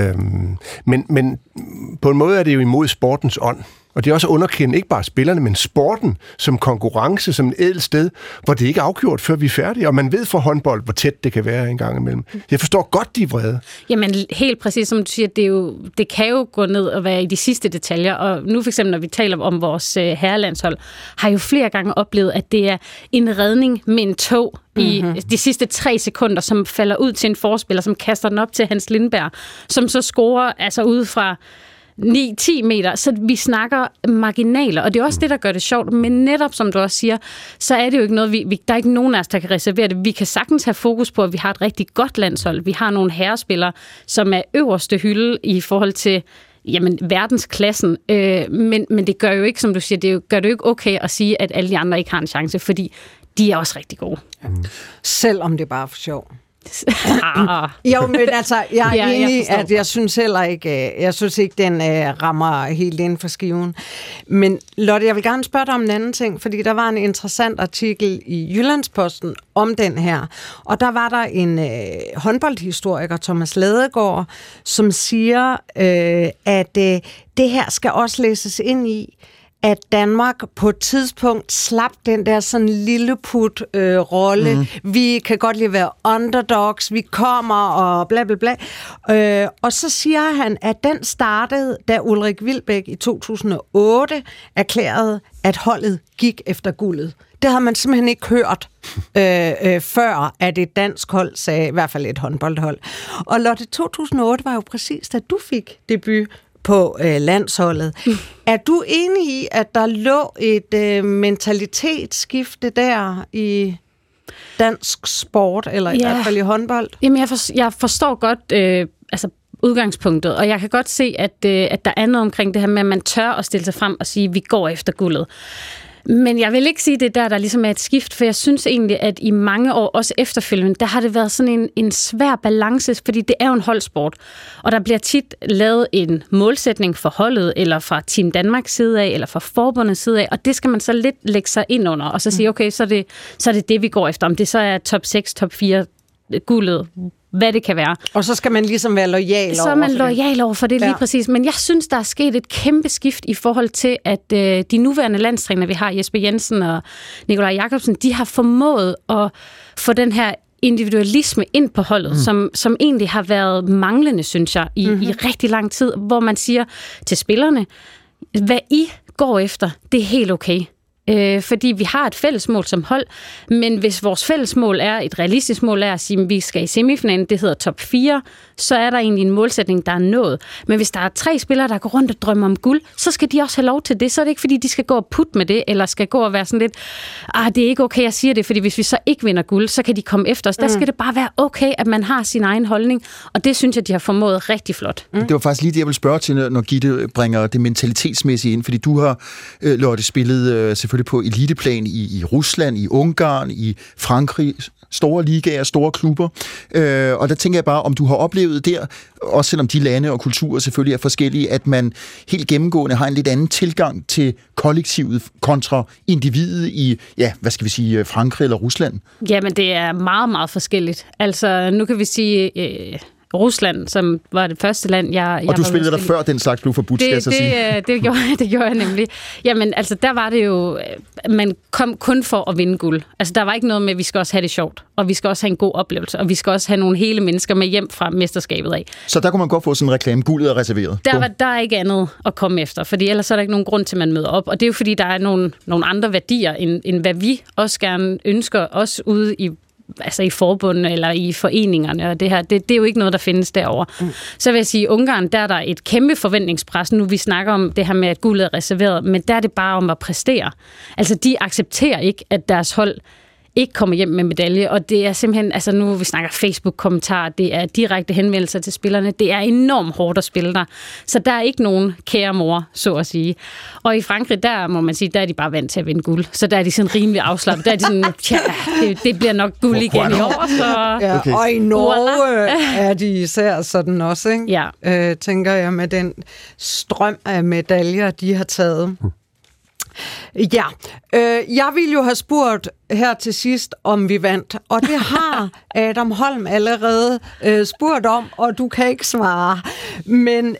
Men på en måde er det jo imod sportens ånd. Og det er også at underkende ikke bare spillerne, men sporten som konkurrence, som et ædelt sted, hvor det ikke er afgjort, før vi er færdige. Og man ved for håndbold, hvor tæt det kan være en gang imellem. Jeg forstår godt, de er vrede. Jamen helt præcis, som du siger, det kan jo gå ned og være i de sidste detaljer. Og nu for eksempel, når vi taler om vores herrelandshold, har jo flere gange oplevet, at det er en redning med en tog i de sidste 3 sekunder, som falder ud til en forspiller, som kaster den op til Hans Lindberg, som så scorer altså ude fra 9-10 meter, så vi snakker marginaler, og det er også det, der gør det sjovt, men netop, som du også siger, så er det jo ikke noget, der er ikke nogen af os, der kan reservere det. Vi kan sagtens have fokus på, at vi har et rigtig godt landshold. Vi har nogle herrespillere, som er øverste hylde i forhold til verdensklassen, men det gør jo ikke, som du siger, gør det jo ikke okay at sige, at alle de andre ikke har en chance, fordi de er også rigtig gode. Selvom det er bare for sjov. Jo, men altså, jeg er enig, at jeg synes heller ikke, den rammer helt inden for skiven. Men Lotte, jeg vil gerne spørge dig om en anden ting, fordi der var en interessant artikel i Jyllandsposten om den her, og der var der en håndboldhistoriker, Thomas Ladegaard, som siger, at det her skal også læses ind i, at Danmark på et tidspunkt slap den der sådan lilleput rolle. Vi kan godt lide at være underdogs, vi kommer og bla bla bla. Og så siger han, at den startede, da Ulrik Wilbek i 2008 erklærede, at holdet gik efter guldet. Det havde man simpelthen ikke hørt før, at et dansk hold sagde, i hvert fald et håndboldhold. Og Lotte, 2008 var jo præcis, da du fik debut på landsholdet. Er du enig i, at der lå et mentalitetsskifte der i dansk sport, eller i hvert fald i håndbold? Jamen, jeg forstår godt udgangspunktet, og jeg kan godt se, at der er noget omkring det her med, at man tør at stille sig frem og sige, at vi går efter guldet. Men jeg vil ikke sige, det der ligesom er et skift, for jeg synes egentlig, at i mange år, også efterfølgende, der har det været sådan en svær balance, fordi det er jo en holdsport, og der bliver tit lavet en målsætning for holdet, eller fra Team Danmarks side af, eller fra forbundets side af, og det skal man så lidt lægge sig ind under, og så sige, okay, så er det, vi går efter. Om det så er top 6, top 4, guldet, hvad det kan være. Og så skal man ligesom være lojal over. Så er man lojal over for det lige præcis. Men jeg synes, der er sket et kæmpe skift i forhold til, at de nuværende landstrænere, vi har, Jesper Jensen og Nikolaj Jakobsen, de har formået at få den her individualisme ind på holdet, som egentlig har været manglende, synes jeg, i rigtig lang tid, hvor man siger til spillerne, hvad I går efter, det er helt okay. Fordi vi har et fælles mål som hold, men hvis vores fælles mål er, et realistisk mål er at sige, at vi skal i semifinalen, det hedder top 4, så er der egentlig en målsætning, der er nået. Men hvis der er 3 spillere, der går rundt og drømmer om guld, så skal de også have lov til det. Så er det ikke, fordi de skal gå og putte med det, eller skal gå og være sådan lidt, det er ikke okay, jeg siger det, fordi hvis vi så ikke vinder guld, så kan de komme efter os. Der skal det bare være okay, at man har sin egen holdning, og det synes jeg, de har formået rigtig flot. Det var faktisk lige det, jeg ville spørge til, når Gitte bringer det mentalitetsmæssige ind, fordi du har, Lotte, spillet selvfølgelig på eliteplan i Rusland, i Ungarn, i Frankrig, store ligaer, store klubber. Og der tænker jeg bare, om du har oplevet der, også selvom de lande og kulturer selvfølgelig er forskellige, at man helt gennemgående har en lidt anden tilgang til kollektivet kontra individet i, hvad skal vi sige, Frankrig eller Rusland? Jamen, det er meget, meget forskelligt. Altså, nu kan vi sige Rusland, som var det første land, jeg og du spillede der før den slags blev forbudt, skal jeg så sige. Det gjorde jeg nemlig. Jamen, altså, der var det jo, man kom kun for at vinde guld. Altså, der var ikke noget med, at vi skal også have det sjovt, og vi skal også have en god oplevelse, og vi skal også have nogle hele mennesker med hjem fra mesterskabet af. Så der kunne man godt få sådan en reklame, guldet er reserveret? Der er ikke andet at komme efter, fordi ellers er der ikke nogen grund til, at man møder op. Og det er jo fordi, der er nogle andre værdier, end hvad vi også gerne ønsker, også ude i forbundene eller i foreningerne, og det her, det er jo ikke noget, der findes derovre. Så vil jeg sige, i Ungarn, der er der et kæmpe forventningspres. Nu vi snakker om det her med, at guldet er reserveret, men der er det bare om at præstere. Altså, de accepterer ikke, at deres hold ikke kommer hjem med medalje, og det er simpelthen, altså nu vi snakker Facebook-kommentarer, det er direkte henvendelser til spillerne, det er enormt hårdt at spille der, så der er ikke nogen kære mor, så at sige. Og i Frankrig, der må man sige, der er de bare vant til at vinde guld, så der er de sådan rimelig afslappet, der er de sådan, det bliver nok guld igen i år, så... Ja, okay. Og i Norge er de især sådan også, ikke? Ja. Tænker jeg, med den strøm af medaljer, de har taget. Ja, jeg ville jo have spurgt her til sidst, om vi vandt, og det har Adam Holm allerede spurgt om, og du kan ikke svare. Men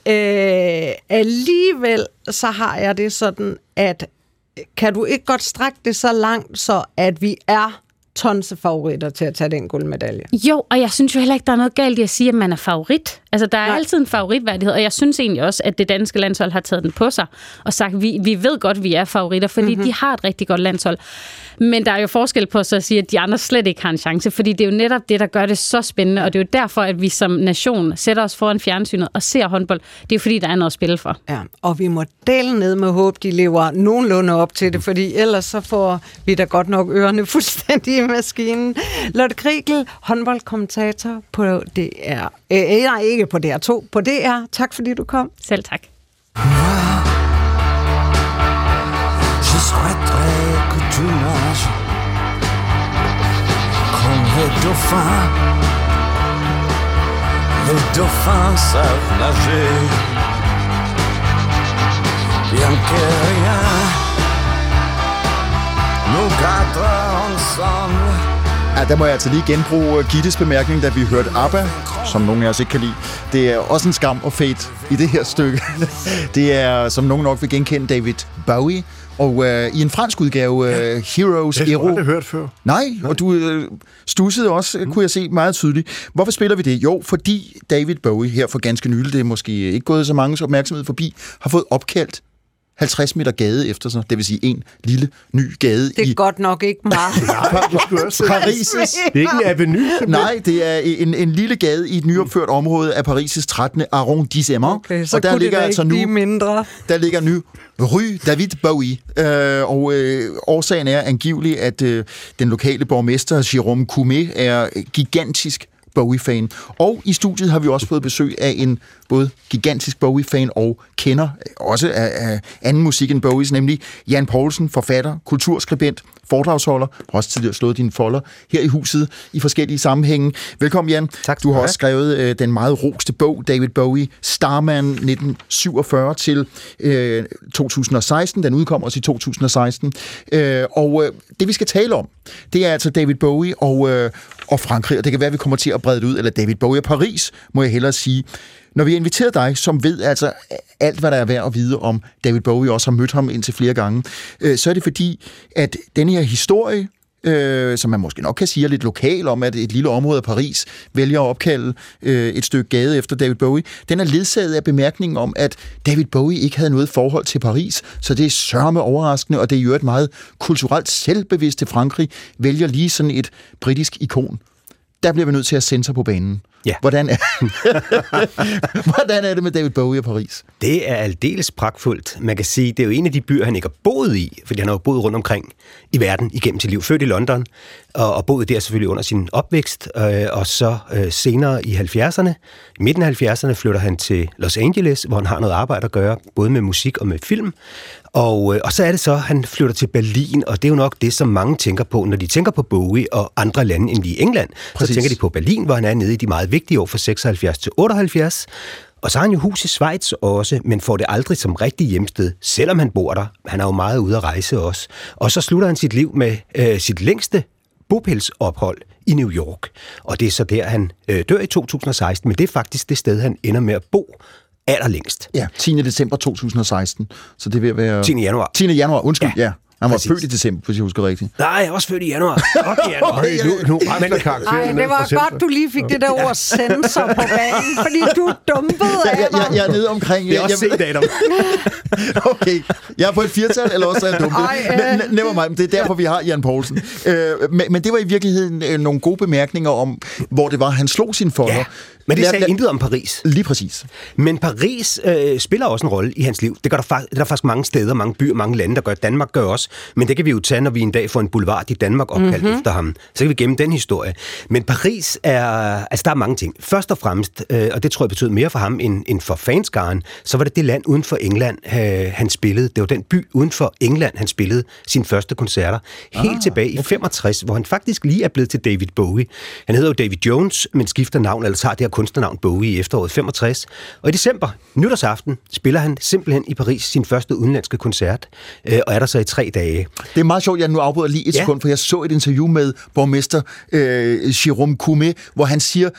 alligevel så har jeg det sådan, at kan du ikke godt strække det så langt, så at vi er tons af favoritter til at tage den guldmedalje? Jo, og jeg synes jo heller ikke, der er noget galt i at sige, at man er favorit. Altså, der er altid en favoritværdighed, og jeg synes egentlig også, at det danske landshold har taget den på sig og sagt, at vi ved godt, at vi er favoritter, fordi de har et rigtig godt landshold. Men der er jo forskel på så at sige, at de andre slet ikke har en chance, fordi det er jo netop det, der gør det så spændende, og det er jo derfor, at vi som nation sætter os foran fjernsynet og ser håndbold. Det er jo fordi, der er noget at spille for. Ja, og vi må dele ned med håb, de lever nogenlunde op til det, fordi ellers så får vi da godt nok ørerne fuldstændig i maskinen. Lotte Kriegel, håndboldkommentator på DR. Nej, ikke på DR2, på DR. Tak fordi du kom. Selv tak. Je souhaiterais que tu nages comme les dauphins. Les dauphins savent nager, bien que rien nous garde ensemble. Ja, der må jeg altså lige genbruge Gittes bemærkning, da vi hørte ABBA, som nogen af os ikke kan lide. Det er også en skam og fate i det her stykke. Det er, som nogen nok vil genkende, David Bowie. Og i en fransk udgave, Heroes. Det har jeg aldrig hørt før. Nej, og du stussede også, kunne jeg se meget tydeligt. Hvorfor spiller vi det? Jo, fordi David Bowie her for ganske nylig, det er måske ikke gået så mange opmærksomhed forbi, har fået opkaldt 50 meter gade efter sig, det vil sige en lille ny gade. Det er godt nok ikke meget. Paris'. Det er ikke en avenue. Nej, det er en lille gade i et nyopført område af Paris' 13. arrondissement. Okay, så og der ligger altså nu mindre. Der ligger nu Rue David Bowie. Årsagen er angiveligt, at den lokale borgmester Jérôme Coumet er gigantisk Bowie-fan. Og i studiet har vi også fået besøg af en både gigantisk Bowie-fan og kender også af anden musik end Bowies, nemlig Jan Poulsen, forfatter, kulturskribent, foredragsholder, har også tidligere slået dine folder her i huset i forskellige sammenhænge. Velkommen, Jan. Tak. Du har også skrevet den meget roste bog, David Bowie, Starman 1947 til 2016. Den udkom også i 2016. Og det, vi skal tale om, det er altså David Bowie og Frankrig, og det kan være, at vi kommer til at brede det ud, eller David Bowie og Paris, må jeg hellere sige. Når vi inviterer dig, som ved altså alt, hvad der er værd at vide om David Bowie, også har mødt ham indtil flere gange, så er det fordi, at denne her historie, som man måske nok kan sige er lidt lokal om, at et lille område af Paris vælger at opkalde et stykke gade efter David Bowie, den er ledsaget af bemærkningen om, at David Bowie ikke havde noget forhold til Paris, så det er sørme overraskende, og det er jo et meget kulturelt selvbevidste Frankrig, vælger lige sådan et britisk ikon. Der bliver vi nødt til at sende sig på banen. Ja. Hvordan er det med David Bowie og Paris? Det er aldeles pragtfuldt. Man kan sige, det er jo en af de byer, han ikke har boet i, fordi han har jo boet rundt omkring i verden igennem sit liv. Født i London, og boet der selvfølgelig under sin opvækst, og så senere i 70'erne, i midten af 70'erne, flytter han til Los Angeles, hvor han har noget arbejde at gøre, både med musik og med film. Og så er det så, han flytter til Berlin, og det er jo nok det, som mange tænker på, når de tænker på Bowie og andre lande end lige England. Præcis. Så tænker de på Berlin, hvor han er nede i de meget vigtige år fra 76 til 78. Og så har han jo hus i Schweiz også, men får det aldrig som rigtig hjemsted, selvom han bor der. Han er jo meget ude at rejse også. Og så slutter han sit liv med sit længste bopælsophold i New York. Og det er så der, han dør i 2016, men det er faktisk det sted, han ender med at bo allerlængst. Ja, 10. december 2016, så det vil være... 10. januar. 10. januar, undskyld, ja. Han var født i december, hvis jeg husker rigtigt. Nej, jeg var også født i januar. Nu det var godt, du lige fik det der ord sensor på banen, fordi du dumpede af mig. Jeg er nede omkring... Det er også set af dem. Okay, jeg er på et firtal, eller også er jeg dumpet. Nevermind, det er derfor, vi har Jan Poulsen. Men det var i virkeligheden nogle gode bemærkninger om, hvor det var, han slog sin folder. Ja. Men det sagde intet om Paris. Lige præcis. Men Paris spiller også en rolle i hans liv. Det gør der er faktisk mange steder, mange byer, mange lande, der gør. Danmark gør også. Men det kan vi jo tage, når vi en dag får en boulevard i Danmark opkaldt efter ham. Så kan vi gemme den historie. Men Paris er... Altså, der er mange ting. Først og fremmest, og det tror jeg betød mere for ham end for fanskaren, så var det land uden for England, han spillede. Det var den by uden for England, han spillede sine første koncerter. Helt tilbage i 65, hvor han faktisk lige er blevet til David Bowie. Han hedder jo David Jones, men skifter navn, eller tager det her kunstnernavn Bowie i efteråret 65. Og i december, nytårsaften, spiller han simpelthen i Paris sin første udenlandske koncert, og er der så i 3 dage. Det er meget sjovt, jeg nu afbryder lige et sekund, for jeg så et interview med borgmester Jérôme Coumet, hvor han siger,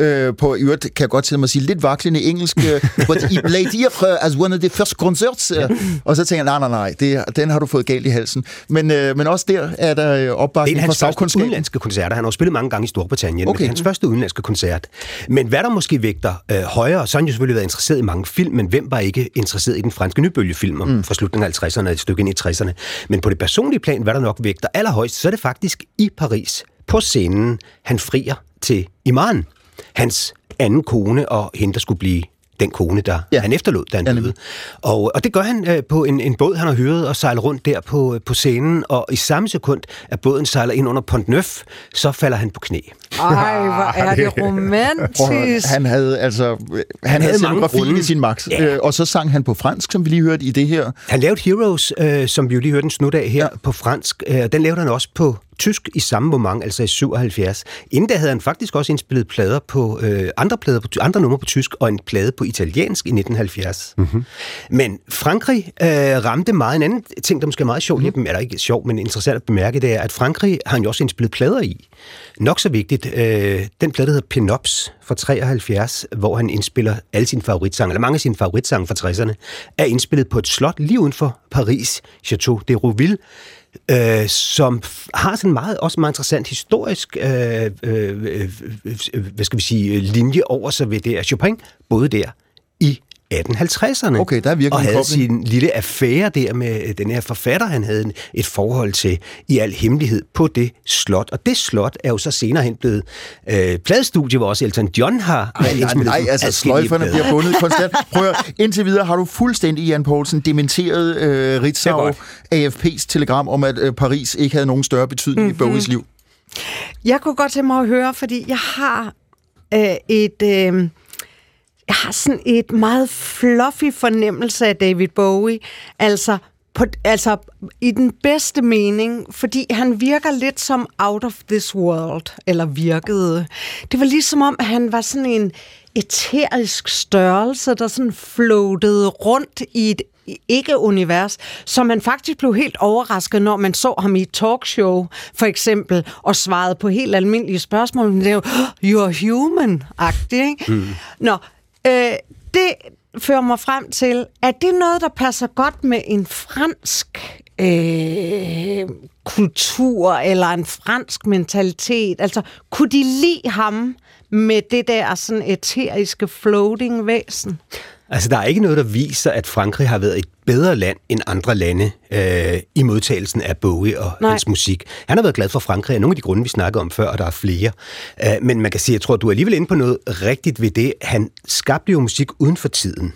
på i øvrigt kan jeg godt til mig at sige, lidt vaklende engelsk, but he played here as one of the first concerts. Og så tænker jeg, nej, den har du fået galt i halsen. Men også der er der opbakning fra sagkundskab. Det er hans første udenlandske koncerter. Han har jo spillet mange gange i Storbritannien, men det er hans første udenlandske koncert. Men hvad der måske vægter højere, så har han jo selvfølgelig været interesseret i mange film, men hvem var ikke interesseret i den franske nybølgefilm fra slutningen af 50'erne og et stykke ind i 60'erne. Men på det personlige plan, hvad der nok vægter allerhøjst, så er det faktisk i Paris, på scenen, han frier til Iman, hans anden kone, og hende, der skulle blive den kone, der han efterlod, da han døde. Og det gør han på en båd, han har hyret og sejler rundt der på scenen, og i samme sekund, at båden sejler ind under Pont Neuf, så falder han på knæ. Ej, hvor er det romantisk. Han havde scenografien i sin max, og så sang han på fransk, som vi lige hørte i det her. Han lavede Heroes, som vi jo lige hørte en snut af her på fransk. Den lavede han også på tysk i samme moment, altså i 77. Inden da havde han faktisk også indspillet plader på andre numre på tysk og en plade på italiensk i 1970. Men Frankrig ramte meget. En anden ting, der måske er meget sjov, eller ikke sjov, men interessant at bemærke, det er, at Frankrig har han jo også indspillet plader i. Nok så vigtigt, den plade, der hedder Pin-Ups fra 73, hvor han indspiller alle sine favoritsange, eller mange af sine favoritsange fra 60'erne, er indspillet på et slot lige uden for Paris, Château de Rouville, som har sådan også meget interessant historisk linje over sig ved det, at Chopin boede der i 1850'erne. Okay, der er virkelig og havde sin lille affære der med den her forfatter, han havde et forhold til i al hemmelighed på det slot. Og det slot er jo så senere hen blevet pladestudie, hvor også Elton John har Nej, altså sløjferne bliver bundet konstant. Prøv at, indtil videre har du fuldstændig, Jan Poulsen, dementeret Ritzau AFP's telegram om, at Paris ikke havde nogen større betydning i Bowies liv. Jeg kunne godt tænke mig at høre, fordi jeg har jeg har sådan et meget fluffy fornemmelse af David Bowie, altså i den bedste mening, fordi han virker lidt som out of this world, eller virkede. Det var ligesom om, at han var sådan en æterisk størrelse, der sådan floatede rundt i et ikke-univers, så man faktisk blev helt overrasket, når man så ham i et talkshow, for eksempel, og svarede på helt almindelige spørgsmål. Det er jo, you're human-agtigt, ikke? Nå, det fører mig frem til, at det er noget, der passer godt med en fransk kultur, eller en fransk mentalitet. Altså, kunne de lide ham med det der sådan æteriske floating væsen? Altså, der er ikke noget, der viser, at Frankrig har været et bedre land end andre lande i modtagelsen af Bowie og hans musik. Han har været glad for Frankrig af nogle af de grunde, vi snakkede om før, og der er flere. Men man kan sige, jeg tror, du er alligevel inde på noget rigtigt ved det. Han skabte jo musik uden for tiden.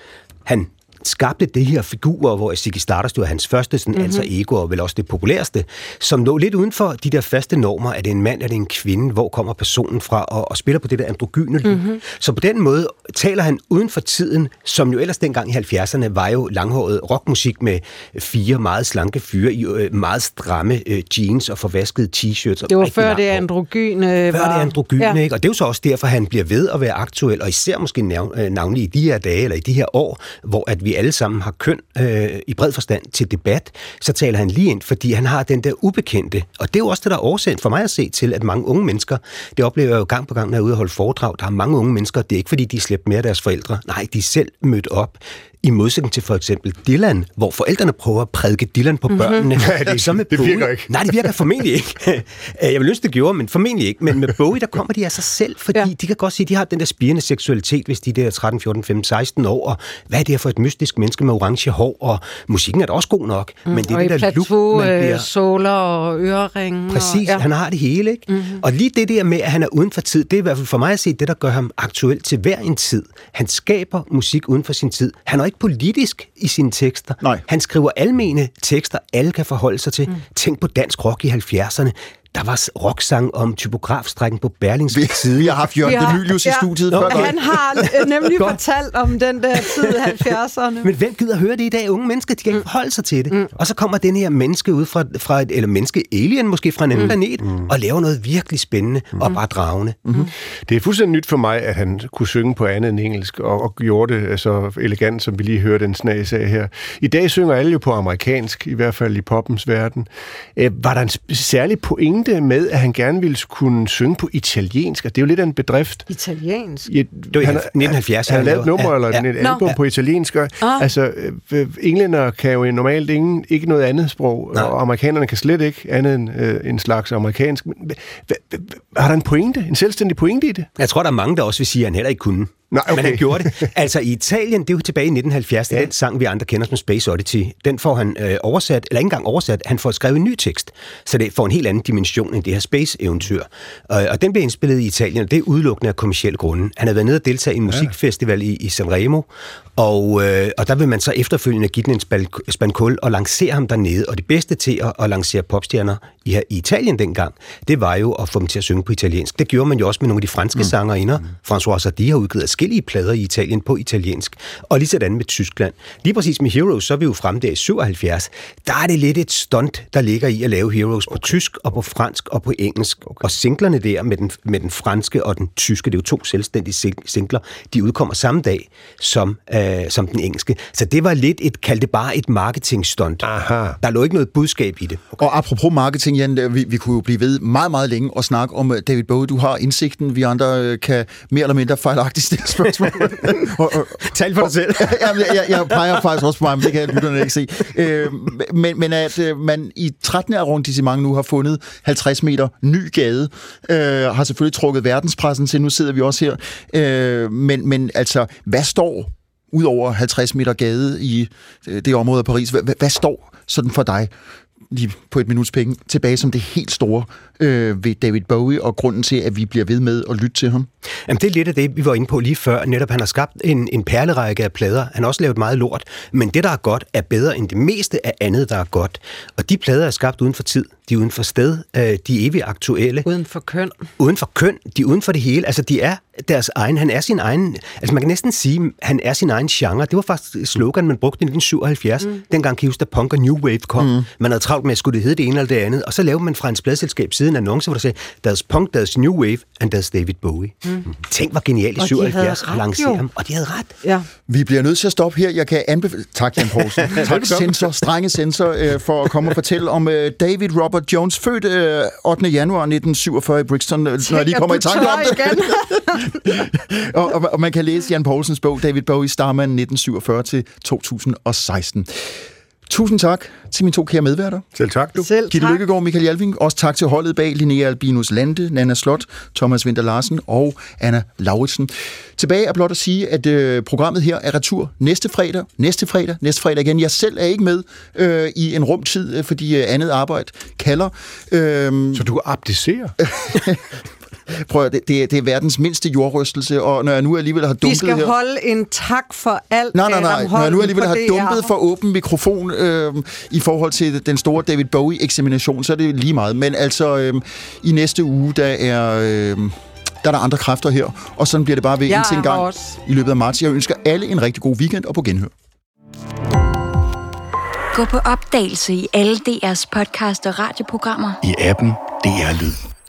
Han skabte de her figurer, hvor Ziggy Stardust var hans første sådan, alter ego, og vel også det populærste, som lå lidt uden for de der faste normer. Er det en mand, er det en kvinde? Hvor kommer personen fra? Og spiller på det der androgyne. Så på den måde taler han uden for tiden, som jo ellers dengang i 70'erne var jo langhåret rockmusik med 4 meget slanke fyre i meget stramme jeans og forvaskede t-shirts. Det var før det androgyne. Før det androgyne, ikke? Og det er jo så også derfor, han bliver ved at være aktuel, og især måske navnlig i de her dage, eller i de her år, hvor at vi alle sammen har køn i bred forstand til debat, så taler han lige ind, fordi han har den der ubekendte. Og det er jo også det, der er årsagen for mig at se til, at mange unge mennesker, det oplever jeg jo gang på gang, når jeg er ude og holde foredrag, der er mange unge mennesker, det er ikke fordi, de er slæbt med af deres forældre. Nej, de er selv mødt op. I modsætning til for eksempel Dylan, hvor forældrene prøver at prædike Dylan på børnene. Det virker ikke. Nej, det virker formentlig ikke. Jeg vil ønske, det gjorde, men formentlig ikke. Men med Bowie, der kommer de af sig selv, fordi de kan godt sige, at de har den der spirende seksualitet, hvis de er der 13, 14, 15, 16 år. Og hvad er det her for et mystisk menneske med orange hår? Og musikken er da også god nok. Men det er og det der look, man bliver... såler og øreringe. Præcis, han har det hele, ikke? Og lige det der med, at han er uden for tid, det er i hvert fald for mig at se det, der gør ham aktuel til hver en tid. Han skaber musik uden for sin tid. Han er ikke politisk i sine tekster. Nej. Han skriver almene tekster, alle kan forholde sig til. Tænk på dansk rock i 70'erne. Der var rocksang om typografstrækken på Berlingske side. Vi har haft Jørgen de Mylius i studiet før. Han har nemlig fortalt om den der tid i 70'erne. Men hvem gider høre det i dag? Unge mennesker, de kan ikke forholde sig til det. Og så kommer den her menneske ud fra et, eller menneske-alien måske fra en anden planet, og laver noget virkelig spændende og bare dragende. Det er fuldstændig nyt for mig, at han kunne synge på andet end engelsk, og gjorde det så elegant, som vi lige hørte den snas af her. I dag synger alle jo på amerikansk, i hvert fald i poppens verden. Var der en særlig pointe med, at han gerne ville kunne synge på italiensk, og det er jo lidt af en bedrift. Italiensk? Det var i 1970. Han har lavet et nummer eller et album på italiensk. Altså, englænder kan jo normalt ikke noget andet sprog, og amerikanerne kan slet ikke andet end en slags amerikansk. Har der en pointe, en selvstændig pointe i det? Jeg tror, der er mange, der også vil sige, at han heller ikke kunne. Nej, okay. Men han gjorde det. Altså i Italien, det er jo tilbage i 1970, den sang, vi andre kender som Space Oddity, den får han oversat, eller ikke engang oversat, han får skrevet en ny tekst, så det får en helt anden dimension end det her space-eventyr. Og den blev indspillet i Italien, og det er udelukkende af kommercielle grunde. Han har været nede og deltage i en musikfestival i Sanremo, og der vil man så efterfølgende give den en spand kul og lancere ham dernede, og det bedste til at lancere popstjerner i Italien dengang, det var jo at få dem til at synge på italiensk. Det gjorde man jo også med nogle af de franske sangerinder. François Hardy har udgivet forskellige plader i Italien på italiensk, og lige sådan med Tyskland. Lige præcis med Heroes, så er vi jo fremme der i 77. Der er det lidt et stunt, der ligger i at lave Heroes på tysk og på fransk og på engelsk. Og singlerne der med den franske og den tyske, det er jo 2 selvstændige singler, de udkommer samme dag som den engelske. Så det var lidt kaldte bare et marketingstunt. Der lå ikke noget budskab i det. Okay. Og apropos marketing, Jan, vi kunne jo blive ved meget, meget længe og snakke om David Bowie. Du har indsigten, vi andre kan mere eller mindre fejlagtigt stille spørgsmål. Tal for dig selv. Jeg peger faktisk også på mig, men det kan lytterne ikke se. Men at man i 13. arrondissement nu har fundet 50 meter ny gade, har selvfølgelig trukket verdenspressen til, nu sidder vi også her. Men altså, hvad står ud over 50 meter gade i det område af Paris. Hvad står sådan for dig lige på et minuts penge tilbage som det helt store ved David Bowie, og grunden til, at vi bliver ved med at lytte til ham? Jamen, det er lidt af det, vi var inde på lige før. Netop, han har skabt en perlerække af plader. Han har også lavet meget lort. Men det, der er godt, er bedre end det meste af andet, der er godt. Og de plader er skabt uden for tid. De er uden for sted. De er evigt aktuelle. Uden for køn. Uden for køn. De er uden for det hele. Altså, de er deres egen. Han er sin egen... Altså, man kan næsten sige, han er sin egen genre. Det var faktisk et slogan, man brugte i 1977. Dengang kan I huske, da punk og new wave kom. Man havde travlt med, at skulle det hedde det ene eller det andet. Og så lavede man fra en pladselskab siden en annonce, hvor der sagde, there's punk, there's new wave, and there's David Bowie. Tænk, hvor genialt i 77 at lancere ham. Og de havde ret. Ja. Vi bliver nødt til at stoppe her. Jeg kan anbefale... Tak, Jan Poulsen. Tak, censor, strenge censor, for at komme og fortælle om David Robert Jones, født 8. januar 1947 i Brixton, når jeg lige kommer i tanke om det. og man kan læse Jan Poulsens bog, David Bowie, Starman 1947-2016. Tusind tak til mine to kære medværter. Selv tak, du. Selv tak. Gitte Lykkegaard, Michael Jalving. Også tak til holdet bag Linnea Albinus Lande, Nana Slot, Thomas Winter Larsen og Anna Lauritsen. Tilbage er blot at sige, at programmet her er retur næste fredag igen. Jeg selv er ikke med i en rumtid, fordi andet arbejde kalder. Så du abdicerer? Prøv at, det er verdens mindste jordrystelse, og når jeg nu alligevel har dumpet her... Vi skal holde en tak for alt. Nej. Når jeg nu alligevel har dumpet for åben mikrofon i forhold til den store David Bowie-eksamination, så er det lige meget. Men altså, i næste uge, der er der andre kræfter her, og sådan bliver det bare ved indtil en gang i løbet af marts. Jeg ønsker alle en rigtig god weekend, og på genhør. Gå på opdagelse i alle DR's podcast og radioprogrammer. I appen DR Lyd.